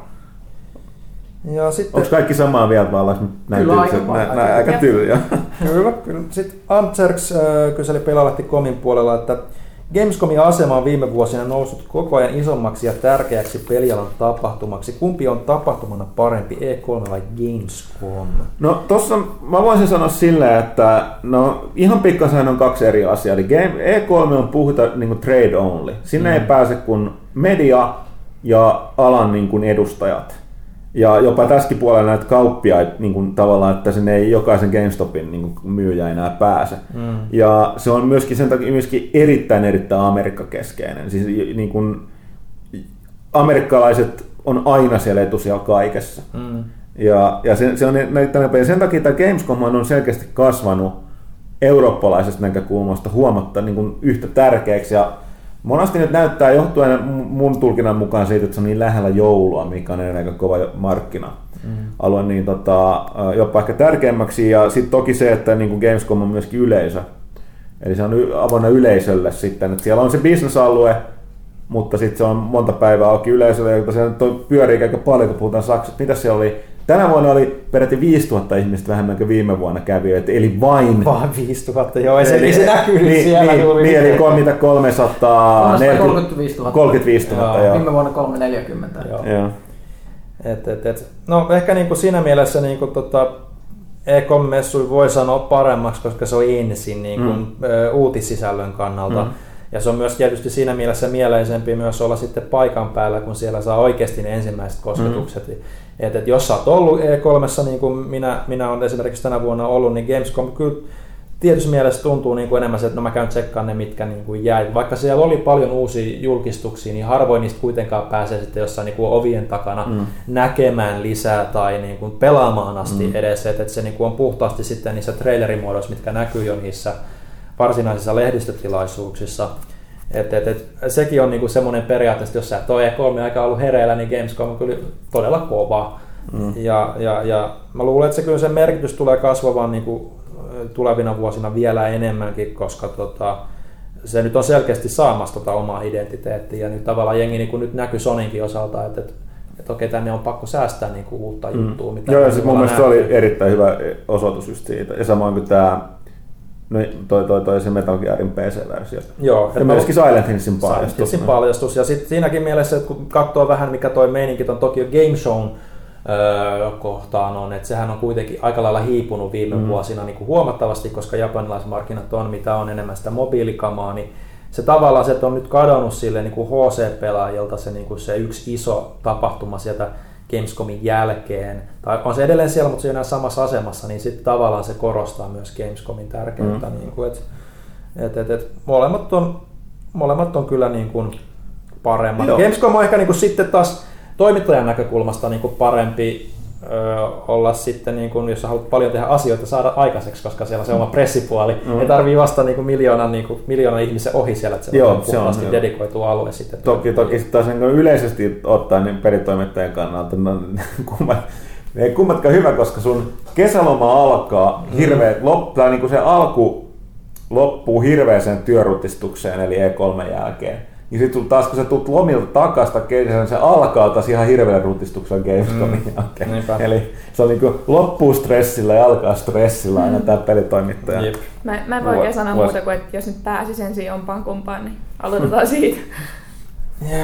Ja sitten... Onko kaikki samaa mieltä, vai ollaanko aika tylyjä? Kyllä. Sitten Antserks kyseli Pelaajalehti.comin puolella, että Gamescomin asema on viime vuosina noussut koko ajan isommaksi ja tärkeäksi pelialan tapahtumaksi. Kumpi on tapahtumana parempi, E3 vai Gamescom? No tossa mä voisin sanoa silleen, että no ihan pikkasen on kaksi eri asiaa. Eli E3 on puhuta niin trade only. Sinne ei pääse kuin media ja alan niin kuin edustajat. Ja jopa tässäkin puolella näitä kauppiaita niin tavallaan, että sinne ei jokaisen GameStopin niin myyjä enää pääse. Ja se on myöskin sen takia myöskin erittäin amerikkakeskeinen. Siis niin kuin, amerikkalaiset on aina siellä etusijalla kaikessa. Ja se on näyttänyt, sen takia tämä Gamescom on selkeästi kasvanut eurooppalaisesta näkökulmasta huomatta niin kuin yhtä tärkeäksi. Ja monasti nyt näyttää johtuen mun tulkinnan mukaan siitä, että se on niin lähellä joulua, mikä on aika kova markkina-alue, niin jopa ehkä tärkeämmäksi. Ja sitten toki se, että niin kuin Gamescom on myöskin yleisö. Eli se on avoinna yleisölle sitten. Että siellä on se business-alue, mutta sitten se on monta päivää auki yleisölle, jota se pyörii aika paljon, kun puhutaan Saksasta. Mitä se oli? Tänä vuonna oli peräti 5000 ihmistä vähemmän kuin viime vuonna kävijöitä, eli vain 5000, joo, se näkyy siellä juuri. Niin, eli 335 000. 35 000, joo. Viime vuonna 340. Joo. No ehkä niinku siinä mielessä niinku E3-messuja voi sanoa paremmaksi, koska se on ensin niinku uutissisällön kannalta. Ja se on myös tietysti siinä mielessä mieleisempi myös olla sitten paikan päällä, kun siellä saa oikeasti ne ensimmäiset kosketukset. Et jos sä oot ollut E3:ssa, niin kuin minä olen esimerkiksi tänä vuonna ollut, niin Gamescom kyllä tietysti mielessä tuntuu niin kuin enemmän se, että no mä käyn tsekkaan ne, mitkä niin kuin jäi. Vaikka siellä oli paljon uusia julkistuksia, niin harvoin niistä kuitenkaan pääsee sitten jossain niin kuin ovien takana näkemään lisää tai niin kuin pelaamaan asti edes. Että se niin kuin on puhtaasti sitten niissä trailerimuodoissa, mitkä näkyy jo niissä varsinaisissa lehdistötilaisuuksissa. Sekin on niinku semmoinen periaatteessa, jos sä et ole E3 aika ollut hereillä, niin Gamescom on kyllä todella kova. Ja mä luulen, että se kyllä sen merkitys tulee kasvamaan niinku tulevina vuosina vielä enemmänkin, koska se nyt on selkeästi saamassa omaa identiteettiä. Ja nyt tavallaan jengi niinku nyt näkyy Soninkin osalta, että okei, tänne on pakko säästää niinku uutta juttua. Mitä joo, ja mun mielestä se oli erittäin hyvä osoitus just siitä. Ja samoin kuin tämä toi se Metal Gearin PC-versio. Joo. Ja myöskin Silent Hillsin paljastus. Ja sitten siinäkin mielessä, että kun katsoo vähän mikä toi meininki ton Tokyo Game Shown kohtaan on, että sehän on kuitenkin aika lailla hiipunut viime vuosina niin kuin huomattavasti, koska japanilaismarkkinat on mitä on enemmän sitä mobiilikamaa, niin se tavallaan se on nyt kadonnut sille niin kuin HC-pelaajilta se, niin kuin se yksi iso tapahtuma sieltä Gamescomin jälkeen, tai on se edelleen siellä, mutta se ei enää samassa asemassa, niin sitten tavallaan se korostaa myös Gamescomin tärkeyttä. Niin kuin, molemmat on kyllä niin kuin paremmat. Gamescom on ehkä niin kuin sitten taas toimittajan näkökulmasta niin kuin parempi olla sitten, niin kuin, jos haluat paljon tehdä asioita, saada aikaiseksi, koska siellä on se oma pressipuoli. Ei tarvii vasta niin kuin miljoonan ihmisen ohi siellä, että se on puhtaasti dedikoitu alue sitten. Toki taas niin yleisesti ottaen niin pelitoimittajan kannalta ei kummatkaan hyvä, koska sun kesäloma alkaa niin kuin se alku loppuu hirveäseen työrutistukseen, eli E3 jälkeen. Ja sitten taas kun sä tulet lomilta takasta, se alkaa taas ihan hirveän rutistuksen Gamescomin jälkeen. Eli se on niinku loppuu stressillä ja alkaa stressillä aina tää pelitoimittaja. Jep. Mä en voi oikein sanoa muuta kuin, että jos nyt pääsis ensin jompaan kumpaan, niin aloitetaan siitä. Jep.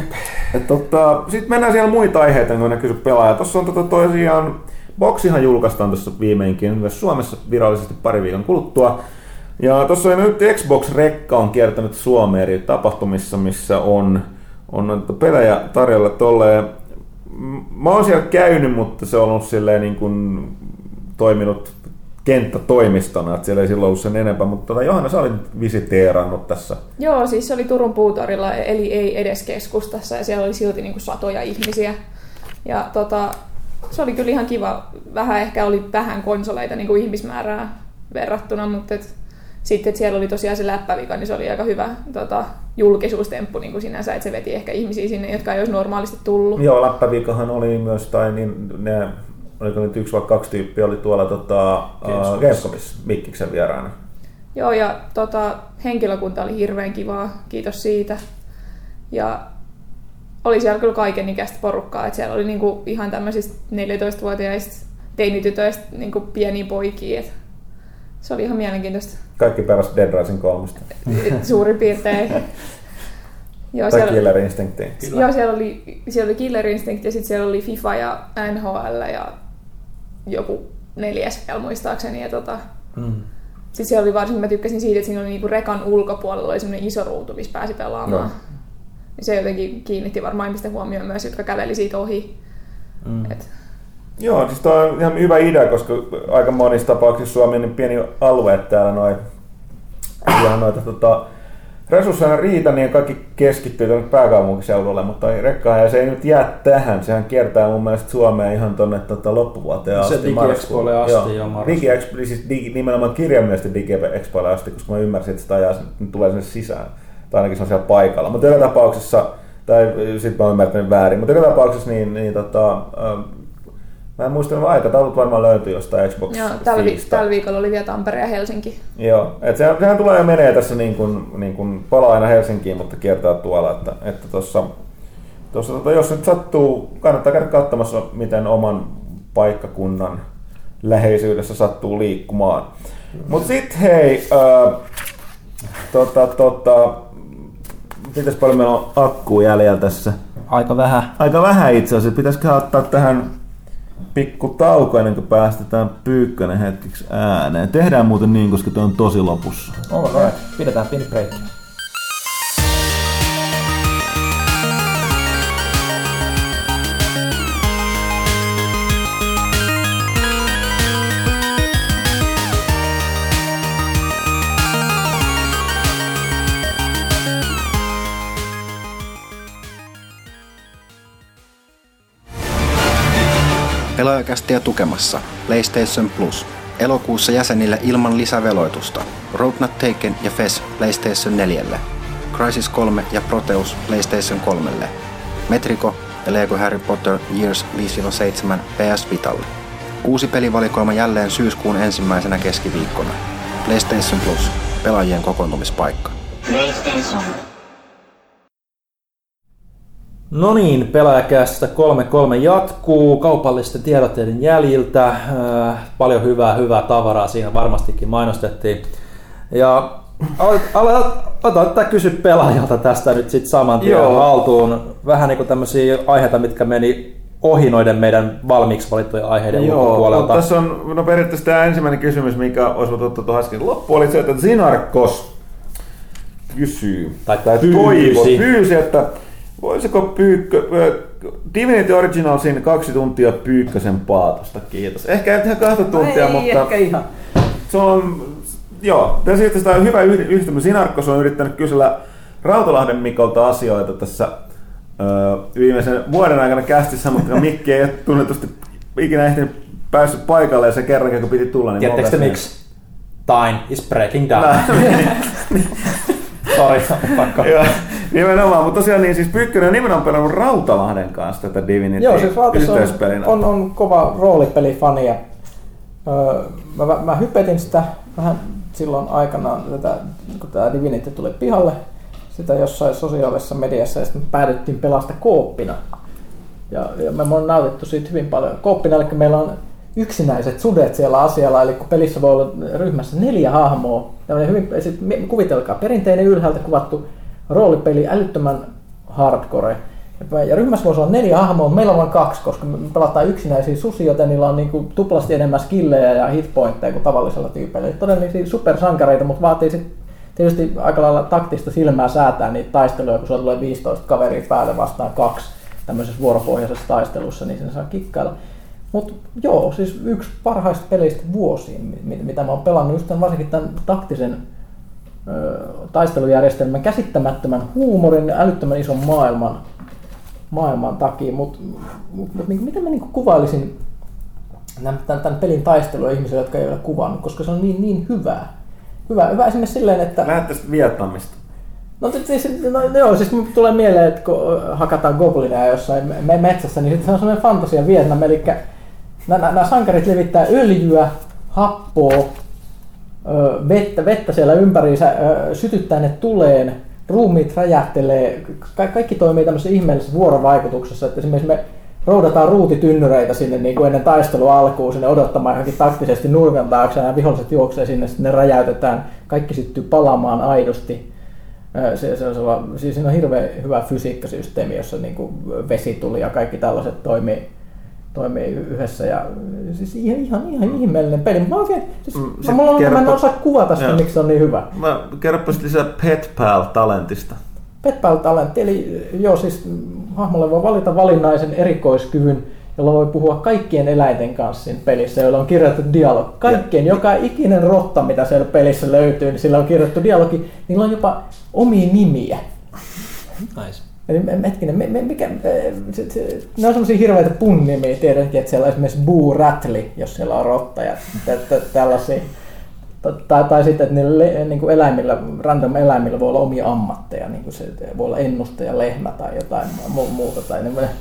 Sitten mennään siellä muita aiheita, kun ne kysy pelaajia. Tuossa on tosiaan, Boxihan julkaistaan tuossa viimeinkin myös Suomessa virallisesti pari viikon kuluttua. Ja tuossa nyt Xbox-rekka on kiertänyt Suomeen eri tapahtumissa, missä on pelejä tarjolla tolleen. Mä oon siellä käynyt, mutta se on ollut silleen niin kuin toiminut kenttätoimistona, että siellä ei silloin ollut sen enempää, mutta Johanna, sä olit visiteerannut tässä. Joo, siis se oli Turun Puutorilla, eli ei edes keskustassa, ja siellä oli silti niin kuin satoja ihmisiä. Ja se oli kyllä ihan kiva. Ehkä oli vähän konsoleita niin kuin ihmismäärää verrattuna, mutta sitten, että siellä oli tosiaan se läppävika, niin se oli aika hyvä julkisuustemppu niin kuin sinänsä, että se veti ehkä ihmisiä sinne, jotka ei olisi normaalisti tullut. Joo, läppävikahan oli myös, oliko nyt 1 vai 2 tyyppiä oli tuolla Gamescomissa Mikkiksen vieraana. Joo, ja henkilökunta oli hirveän kivaa, kiitos siitä. Ja oli siellä kyllä kaikenikäistä porukkaa, että siellä oli niinku ihan tämmöisistä 14-vuotiaista teinitytöistä niinku pieniä poikia. Se oli ihan mielenkiintoista. Kaikki peräsi Dead Rising 3. Suurin piirtein. Joo, tai Killer Instinct. Joo, siellä oli Killer Instinct ja sitten siellä oli FIFA ja NHL ja joku 4 vielä muistaakseni. Ja sitten siellä oli varsinkin, mä tykkäsin siitä, että siinä oli niinku rekan ulkopuolella oli semmoinen iso ruutu, missä pääsi pelaamaan. No. Se jotenkin kiinnitti varmaan ihmisten huomioon myös, jotka käveli siitä ohi. Joo, siis toi on ihan hyvä idea, koska aika monissa tapauksissa Suomi on niin pieni alue, että täällä noita resursseja riitä, niin kaikki keskittyy tuonne pääkaupunkiseudulle, mutta rekkaa ja se ei nyt jää tähän. Sehän kiertää mun mielestä Suomea ihan tuonne loppuvuoteen asti. Se DigiExpoille asti jo marraskuulle. Nimenomaan kirjaimellisesti DigiExpoille asti, koska mä ymmärsin, että sitä ajaa tulee sinne sisään. Tai ainakin se on siellä paikalla. Mutta joka tapauksessa, tai sit mä oon ymmärtänyt väärin, mutta joka tapauksessa mä en muista, että aikataulut varmaan löytyy jostain Xbox. Joo, tällä viikolla oli vielä Tampere ja Helsinki. Joo, että sehän tulee ja menee tässä niin kuin palaa aina Helsinkiin, mutta kiertää tuolla. Että jos nyt sattuu, kannattaa käydä katsomassa, miten oman paikkakunnan läheisyydessä sattuu liikkumaan. Mutta sitten hei, mitäs paljon meillä on akkuu jäljellä tässä? Aika vähän. Aika vähän itse asiassa. Pitäisikö ottaa tähän pikku tauko ennen kuin päästetään Pyykkönen hetkeksi ääneen. Tehdään muuten niin, koska tuo on tosi lopussa. Alright, pidetään pieni breikki. Pelaajakästiä tukemassa PlayStation Plus. Elokuussa jäsenille ilman lisäveloitusta. Road Not Taken ja Fez PlayStation 4. Crysis 3 ja Proteus PlayStation 3. Metrico ja Lego Harry Potter Years 5-7 PS Vitalle. Uusi pelivalikoima jälleen syyskuun ensimmäisenä keskiviikkona. PlayStation Plus. Pelaajien kokoontumispaikka. PlayStation. No niin, Pelaajakästä 3.3 jatkuu kaupallisten tiedotteiden jäljiltä. Paljon hyvää tavaraa siinä varmastikin mainostettiin. Ja aletaan kysyä pelaajalta tästä nyt sitten saman tien haltuun. Vähän niin kuin tämmöisiä aiheita, mitkä meni ohi noiden meidän valmiiksi valittujen aiheiden ulkopuolelta. Tässä on periaatteessa tämä ensimmäinen kysymys, mikä olisi voitu tuohon äsken loppuun, oli se, että Zinarkos kysyy, tai pyysi, että voisiko Divinity Originalsin 2 tuntia Pyykkösen paatosta, kiitos. Ehkä ei ihan 2 tuntia, mutta... Ehkä ihan. Se on, joo, tässä itse on hyvä yhdistelmä. Sinarkkos on yrittänyt kysellä Rautalahden Mikolta asioita tässä viimeisen vuoden aikana kästissä, mutta Mikki ei ole tunnetusti ikinä ehtinyt päässyt paikalle ja se kerran, kun piti tulla. Niin tiedättekö te miksi? Time is breaking down. Sori, pakko. Nimenomaan, mutta tosiaan niin siis Pyykkönen nimenomaan pelannut Rautalahden kanssa tätä Divinity yhteispelinä. On kova roolipelifani. Mä hypetin sitä vähän silloin aikanaan, kun tämä Divinity tuli pihalle, sitä jossain sosiaalisessa mediassa, ja sitten päädyttiin pelasta kooppina. Ja me on nautittu siitä hyvin paljon. Kooppina, eli meillä on yksinäiset sudet siellä asialla, eli kun pelissä voi olla ryhmässä 4 hahmoa. Kuvitelkaa, perinteinen ylhäältä kuvattu roolipeli, älyttömän hardcore. Ja ryhmässä voisi olla 4 hahmoa, mutta meillä on vain 2, koska me pelataan yksinäisiä susia, joten niillä on niin tuplasti enemmän skillejä ja hitpointteja kuin tavallisella tyypeillä. Todellisia supersankareita, mutta vaatii sitten tietysti aika lailla taktista silmää säätää niitä taisteluja, kun sulla tulee 15 kaveria päälle vastaan 2 tämmöisessä vuoropohjaisessa taistelussa, niin sen saa kikkailla. Mutta joo, siis yksi parhaista peleistä vuosiin, mitä mä oon pelannut, just tämän, varsinkin tämän taktisen taistelujärjestelmän, käsittämättömän huumorin ja älyttömän ison maailman takia, mutta miten mä niinku kuvailisin tämän pelin taistelua ihmisille, jotka ei ole kuvannut, koska se on niin hyvää. Hyvä esimerkiksi silleen, että... Lähdet tästä Vietnamista. Siis tulee mieleen, että kun hakataan goblineja jossain metsässä, niin se on sellainen fantasia Vietnam, eli nämä sankarit levittää öljyä, happoa, vettä siellä ympäriinsä, sytyttää ne tuleen, ruumiit räjähtelee, kaikki toimii tämmöisessä ihmeellisessä vuorovaikutuksessa, että esimerkiksi me roudataan ruutitynnyreitä sinne niin kuin ennen taistelua alkuun sinne odottamaan johonkin taktisesti nurkan taakse ja viholliset juoksee sinne, sitten ne räjäytetään, kaikki syttyy palaamaan aidosti. Siinä on hirveän hyvä fysiikkasysteemi, jossa niin kuin vesi tuli ja kaikki tällaiset toimii yhdessä ja siis ihan ihmeellinen peli. Mä en osaa kuvata sitä, miksi se on niin hyvä. Kerropa sitten lisää Pet Pal-talentista. Pet Pal-talentti, eli joo, siis hahmolle voi valita valinnaisen erikoiskyvyn, jolla voi puhua kaikkien eläinten kanssa siinä pelissä, joilla on kirjoitettu dialogi. Joka ikinen rotta, mitä siellä pelissä löytyy, niin sillä on kirjoitettu dialogi. Niillä on jopa omia nimiä. Nice. Eli hetkinen, ne on semmosia hirveitä punnimiä, tiedänkin, että siellä on esimerkiksi Boo Rattly, jos siellä on rotta ja tällaisia. Tai sitten, että niillä niin kuin random eläimillä voi olla omia ammatteja, niin kuin se voi olla ennustaja, lehmä tai jotain muuta. Tai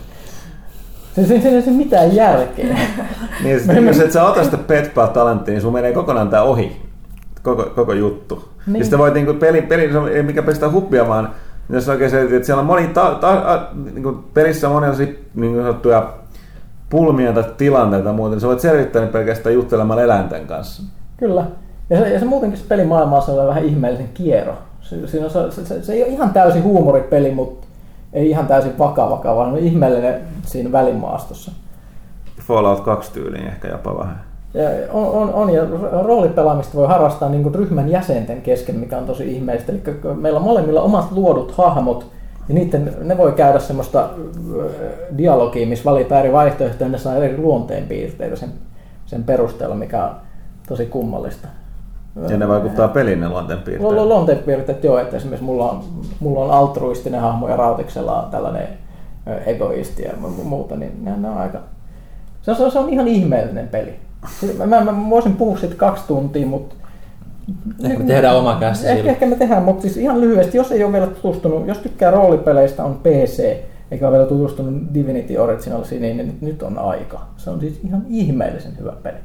se ei mitään järkeä. Niin, jos et sä ota sitä Pet Pal-talenttia, niin sun menee kokonaan tää ohi, koko juttu. Niin. Ja sitten voit niin peli ei mikä pestää huppia, vaan jos oikein se, että siellä on niin pelissä monia niin sanottuja pulmia tai tilanteita ja muuta, niin sä voit selvittää ne pelkästään juttelemalla eläinten kanssa. Kyllä. Ja se muutenkin se pelimaailma on vähän ihmeellisen kiero. Se ei ole ihan täysin huumoripeli, mutta ei ihan täysin vakava, vaan on ihmeellinen siinä välimaastossa. Fallout 2 tyyliin ehkä jopa vähän. Ja roolipelaamista voi harrastaa niin kuin ryhmän jäsenten kesken, mikä on tosi ihmeellistä. Eli meillä on molemmilla omat luodut hahmot, ja ne voi käydä semmoista dialogia, missä valitaan eri vaihtoehtoja, ja ne saa eri luonteenpiirteitä sen perusteella, mikä on tosi kummallista. Ja ne vaikuttaa pelin ne luonteenpiirteet? Luonteenpiirteet joo, että esimerkiksi mulla on altruistinen hahmo ja Rautiksella on tällainen egoisti ja muuta, niin ne on aika... Se on ihan ihmeellinen peli. Mä voisin puhua siitä 2 tuntia, mutta... Ehkä me tehdään oma käsi. Ehkä me tehdään, mutta siis ihan lyhyesti, jos ei ole vielä tutustunut, jos tykkää roolipeleistä, on PC, eikä ole vielä tutustunut Divinity Originalsiin, niin nyt on aika. Se on siis ihan ihmeellisen hyvä peli.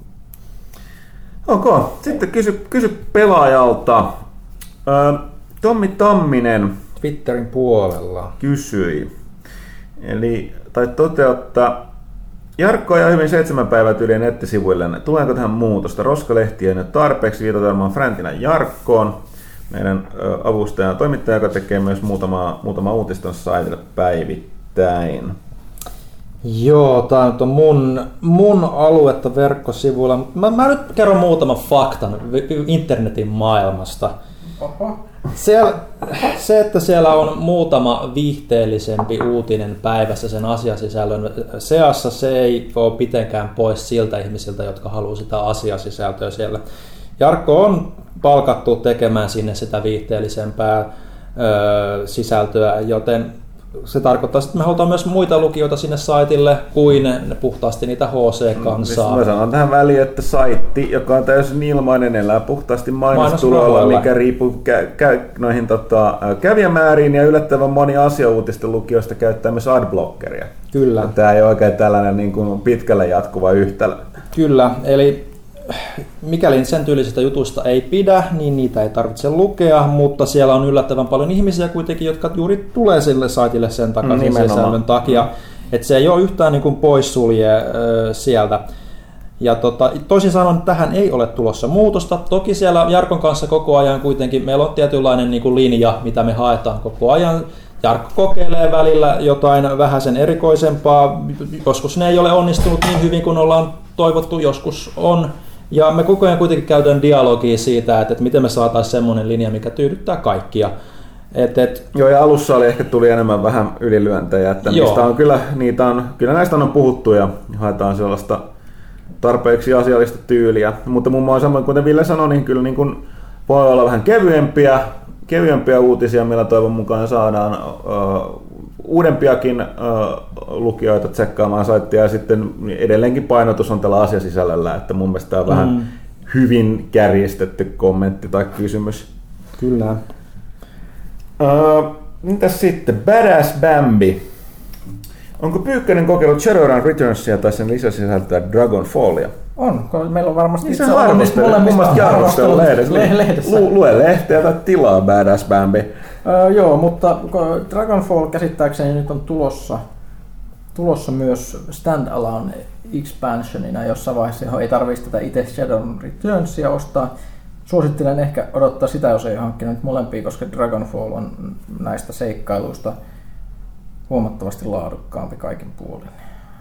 Okay. Sitten kysy pelaajalta. Tommi Tamminen Twitterin puolella kysyi. Tai toteuttaa Jarkko ajaa hyvin 7 päivää tyyliin nettisivuille. Tuleeko tähän muutosta? Roskalehtiä nyt tarpeeksi viitataan Fräntinän Jarkkoon. Meidän avustaja ja toimittaja, joka tekee myös muutama uutista saitille päivittäin. Joo, tää nyt on mun aluetta verkkosivuilla. Mä nyt kerron muutaman faktan internetin maailmasta. Se, että siellä on muutama viihteellisempi uutinen päivässä sen asiasisällön seassa, se ei ole mitenkään pois siltä ihmisiltä, jotka haluaa sitä asiasisältöä siellä. Jarkko on palkattu tekemään sinne sitä viihteellisempää sisältöä, joten se tarkoittaa, että me halutaan myös muita lukijoita sinne saitille kuin puhtaasti niitä HC-kansaa. Mä sanon tähän väliin, että saitti, joka on täysin ilmainen, elää puhtaasti mainostuloilla, mikä riippuu noihin kävijämääriin, ja yllättävän moni asiauutisten lukijoista käyttää myös adblockeria. Kyllä. Tämä ei ole oikein tällainen niin kuin pitkälle jatkuva yhtälö. Kyllä, eli mikäli sen tyylisistä jutuista ei pidä, niin niitä ei tarvitse lukea, mutta siellä on yllättävän paljon ihmisiä kuitenkin, jotka juuri tulee sille saitille sen takaisin sisällön takia, että se ei ole yhtään niin kuin poissulje sieltä. Ja toisin sanoen tähän ei ole tulossa muutosta. Toki siellä Jarkon kanssa koko ajan kuitenkin meillä on tietynlainen niin kuin linja, mitä me haetaan koko ajan. Jarkko kokeilee välillä jotain vähäsen erikoisempaa, joskus ne ei ole onnistunut niin hyvin kuin ollaan toivottu, joskus on. Ja me koko ajan kuitenkin käytetään dialogia siitä, että miten me saataisiin semmoinen linja, mikä tyydyttää kaikkia. Joo, ja alussa tuli enemmän vähän ylilyöntejä, että kyllä näistä on puhuttu ja haetaan sellaista tarpeeksi asiallista tyyliä. Mutta muun muassa samoin kuten Ville sanoi, niin kyllä niin kuin voi olla vähän kevyempiä uutisia, millä toivon mukaan saadaan uudempiakin lukijoita tsekkaamaan saittia, ja sitten edelleenkin painotus on tällä asiasisällöllä, että mun mielestä tämä on vähän hyvin kärjistetty kommentti tai kysymys. Kyllä. Mitäs sitten? Badass Bambi. Onko Pyykkönen kokeillut Shadowrun Returnsia tai sen lisäsisältöä Dragonfallia? On, meillä on varmasti itse molemmista arvostellut lehdessä. Lue lehteä tai tilaa Badass Bambi. Joo, mutta Dragonfall käsittääkseni nyt on tulossa myös standalone expansionina jossain vaiheessa, johon ei tarvitse tätä itse Shadowrun Returnsia ostaa. Suosittelen ehkä odottaa sitä, jos ei hankkinut molempia, koska Dragonfall on näistä seikkailuista huomattavasti laadukkaampi kaikin puolin.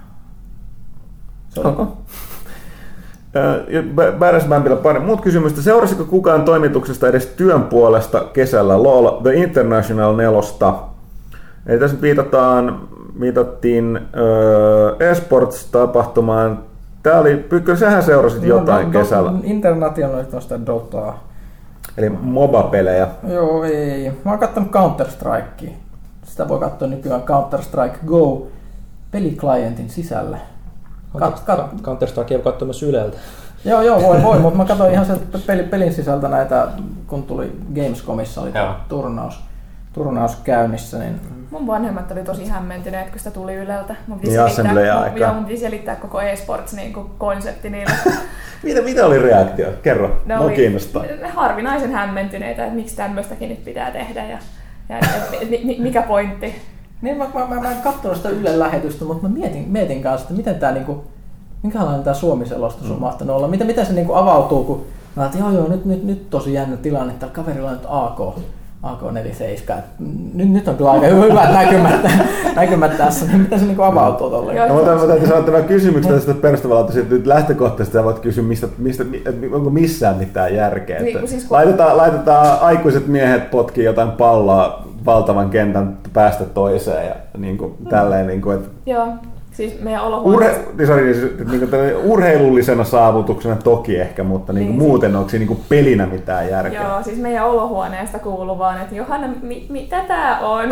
Badass Bambilla pari muut kysymystä. Seurasiko kukaan toimituksesta edes työn puolesta kesällä LOL The International 4? Eli tässä viitattiin eSports-tapahtumaan. Kyllä sähän seurasit jotain kesällä. International tuosta Dotaa. Eli MOBA-pelejä. Joo, ei. Mä oon kattonut Counter-Strikea. Sitä voi katsoa nykyään Counter-Strike Go peliklientin sisällä. Counter-Strike ei katsoa myös Yleltä. Joo, voi, mutta mä katsoin ihan sen pelin sisältä näitä, kun tuli Gamescomissa oli turnaus käynnissä. Niin... Mun vanhemmat oli tosi hämmentyneet, kun sitä tuli Yleltä. Mun piti selittää koko eSports konsepti niille. Mitä oli reaktio? Kerro, mua kiinnostaa. Harvinaisen hämmentyneitä, että miksi tämmöistäkin nyt pitää tehdä ja mikä pointti. Niin, mä en katsonut sitä Ylen lähetystä, mutta mä mietin kanssa, että miten tää minkälainen tää Suomi-selostus on mahtanut olla. Miten se avautuu, kun mä ajattelin, nyt tosi jännä tilanne, että tällä kaverilla on nyt AK-47. Nyt on kyllä aika hyvät näkymät tässä, niin miten se avautuu tolleen? No, mä täytyy sanoa tämän kysymyksen tästä perustavanlaatuisesti, että nyt lähtökohtaisesti sä voit kysyä, onko missään mitään järkeä. Niin, siis laitetaan aikuiset miehet potkii jotain palloa valtavan kentän päästä toiseen ja tälleen. Että... Joo. Siis meidän olohuoneessa... urheilullisena saavutuksena toki ehkä, mutta muuten onko se pelinä mitään järkeä? Joo, siis meidän olohuoneesta kuuluu vaan, että Johanna, mitä tää on?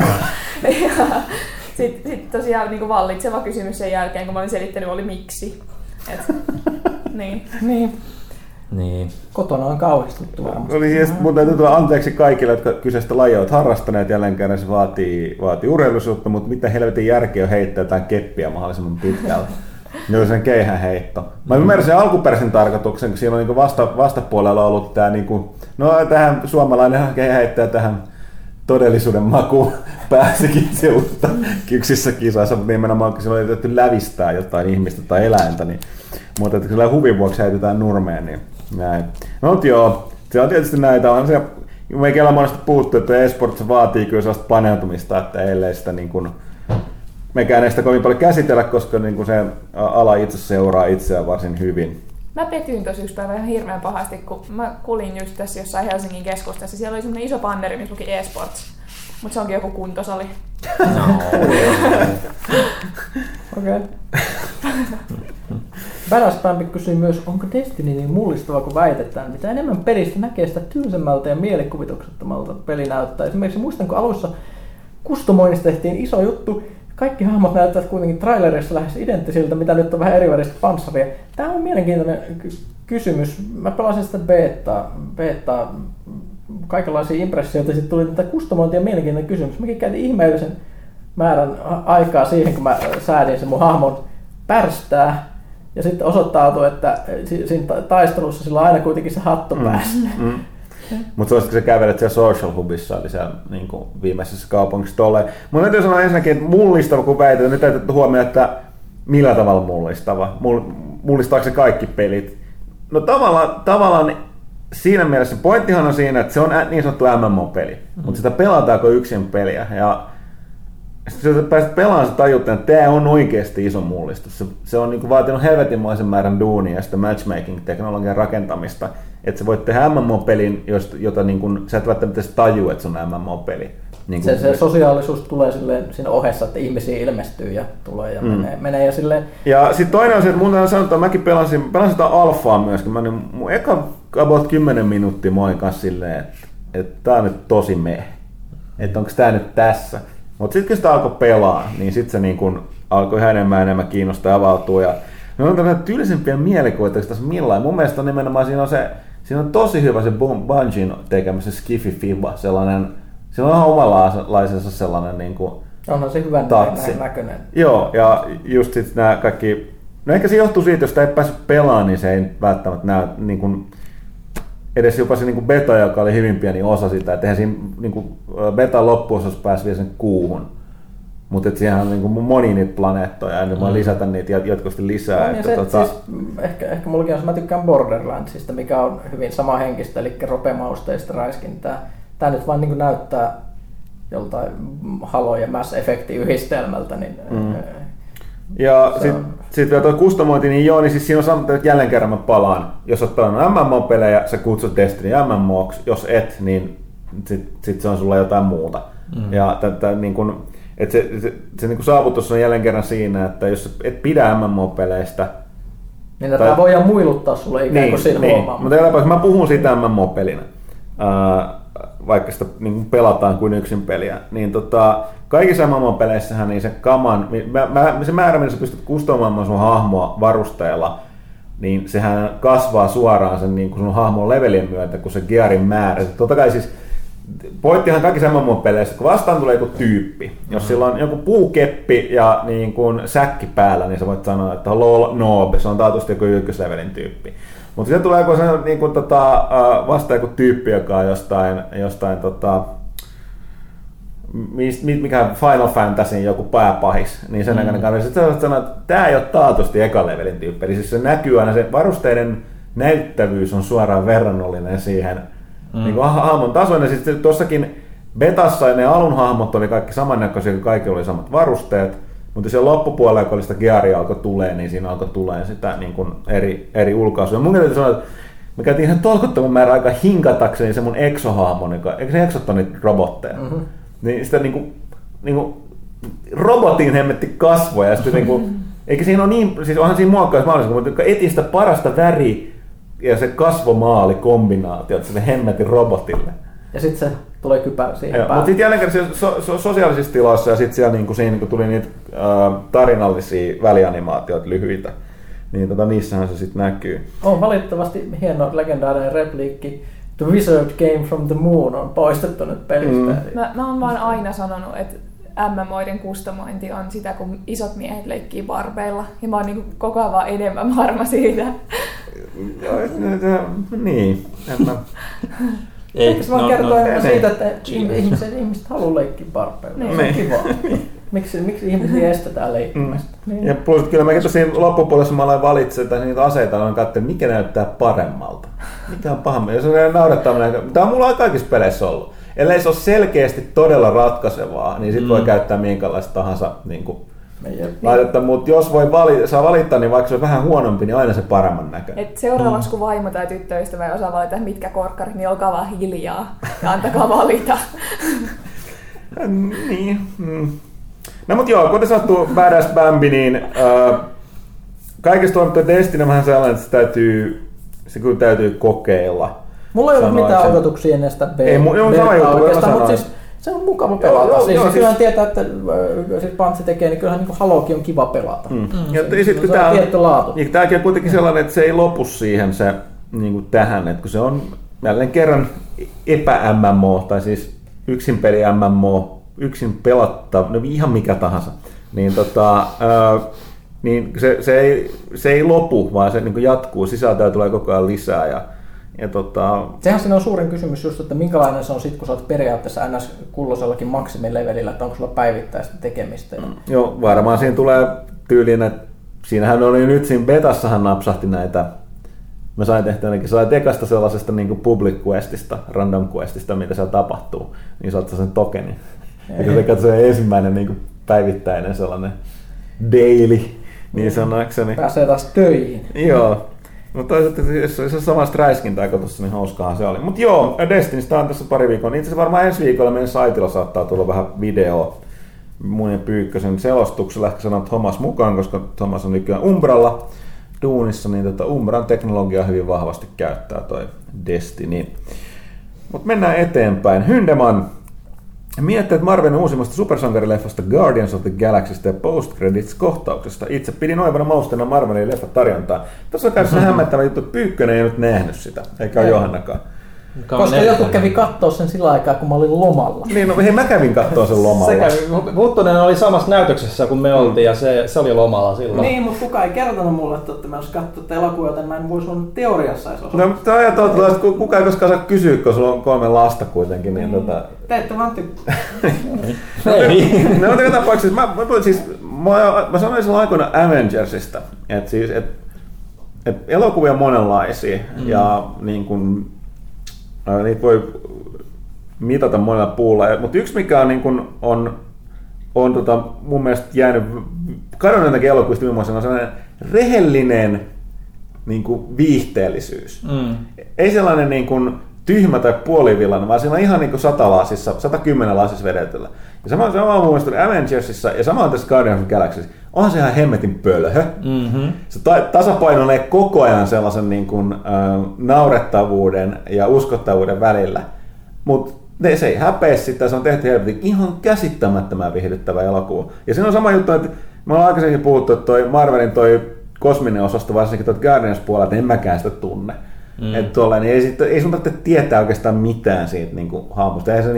Sitten tosiaan vallitseva kysymys sen jälkeen, kun mä olin selittänyt, oli miksi. Niin. Kotona on kauhistuttu varmasti. Mun täytyy tulla anteeksi kaikille, jotka kyseistä lajia ovat harrastaneet. Jälleen kerran se vaatii urheiluisuutta, mutta mitä helvetin järkeä on heittää jotain keppiä mahdollisimman pitkällä. Joo, sen keihäheitto. Mä ymmärsin alkuperäisen tarkoituksen, kun siinä on vastapuolella ollut tämä, tähän suomalainen keihäheittäjä tähän todellisuuden makuun pääsikin siltä kyksissä kisassa, mutta nimenomaan kun siellä oli yritetty lävistää jotain ihmistä tai eläintä, mutta että kyllä huvin vuoksi heitetään nurmeen, niin näin. No mutta joo, se on tietysti näitä, meikin on monesti puhuttu, että eSports vaatii kyllä sellaista paneutumista, että ellei sitä mekään ei sitä kovin paljon käsitellä, koska se ala itse seuraa itseään varsin hyvin. Mä petyin tosi yksi päivä ihan hirveän pahasti, kun mä kuulin just tässä jossain Helsingin keskustassa. Siellä oli semmoinen iso banneri, missä luki eSports. Mutta se onkin joku kuntosali. No. Okei. Badaspampi kysyi myös, onko Destiny niin mullistava kuin väitetään? Mitä enemmän pelistä näkee, sitä tylsemmältä ja mielikuvituksettomalta peli näyttää. Esimerkiksi muistan, kun alussa kustomoinnista tehtiin iso juttu. Kaikki hahmot näyttävät kuitenkin trailerissa lähes identtisiltä, mitä nyt on vähän eriväristä panssaria. Tämä on mielenkiintoinen kysymys. Mä pelasin sitä betaa kaikenlaisia impressioita, sitten tuli tätä kustomointia mielenkiintoinen kysymys. Mäkin käytin ihmeellisen määrän aikaa siihen, kun mä säädin sen mun hahmon pärstää, ja sitten osoittautui, että siinä taistelussa sillä on aina kuitenkin se hattu päässä. Mutta suositko se kävelet siellä Social Hubissa, eli siellä niin viimeisessä kaupungissa tolleen. Mun täytyy sanoa ensinnäkin, että mullistava kun väitetään, nyt täytyy huomioon, että millä tavalla mullistava. Mullistaako se kaikki pelit? No tavallaan siinä mielessä pointtihan on siinä, että se on niin sanottu MMO-peli, mutta sitä pelataanko yksin peliä. Ja sitten kun pääset pelaamaan, sä tajut, että tämä on oikeasti iso mullistus. Se on niin vaatinut helvetinmoisen määrän duunia ja sitä matchmaking-teknologian rakentamista, että sä voit tehdä MMO-pelin, jota niin kuin, sä et välttämättä tajua, että se on MMO-peli. Niin se sosiaalisuus tulee siinä ohessa, että ihmisiä ilmestyy ja tulee ja menee ja silleen. Ja sitten toinen on se, että mun täytyy sanoa, että mäkin pelasin sitä alfaa myöskin. Mun eka about 10 minuuttia moikas silleen, että tää on nyt tosi meh. Että onko tää nyt tässä. Mutta sitten kun sitä alkoi pelaa, niin sitten se niin kun alkoi ihan enemmän kiinnostaa ja avautua. Ja ne on tämmöinen tylsempiä mielikuvia tässä millään. Mun mielestä on nimenomaan siinä on tosi hyvä se Bungien tekemä se skifi-fiba, sellainen. Se on ihan omanlaisensa sellainen niin kuin onhan se hyvän näköinen. Joo, ja just sit nämä kaikki. No ehkä se johtuu siitä, jos sitä ei päässyt pelaamaan, niin se ei välttämättä näy niin kuin, edes jopa se niin kuin beta, joka oli hyvin pieni osa sitä, että eihän siinä niin kuin betan loppuosassa pääsi vielä sen kuuhun. Mutta siihen on niin kuin monia niitä planeettoja ja voi lisätä niitä jatkuvasti lisää. No, siis, ehkä mullakin on, mä tykkään Borderlandsista, mikä on hyvin samahenkistä, eli ropemausteista räiskintää. Tämä nyt vaan niin näyttää joltain Halo ja Mass Effectin yhdistelmältä. Niin, ja sitten vielä tuo kustomointi, niin joo, niin siis siinä on saanut, että jälleen kerran mä palaan. Jos olet pelannut MMO-pelejä, sä kutsut Destiny MMOksi. Jos et, niin sit se on sulla jotain muuta. Ja niin kun, et se niin kun saavutus on jälleen kerran siinä, että jos et pidä MMO-peleistä, niin tätä voidaan muiluttaa sulle ikään kuin siinä huomaa. Mutta mä puhun siitä MMO-pelinä. Vaikka sitä niin pelataan kuin yksin peliä, niin kaikissa MMO-peleissähän niin se kaman, se määrä, millä sä pystyt kustomoimaan sun hahmoa varusteella, niin sehän kasvaa suoraan sen niin sun hahmon levelien myötä, kun se gearin määrä. Totta kai siis, pointtihan kaikissa MMO-peleissä, kun vastaan tulee joku tyyppi, jos sillä on joku puukeppi ja niin kuin säkki päällä, niin sä voit sanoa, että lol noob, se on taatusti joku ykköslevelin tyyppi. Mutta sitten tulee niin kuin, vasta joku tyyppi, joka on jostain mikä Final Fantasyn joku pääpahis, niin sen näköinen kaveri. Sitten sä sanoo, että tämä ei ole taatusti eka levelin tyyppi. Eli siis se näkyy aina, se varusteiden näyttävyys on suoraan verrannollinen siihen niin kuin hahmon tasoinen. Sitten tuossakin betassa ne alun hahmot oli kaikki samannäköisiä, kun kaikki oli samat varusteet. Mutta siellä loppupuolella, kun sitä gearia alkoi tulee, niin siinä alkoi tulee sitä niin kuin eri ulkaisuja. Mun täytyy sanoa, että me käytiin ihan tolkuttoman määrä aika hinkatakseni se mun exohahmon, eikö se exot on niitä robotteja? Niin sitä niinku robotin hemmetti kasvoja ja sitten niinku, eikä siinä ole niin, siis onhan siinä muokkaus mahdollista, mutta etin sitä parasta väri ja se kasvomaali kombinaatio sille hemmetin robotille. Ja sitten se tulee kypärä siihen päälle. Mutta sitten jälleen kerran sosiaalisissa tiloissa ja sitten siellä niinku siinä kun tuli niitä tarinallisia välianimaatioita lyhyitä, niin niissähän se sitten näkyy. On valitettavasti hieno legendaarinen repliikki. The wizard came from the moon on poistettu nyt pelistä. Mä oon vaan aina sanonut, että MMOiden kustomointi on sitä, kun isot miehet leikkii barbeilla. Ja mä oon niin koko ajan vaan enemmän varma siitä. Niin. Eikö se vaan kertoa enemmän siitä, että ihmiset haluaa leikkiä barbeilla? Se on kivaa. Miksi ihmisiä estetään leikkimästä? Niin. Ja plus, kyllä mäkin tosiaan loppupuolessa mä aloin valitsemaan niitä aseita, aloin katsoa, mikä näyttää paremmalta. Mikä on pahammin. Ja se on naurattaminen. Tämä on mulla kaikissa peleissä ollut. Ellei se ole selkeästi todella ratkaisevaa, niin sitten voi käyttää minkälaista tahansa niin kuin laitetta, mutta jos saa valittaa, niin vaikka se on vähän huonompi, niin aina se paremman näköinen. Et seuraavaksi kun vaimo tai tyttöystävä ei osaa valita mitkä korkkarit, niin olkaa vaan hiljaa ja antakaa valita. Niin. No mut joo, kuten sanottu Badass Bambi, niin kaikista tuomittu Destiny on vähän sellainen, että se kyllä täytyy kokeilla. Mulla ei ollut mitään odotuksia ennen sitä mutta siis se on mukava pelata. Siis kyllähän tietää, että siis Bungie tekee, niin kyllähän niin Halokin on kiva pelata. Se on tietty laatu. Tämäkin on kuitenkin sellainen, että se ei lopu siihen se, niin kuin tähän, että kun se on jälleen kerran epä-MMO, tai siis yksin peli MMO, yksin pelattava, no ihan mikä tahansa, niin, niin se ei lopu, vaan se niin jatkuu, sisältöä tulee koko ajan lisää. Ja sehän siinä on suurin kysymys just, että minkälainen se on sit, kun sä oot periaatteessa NS-kulloisellakin maksimilevelillä, että onko sulla päivittäistä tekemistä. Joo, varmaan siinä tulee tyyliin, että siinähän oli nyt siinä betassahan napsahti näitä. Mä sain tehtyä ainakin ekasta sellaisesta niin kuin public questista, random questista, mitä siellä tapahtuu, niin sä oot sen tokenin. Ja se ensimmäinen niin kuin päivittäinen sellainen daily, niin sanakseni. Pääsee taas töihin. Joo. Mutta toisaalta jos se samasta räiskintää tuossa, niin hauskaahan se oli. Mutta joo, Destinystä on tässä pari viikkoa. Itse asiassa varmaan ensi viikolla meidän saitilla saattaa tulla vähän videoa mun ja Pyykkösen selostuksella. Ehkä sanon Thomas mukaan, koska Thomas on nykyään Umbralla duunissa, niin Umbran teknologiaa hyvin vahvasti käyttää toi Destiny. Mutta mennään eteenpäin. Hyndeman miettii, että Marvelin uusimmasta supersankarileffasta Guardians of the Galaxysta ja post-credits-kohtauksesta. Itse pidin oivana maustena Marvelin leffat tarjontaa. Tässä on käynyt hämmentävä juttu, että Pyykkönen ei nyt nähnyt sitä, eikä ole Johannakaan. Koska joku kävi kattoo sen sillä aikaa, kun mä olin lomalla. Niin, no hei, mä kävin kattoo sen lomalla. Huttunen oli samassa näytöksessä, kun me oltiin, ja se oli lomalla silloin. Niin, mutta kukaan ei kertonut mulle, että mä olisin katsonut elokuvia, joten mä en voisi olla teoriassa edes osaa. No, mutta ajatellaan, että kukaan ei koskaan saa kysyä, kun sulla on 3 lasta kuitenkin. Niin Te ette vaan tykkää. No, mutta tapauksessa, mä sanoin silloin aikoina Avengersista, että siis, elokuvia on monenlaisia, ja niin kuin niitä voi mitata monella puulla, mutta yksi mikä on, niin kun, on mun mielestä jäänyt kadonnut jotakin elokuvista on sellainen rehellinen niin kuin viihteellisyys. Ei sellainen niin kuin tyhmä tai puolivillainen, vaan siinä on ihan niin kuin 110 lasissa vedetyllä. Ja sama on mun mielestä Avengersissa ja sama on tässä Guardians of the Galaxyssa. Onhan se ihan hemmetin pölhö. Se tasapainoilee koko ajan sellaisen niin kuin, naurettavuuden ja uskottavuuden välillä. Mutta se ei häpeä sitä, se on tehty helvetin ihan käsittämättömän viihdyttävä elokuva. Ja siinä on sama juttu, että me ollaan aikaisemmin puhuttu, että toi Marvelin toi kosminen osasto, varsinkin tuolta Guardians-puolella, että en mäkään sitä tunne. Että tuolla, niin ei sun tarvitse tietää oikeastaan mitään siitä niin kuin hahmosta. Ei se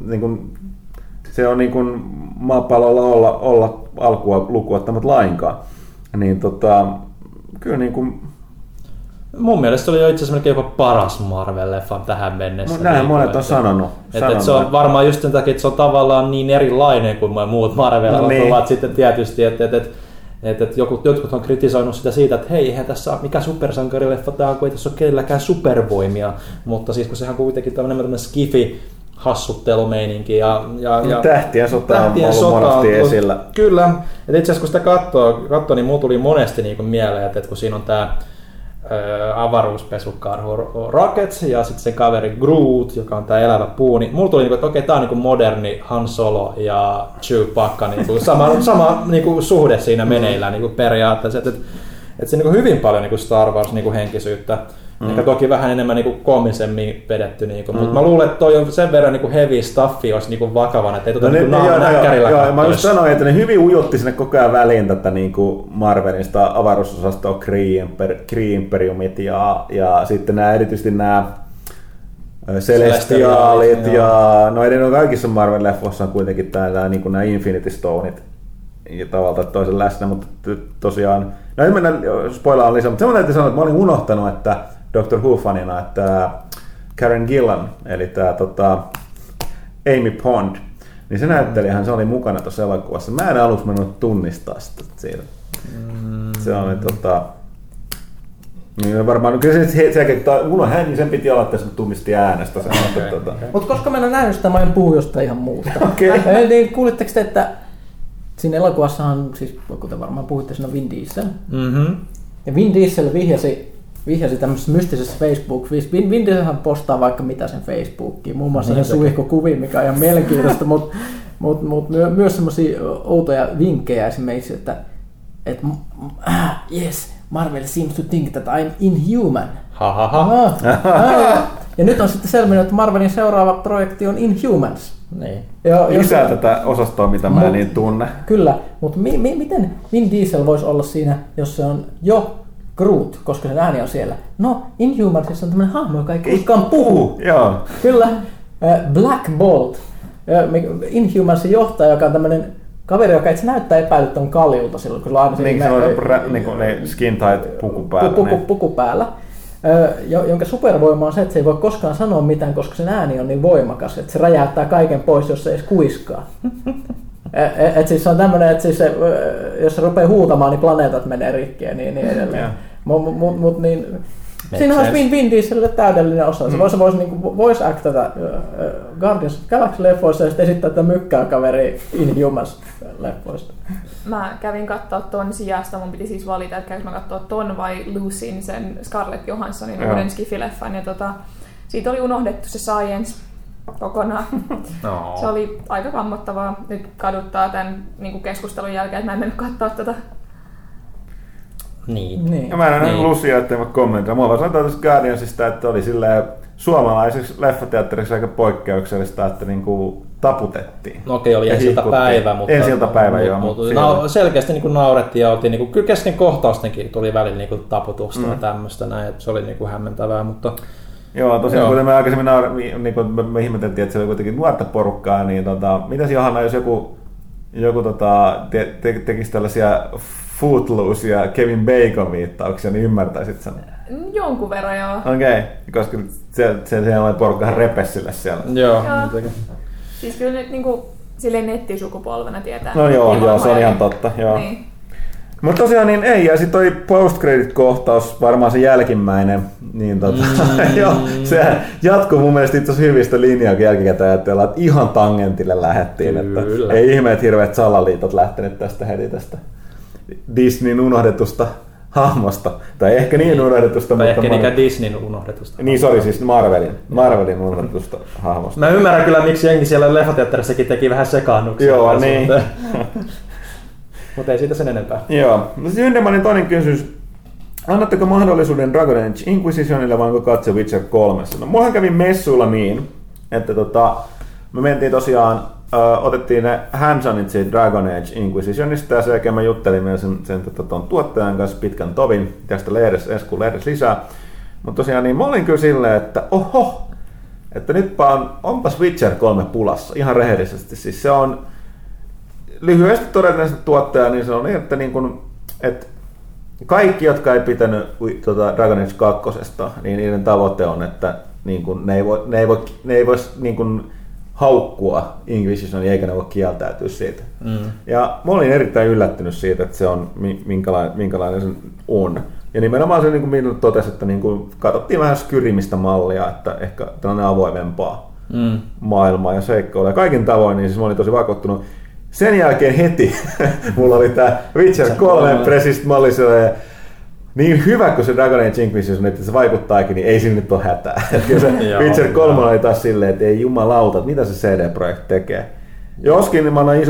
se on niin kuin maapallolla olla alkua lukuottamat lainkaan. Niin kyllä niin kuin mun mielestä se oli jo itse asiassa melkein jopa paras Marvel-leffa tähän mennessä. Näinhän monet on sanonut. Se on varmaan just sen takia, että se on tavallaan niin erilainen kuin muut Marvel-elokuvat sitten tietysti, että jotkut on kritisoinut sitä siitä, että hei, eihän tässä ole mikä supersankarileffa tämä on, kun ei tässä ole kenelläkään supervoimia, mutta siis kun sehän kuitenkin tämmöinen skifi hassuttelumeininki ja Tähtien sota on ollut monesti esillä. Kyllä, että itse asiassa kun sitä katsoo, niin mulla tuli monesti niin mieleen, että kun siinä on tämä avaruuspesukarhu Rockets ja sitten se kaveri Groot, joka on tämä elävä puu, niin mulla tuli, että okei, tämä on moderni Han Solo ja Chewbacca, sama suhde siinä meneillään periaatteessa, että se hyvin paljon Star Wars henkisyyttä. Ehkä toki vähän enemmän koomisemmin vedetty, mutta mä luulen, että toi on sen verran heavy stuffi olisi vakavan, että ei näkkärillä katsoisi. Mä just sanoin, että ne hyvin ujutti sinne koko ajan väliin tätä Marvelista avaruusosastoa, Kree-imperiumit ja sitten erityisesti nämä Celestiaalit ja no kaikissa Marvel-leffoissa on kuitenkin nämä Infinity Stoneit ja tavallaan toisen läsnä, mutta tosiaan, no en mennä spoilaan lisää, mutta sen täytyy sanoa, että mä olin unohtanut, että Doctor Who-fanina, että Karen Gillan, eli tämä Amy Pond, niin se näyttelijähän se oli mukana tuossa elokuvassa. Mä en aluksi mennyt tunnistaa sitä siitä. Se oli niin varmaan, kyllä se mulla hän, niin sen piti olla, että se tunnisti äänestä. Mutta koska mä en ole nähnyt sitä, mä en puhu jostain ihan muusta. Okay. Niin kuulitteko te, että siinä elokuvassahan, siis kuten varmaan puhuitte, siinä on Vin Diesel. Mm-hmm. Ja Vin Diesel vihjasi tämmöisessä mystisessä Facebook-viisi. Vin Dieselhän postaa vaikka mitä sen Facebookiin, muun muassa sen suihkukuvia, mikä on ihan mielenkiintoista, mutta myös semmoisia outoja vinkkejä esimerkiksi, että yes, Marvel seems to think that I'm inhuman. Ja nyt on sitten selvinnyt, että Marvelin seuraava projekti on Inhumans. Niin. Lisää tätä osastoa, mitä mä en niin tunne. Kyllä, mutta miten Vin Diesel voisi olla siinä, jos se on jo Groot, koska sen ääni on siellä? No, Inhumansissa on tämmöinen hahmo, joka ei koskaan puhu. Joo. Kyllä. Black Bolt, Inhumansin johtaja, joka on tämmöinen kaveri, joka itse näyttää epäilyttävän kaljulta silloin, kun aina niin, se on ne skin tight puku päällä. Puku päällä. Jonka supervoima on se, että se ei voi koskaan sanoa mitään, koska sen ääni on niin voimakas, että se räjäyttää kaiken pois, jos se ei edes kuiskaa. Et siis se on tämmöinen, että siis se, jos se rupeaa huutamaan, niin planeetat menee rikki ja niin edelleen. Niin, siinä olisi Vin Dieselille täydellinen osa. Se voisi niin voice actata Guardians of Galaxy-leffoissa ja sitten esittää tätä mykkää kaveri Inhumans-leffoista. Mä kävin katsoa ton sijasta, mun piti siis valita, että käykö mä katsoa ton vai Lucyn, sen Scarlett Johanssonin uuden Skifi-leffan. Ja siitä oli unohdettu se Science kokonaan. No. Se oli aika kammottavaa. Nyt kaduttaa tämän niin keskustelun jälkeen, että mä en mennyt katsoa tätä. Niin. Ja mä en nähnyt Lucia, ettei mä kommentoida. Mua vaan sanotaan tästä Guardiansista, että oli silleen suomalaiseksi leffateatterissa aika poikkeuksellista, että niinku taputettiin. No okei, oli ensiltapäivä, mutta ensiltapäivä, joo. Selkeästi niinku naurettiin ja oltiin niinku, kyllä kesken kohtaustenkin tuli välillä niinku taputusta ja tämmöistä näin, että se oli niinku hämmentävää, mutta joo, tosiaan kuten me aikaisemmin niinku me ihmeteltiin, että se oli kuitenkin nuorta porukkaa, niin mitäs Johanna, jos joku tekisi tällaisia Footloose ja Kevin Bacon viittauksia, niin ymmärtäisit sen? Jonkun verran, joo. Okei, koska se oli porukkahan repessille siellä. Joo. Siis kyllä nyt niinku silleen nettisukupolvena tietää. No joo, se on ihan totta. Joo. Niin. Mutta tosiaan niin ei, ja sitten toi post-credit-kohtaus, varmaan se jälkimmäinen, niin joo, se jatkuu mun mielestä itse asiassa hyvistä linjaa, kun jälkikäteen ajatellaan, että ihan tangentille lähdettiin. Että ei ihme, että hirveät salaliitot lähtenyt tästä heti tästä Disneyn unohdetusta hahmosta. Tai ehkä niin unohdetusta. Tai ehkä niinkään Disneyn unohdetusta. Niin, siis Marvelin unohdetusta hahmosta. Mä ymmärrän kyllä, miksi jengi siellä leffateatterissakin teki vähän sekaannuksia. Joo, niin. Mutta ei siitä sen enempää. Joo. Syndemanin toinen kysymys. Annatteko mahdollisuuden Dragon Age Inquisitionille vai onko katse Witcher 3? No, mullahan kävi messuilla niin, että me mentiin tosiaan, otettiin ne hands-onit siitä Dragon Age Inquisitionista ja sen jälkeen mä juttelin vielä sen tuottajan kanssa pitkän tovin tästä Esku lehdessä lisää. Mutta tosiaan niin mä olin kyllä silleen, että että nytpä onpas Witcher 3 pulassa, ihan rehellisesti. Siis se on lyhyesti todeten sitä tuottajaa, niin se on niin, että kaikki, jotka ei pitänyt Dragon Age 2, niin niiden tavoite on, että niin kuin, ne ei voi niin kuin haukkua Inquisitionia eikä ne voi kieltäytyä siitä. Ja mä olin erittäin yllättynyt siitä, että se on minkälainen se on. Ja nimenomaan se, niin kuin minä totesin, että niin kuin katsottiin vähän Skyrimistä mallia, että ehkä tällainen avoimempaa maailmaa ja seikkoilua. Kaikin tavoin, niin siis mä olin tosi vakuuttunut. Sen jälkeen heti mulla oli tää Witcher 3 presist malliselle. Niin hyvä kuin se Dragon Age Inquisition, että se vaikuttaakin, niin ei siinä nyt ole hätää. Se Witcher 3 oli taas silleen, että ei jumalauta, että mitä se CD-projekti tekee. Joskin niin mä annan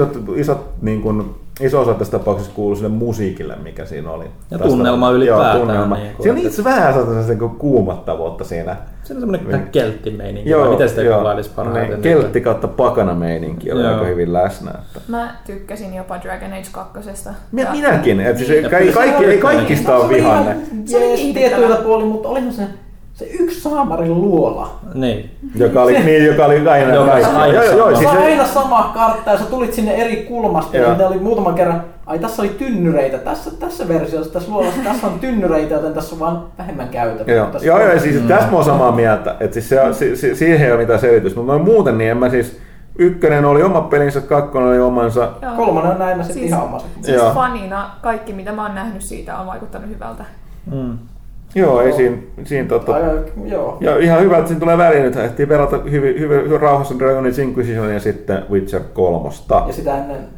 iso osa tässä tapauksessa kuuluu sille musiikille, mikä siinä oli. Ja tunnelma ylipäätään. Joo, tunnelma. Siinä on itse vähän kuumattavuutta siinä. Se on semmoinen kelttimeininki, vai miten sitä kuvailisi parhaiten? Keltti kautta pakana meininki oli aika hyvin läsnä. Mä tykkäsin jopa Dragon Age 2. Minäkin, että siis kaikista on vihanne. Se oli tietyillä puolilla, mutta olihan se yksi saamarin luola. Niin. Joka oli aina. Se on aina sama kartta ja sä tulit sinne eri kulmasta ja ne oli muutaman kerran, tässä oli tynnyreitä, tässä versiossa, tässä luolassa, tässä on tynnyreitä, joten tässä on vaan vähemmän käytetty. Joo, siis tässä mä oon samaa mieltä, että siis siihen ei ole mitään selitystä, mutta noin muuten niin en mä siis, ykkönen oli oma pelinsä, kakkonen oli omansa. Kolmonen on näin sitten ihan omansa. Siis fanina kaikki mitä mä oon nähnyt siitä on vaikuttanut hyvältä. Joo, ei siinä ja ihan hyvä, että siinä tulee väliin. Nyt ehtii pelata hyvin rauhassa Dragon Age Inquisition ja sitten Witcher 3. Ja sitä ennen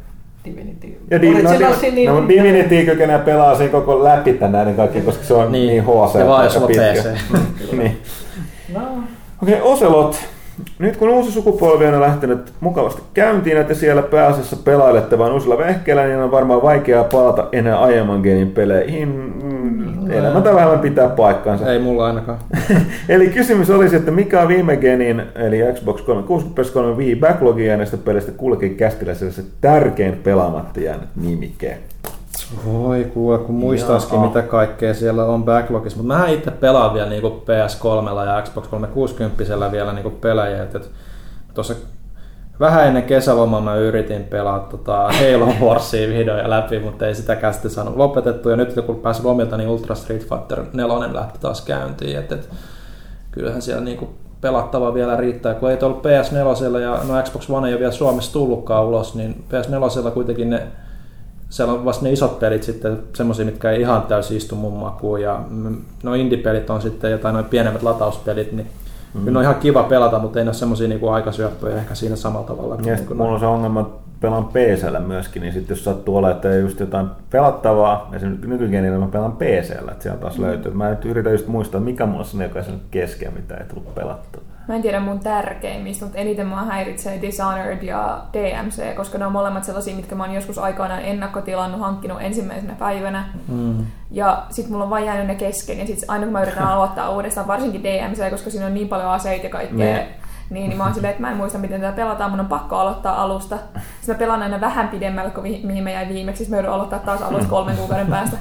Divinity. Ja Divinity kykenee pelaa sen koko läpi tänään kaikki, koska se on niin HC. Ja vaan jos on PC. Niin. Okei, Ocelot. Nyt kun uusi sukupolvi on lähtenyt mukavasti käyntiin, että siellä pääasiassa pelailette vain uusilla vehkeillä, niin on varmaan vaikeaa palata enää aiemman genin peleihin. Enemmän tai vähemmän pitää paikkaansa. Ei mulla ainakaan. Eli kysymys olisi, että mikä on viime genin, eli Xbox 360, PS3, Wii backlogia näistä peleistä kullekin kästillä se tärkein pelaamatta jäänyt nimike? Voi kuule, kun muistaisikin mitä kaikkea siellä on backlogissa, mutta mä itse pelaan vielä niinku PS3 ja Xbox 360 vielä niinku pelejä. Tuossa vähän ennen kesälomaa mä yritin pelaa Halo Warsia vihdoin läpi, mutta ei sitäkään sitten saanut lopetettua. Ja nyt kun pääsin lomilta, niin Ultra Street Fighter 4 lähti taas käyntiin. Kyllähän siellä niinku pelattavaa vielä riittää, kun ei ollut PS4 ja Xbox One ei ole vielä Suomessa tullutkaan ulos, niin PS4 kuitenkin siellä on vasta ne isot pelit sitten, semmosia, mitkä ei ihan täysin istu mun makuun, ja no indie-pelit on sitten jotain noin pienemmät latauspelit, niin kyllä on ihan kiva pelata, mutta ei ole semmosia niinku aikasyöppöjä ehkä siinä samalla tavalla. Ja sitten mulla on se ongelma, että pelaan PC:llä myöskin, niin sitten jos sattuu olemaan, että ei just jotain pelattavaa, esimerkiksi nykygenillä mä pelaan PC:llä, että siellä taas löytyy. Mä nyt yritän just muistaa, mikä mulla on jokaisen keskeä, mitä ei tullut pelattua. Mä en tiedä mun tärkeimmistä, mutta eniten mua häiritsee Dishonored ja DMC, koska ne on molemmat sellaisia, mitkä mä oon joskus aikanaan ennakkotilannut, hankkinut ensimmäisenä päivänä. Ja sit mulla on vaan jäänyt ne kesken, ja sit aina kun mä yritän aloittaa uudestaan, varsinkin DMC, koska siinä on niin paljon aseita ja kaikkea, niin mä oon silleen, että mä en muista miten tätä pelataan, mun on pakko aloittaa alusta. Sitten mä pelaan aina vähän pidemmälle kuin mihin mä jäin viimeksi, mä joudun aloittaa taas alusta 3 kuukauden päästä.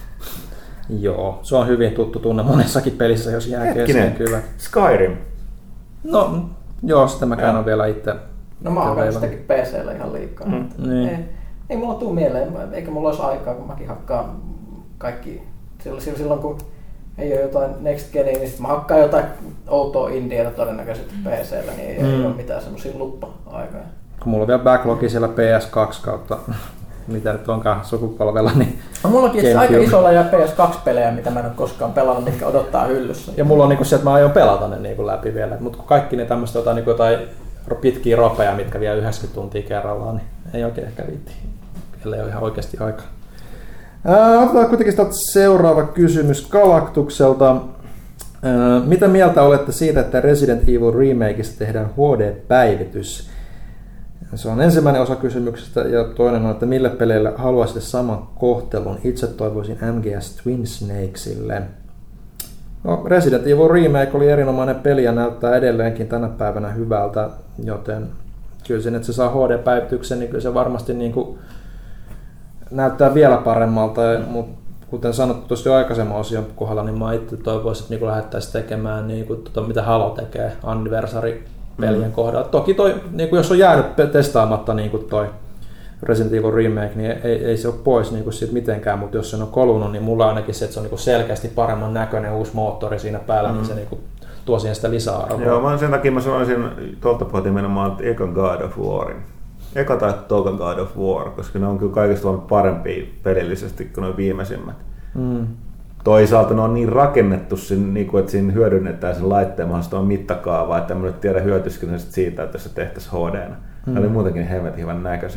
Joo, se on hyvin tuttu tunne monessakin pelissä, jos jää kesken kyllä. Skyrim. No, joo, sitä mä käyn vielä itse. No mä oon sitäkin PC:llä ihan liikaa. Niin. Ei mulla tuu mieleen, eikä mulla olisi aikaa, kun mäkin hakkaan kaikki. Silloin kun ei ole jotain Next Genia, niin mä hakkaan jotain outoa indiaa todennäköisesti PC:llä, niin ei ole mitään semmosia luppa-aikaa. Kun mulla on vielä backlogi siellä PS2 kautta, mitä nyt onkaan sukupolvella, niin mullakin aika isolla ja PS2-pelejä, mitä mä en ole koskaan pelannut, mitkä odottaa hyllyssä. Ja mulla on niinku se, että mä aion pelata ne niinku läpi vielä, mutta kaikki ne tämmöistä jotain pitkiä ropeja, mitkä vie 90 tuntia kerrallaan, niin ei oikein ehkä viitti, ellei ole ihan oikeasti aikaa. Otetaan kuitenkin seuraava kysymys Galaktukselta. Mitä mieltä olette siitä, että Resident Evil Remakeista tehdään HD-päivitys? Se on ensimmäinen osa kysymyksestä, ja toinen on, että mille peleille haluaisitte saman kohtelun? Itse toivoisin MGS Twin Snakesille. No, Resident Evil Remake oli erinomainen peli ja näyttää edelleenkin tänä päivänä hyvältä, joten kyllä sen, että se saa HD-päivityksen, niin kyllä se varmasti niin kuin näyttää vielä paremmalta, mutta kuten sanottu tuossa jo aikaisemman osion kohdalla, niin mä itse toivoisin, että niin lähdettäisiin tekemään niin kuin, mitä Halo tekee anniversary-pelien kohdalla. Toki toi, niin kuin jos on jäänyt testaamatta niin kuin toi Resident Evil Remake, niin ei se ole pois niin kuin siitä mitenkään, mutta jos se on kolunut, niin mulla ainakin se, että se on niin kuin selkeästi paremman näköinen uusi moottori siinä päällä, niin se niin kuin tuo siihen sitä lisäarvoa. Joo, sen takia mä sanoisin tuolta puolta nimenomaan ekan God of Warin. Eka tai toka God of War, koska ne on kyllä kaikista parempia pelillisesti kuin ne viimeisimmät. Toisaalta ne on niin rakennettu, että siinä hyödynnetään sen laitteen mahdollista mittakaavaa, että en nyt tiedä hyötyisikö siitä, että se tehtäisiin HD-nä. Ne oli muutenkin hemmetin hyvän näköisiä.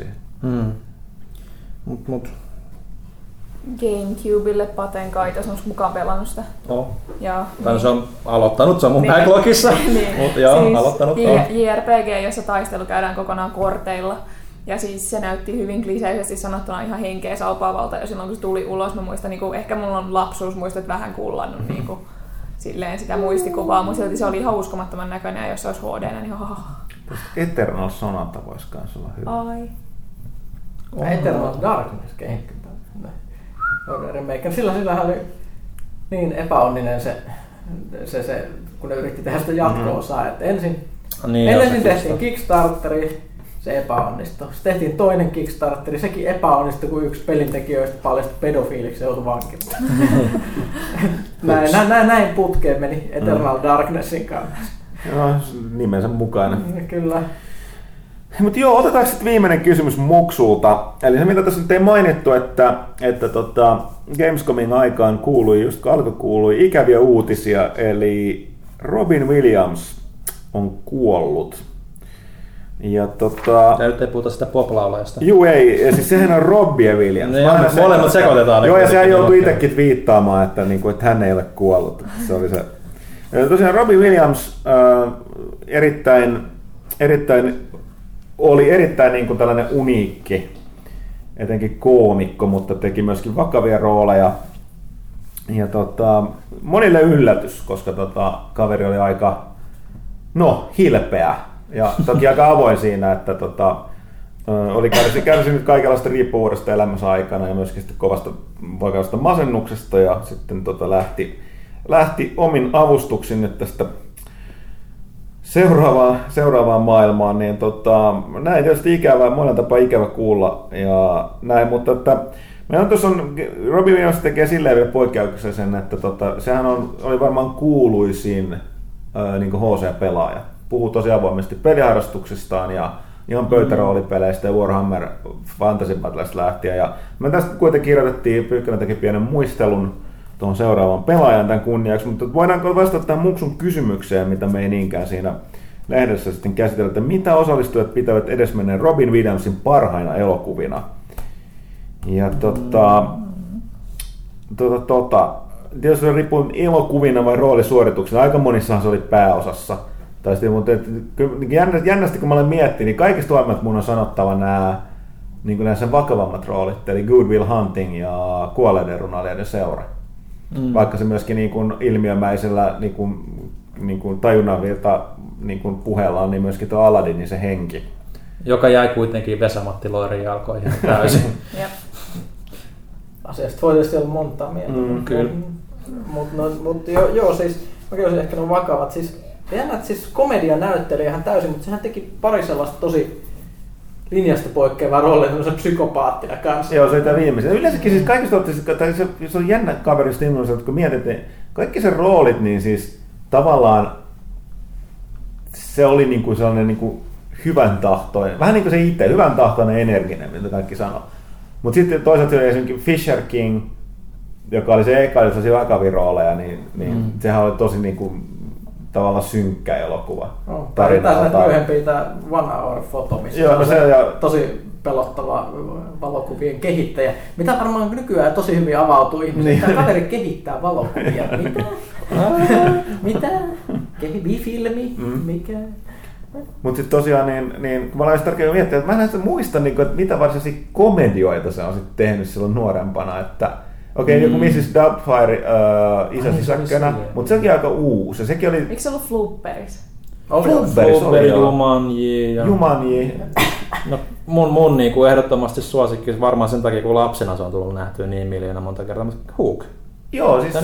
Mut. GameCubelle Paten Kaitos on mukaan pelannut sitä. Tai se on aloittanut, se on mun backlogissa. Mutta joo, siis aloittanut. JRPG, jossa taistelu käydään kokonaan korteilla. Ja siis se näytti hyvin kliseisesti sanottuna ihan henkeä salpaavalta jo silloin kun se tuli ulos. Mä muistan, niin ehkä mulla on lapsuusmuistot vähän kullannut niin silleen sitä muistikuvaa, mutta silti se oli ihan uskomattoman näköinen ja jos se olisi HD-nä, niin Eternal Sonata voisi kans olla hyvä. Ai. Eternal Darkness kehittää. Sillähän oli niin epäonninen se kun ne yritti tehdä sitä jatko-osaa, että ensin tehtiin Kickstarteri, se epäonnistui. Sitten tehtiin toinen Kickstarteri, sekin epäonnistui, kun yksi pelintekijöistä paljastui pedofiiliksi, se joutui vankilaan. näin putkeen meni Eternal Darknessin kanssa. Joo, nimensä mukana. Kyllä. Mutta joo, otetaan sitten viimeinen kysymys Muksulta. Eli se mitä tässä nyt ei mainittu, että Gamescomin aikaan kuului ikäviä uutisia, eli Robin Williams on kuollut. Ja ja nyt ei puhuta sitä pop-laulajasta. Juu ei, ja siis sehän on Robbie Williams. Molemmat sekoitetaan. Joo, ja sehän joutui itsekin twiittaamaan, että hän ei ole kuollut. Se oli se. Ja tosiaan Robbie Williams oli erittäin niin kuin tällainen uniikki, etenkin koomikko, mutta teki myöskin vakavia rooleja. Ja monille yllätys, koska kaveri oli aika hilpeä ja toki aika avoin siinä, että oli kärsinyt kaikenlaista riippuvuudesta elämänsä aikana ja myöskin kovasta vakavasta masennuksesta ja sitten lähti omin avustuksin nyt tästä seuraavaan maailmaan, niin näin tietysti monella tapaa ikävä kuulla ja näin, mutta että meillä on Robbie Williams tekee silleen vielä poikkeuksellisen, että sehän oli varmaan kuuluisin niin kuin HC-pelaaja. Puhuu tosi avoimesti peliharrastuksistaan ja ihan pöytäroolipeleistä ja Warhammer Fantasy Battlesta lähtien. Ja me tästä kuitenkin kirjoitettiin, Pyykkönen teki pienen muistelun tuohon seuraavan pelaajan tämän kunniaksi, mutta voidaanko vastata tähän Muksun kysymykseen, mitä me ei niinkään siinä lehdessä sitten käsitellä, että mitä osallistujat pitävät edesmenneen Robin Williamsin parhaina elokuvina. Ja tietysti se riippuu elokuvina vai roolisuorituksena. Aika monissahan se oli pääosassa. Mutta jännästi kun mä olen miettinyt, niin kaikista huomiot mun on sanottava nämä sen vakavammat roolit, eli Good Will Hunting ja Kuolleiden runoilijoiden seura. Vaikka se myöskin niin kuin ilmiömäisellä niin kuin tajunnanvirta niin kuin puheellaan, niin myöskin tuo Aladdinin se henki. Joka jäi kuitenkin Vesa-Matti Loirin jalkoihin täysin. Asiasta voi tietysti olla montaa mieltä. Kyllä. Mutta joo, siis mäkin olisin ehkä ne vakavat. Siis komedia näytteli ihan täysin, mutta sehän teki pari sellaista tosi linjasta poikkeavaa roolia, semmoisen psykopaattina kanssa. Joo, se oli tämä viimeisen. Yleensäkin siis kaikista se on jännä kaverista innoissa, että kun mietit, kaikki sen roolit, niin siis tavallaan se oli niinku sellainen niinku hyvän tahtoinen, vähän niin kuin se itse, hyvän tahtoinen energinen, mitä kaikki sanoo. Mutta sitten toisaalta se oli esimerkiksi Fisher King, joka oli se eka, jossa oli vakavia rooleja, niin sehän oli tosi niinku tavallaan synkkä elokuva. Tarvitaan myöhempiä tämä One Hour Photo, missä on tosi pelottava valokuvien kehittäjä. Mitä varmaan nykyään tosi hyvin avautuu ihmisille. Tämä kaveri kehittää valokuvia. Mitä? Filmi? Mikä? Mutta sitten tosiaan, niin kun mä olen tarkemmin miettinyt, että mä en muista, että mitä varsinaisia komedioita se on sitten tehnyt silloin nuorempana. Että okei, joku Mrs. Doubtfire isäsisäkkönä, mutta sekin aika uusi. Sekin oli... Eikö se ollut Flubberis? Flubberis, Jumanji. Jumanji. No, mun niinku ehdottomasti suosikki, varmaan sen takia kun lapsena se on tullut nähtyä niin miljoona monta kertaa, mutta Hook. Joo, siis...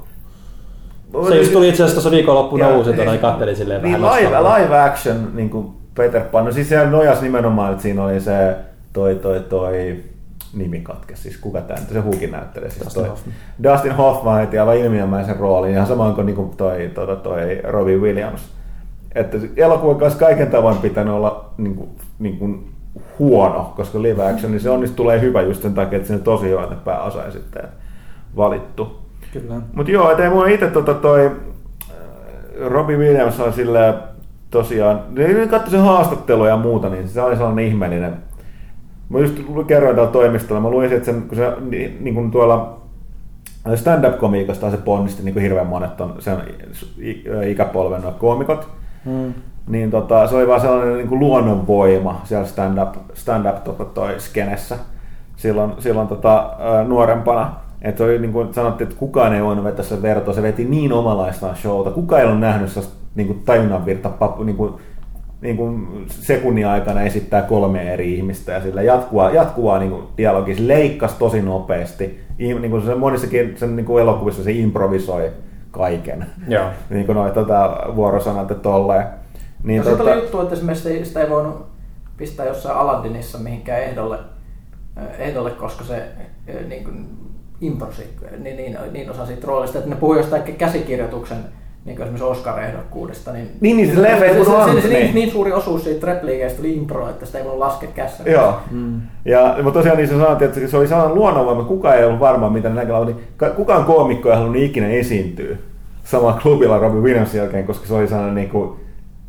Se just tuli itse asiassa tuossa viikonloppuna uusintona, niin katselin silleen niin vähän. Live action, niin kuin Peter Pan, no siis sehän nojasi nimenomaan, että siinä oli se toi nimi katkesi, siis kuka tämä se Hookin näyttelee, siis Dustin Hoffman heti aivan ilmiömäisen roolin, ihan samoin kuin niinku toi Robbie Williams. Että elokuvan kanssa kaiken tavoin pitänyt olla niinku huono, koska live action, niin se tulee hyvä just sen takia, että siinä tosi hyvä pääosa sitten valittu. Mutta joo, ettei mun itse toi Robbie Williams on silleen tosiaan, niin katsoin sen haastattelua ja muuta, niin se oli sellainen ihmeellinen. Mä just kerroin täällä toimistolla, mä luin, että kun se niin kuin tuolla stand-up-komiikasta se ponnisti niin kuin hirveän monet on sen ikäpolven koomikot, niin se oli vaan sellainen niin kuin luonnonvoima siellä stand-up toi skenessä silloin nuorempana. Että oli niin kuin sanottiin, että kukaan ei voinut vetää sen vertoa, se veti niin omalaistaan showta. Kukaan ei ollut nähnyt sellaista niin tajunnanvirta niin kuin sekunnin aikana esittää 3 eri ihmistä ja sillä jatkuvaa niin kuin dialogia. Se leikkasi tosi nopeasti. Niin kuin se monissakin sen niin kuin elokuvissa se improvisoi kaiken. Joo. Niin kuin noita vuorosanat ja tolleen. Niin no, oli juttu, että esimerkiksi sitä ei voinut pistää jossain Aladdinissa mihinkään ehdolle, koska se niin kuin improsi niin osa siitä roolista, että ne puhuu jostain käsikirjoituksen niin kuin esimerkiksi Oscar-ehdokkuudesta. Niin se leffa ei se niin suuri osuus siitä repliikeistä oli impro, että sitä ei voinut laskea kässä. Joo. Mutta tosiaan niin se sanottiin, että se oli sellainen luonnonvoima, kukaan ei ollut varma, mitä ne näkee. Kukaan koomikko ei halunnut ikinä esiintyä samalla klubilla Robbie Williamsin jälkeen, koska se oli sellainen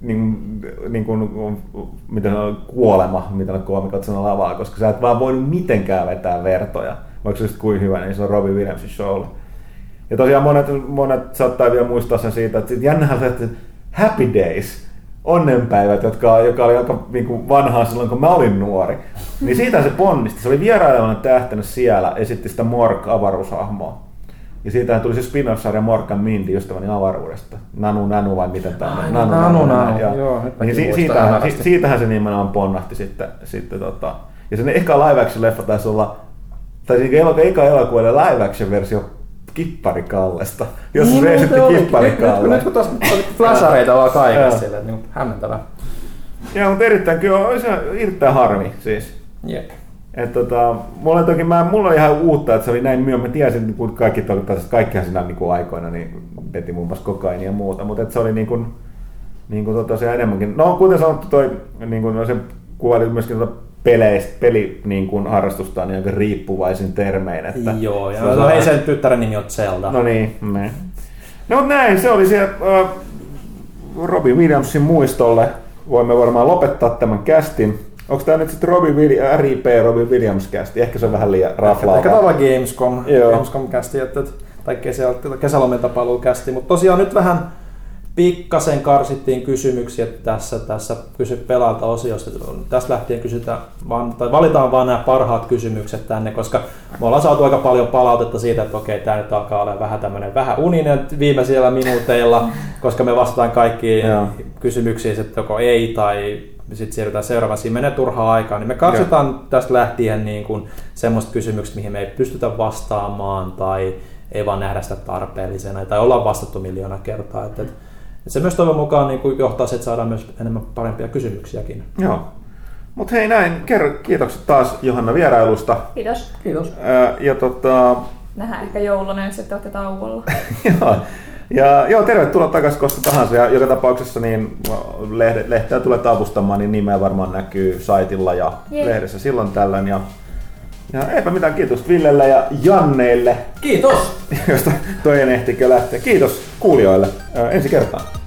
niin kuin miten on kuolema, mitä on koomikot sanoo lavaa, koska sä et vaan voinut mitenkään vetää vertoja, vaikka se olisi kuin hyvä, niin se on Robin Williamsin showlla. Ja tosiaan monet saattaa vielä muistaa sen siitä, että jännähän se, että Happy Days, onnenpäivät, joka oli aika niin kuin vanhaa silloin, kun mä olin nuori, niin siitä se ponnisti. Se oli vierailevan tähtänyt siellä, esitti sitä Mork-avaruushahmoa. Ja siitähän tuli se spin-off-sarja Mork and Mindy ystäväni avaruudesta. Nanu vai miten tämä on? Nanu. Joo, niin siitähän se nimenomaan ponnahti sitten ja sen eka live-action-leffa taisi olla, tai eka elokuuden live-action-versio Kipparikallesta, jos niin, se sitten Kipparikalle. Nyt kun tuossa flashareita vaan kaikessa siellä, niin hämmentävää. Joo, mutta kyllä on se erittäin harmi siis. Jep. Mulla oli ihan uutta, että se oli näin myöhemmin. Mä tiesin, kun kaikkihan siinä niin aikoina niin veti muun muassa kokainia ja muuta, mutta se oli se enemmänkin. No kuten sanottu, se kuvaili myöskin peli niin kuin harrastustaan niin aika riippuvaisin termein. Että joo, ja hei sen tyttären nimi on Zelda. No niin, no mutta näin, se oli se Robin Williamsin muistolle. Voimme varmaan lopettaa tämän kästin. Onko tämä nyt sitten RIP Robin Williams -kästi? Ehkä se on vähän liian raflaava. Ehkä tämä on Gamescom -kästi, tai kesälomilta paluu -kästi. Mutta tosiaan nyt vähän pikkasen karsittiin kysymyksiä tässä kysy pelaalta -osiossa. Tästä lähtien valitaan vaan nämä parhaat kysymykset tänne, koska me ollaan saatu aika paljon palautetta siitä, että okei, tämä nyt alkaa olla vähän uninen viimeisillä minuuteilla, koska me vastataan kaikkiin kysymyksiin, että joko ei tai sitten siirrytään seuraavaan, siinä menee turhaa aikaa, niin me katsotaan tästä lähtien niin kuin semmoista kysymyksiä, mihin me ei pystytä vastaamaan tai ei vaan nähdä sitä tarpeellisena tai ollaan vastattu miljoona kertaa. Että se myös toivon mukaan niin kuin johtaa se, että saadaan myös enemmän parempia kysymyksiäkin. Joo. Mutta hei näin, kiitokset taas Johanna vierailusta. Kiitos. Nähdään ehkä jouluna, jos ette olette tauolla. Joo, tervetuloa takaisin koska tahansa. Ja joka tapauksessa niin lehteä tulee avustamaan, niin nimeä varmaan näkyy saitilla ja lehdessä silloin tällöin. Ja eipä mitään, kiitos Villelle ja Janneille. Kiitos! Josta toinen ehtikö lähteä. Kiitos kuulijoille. Ensi kertaan.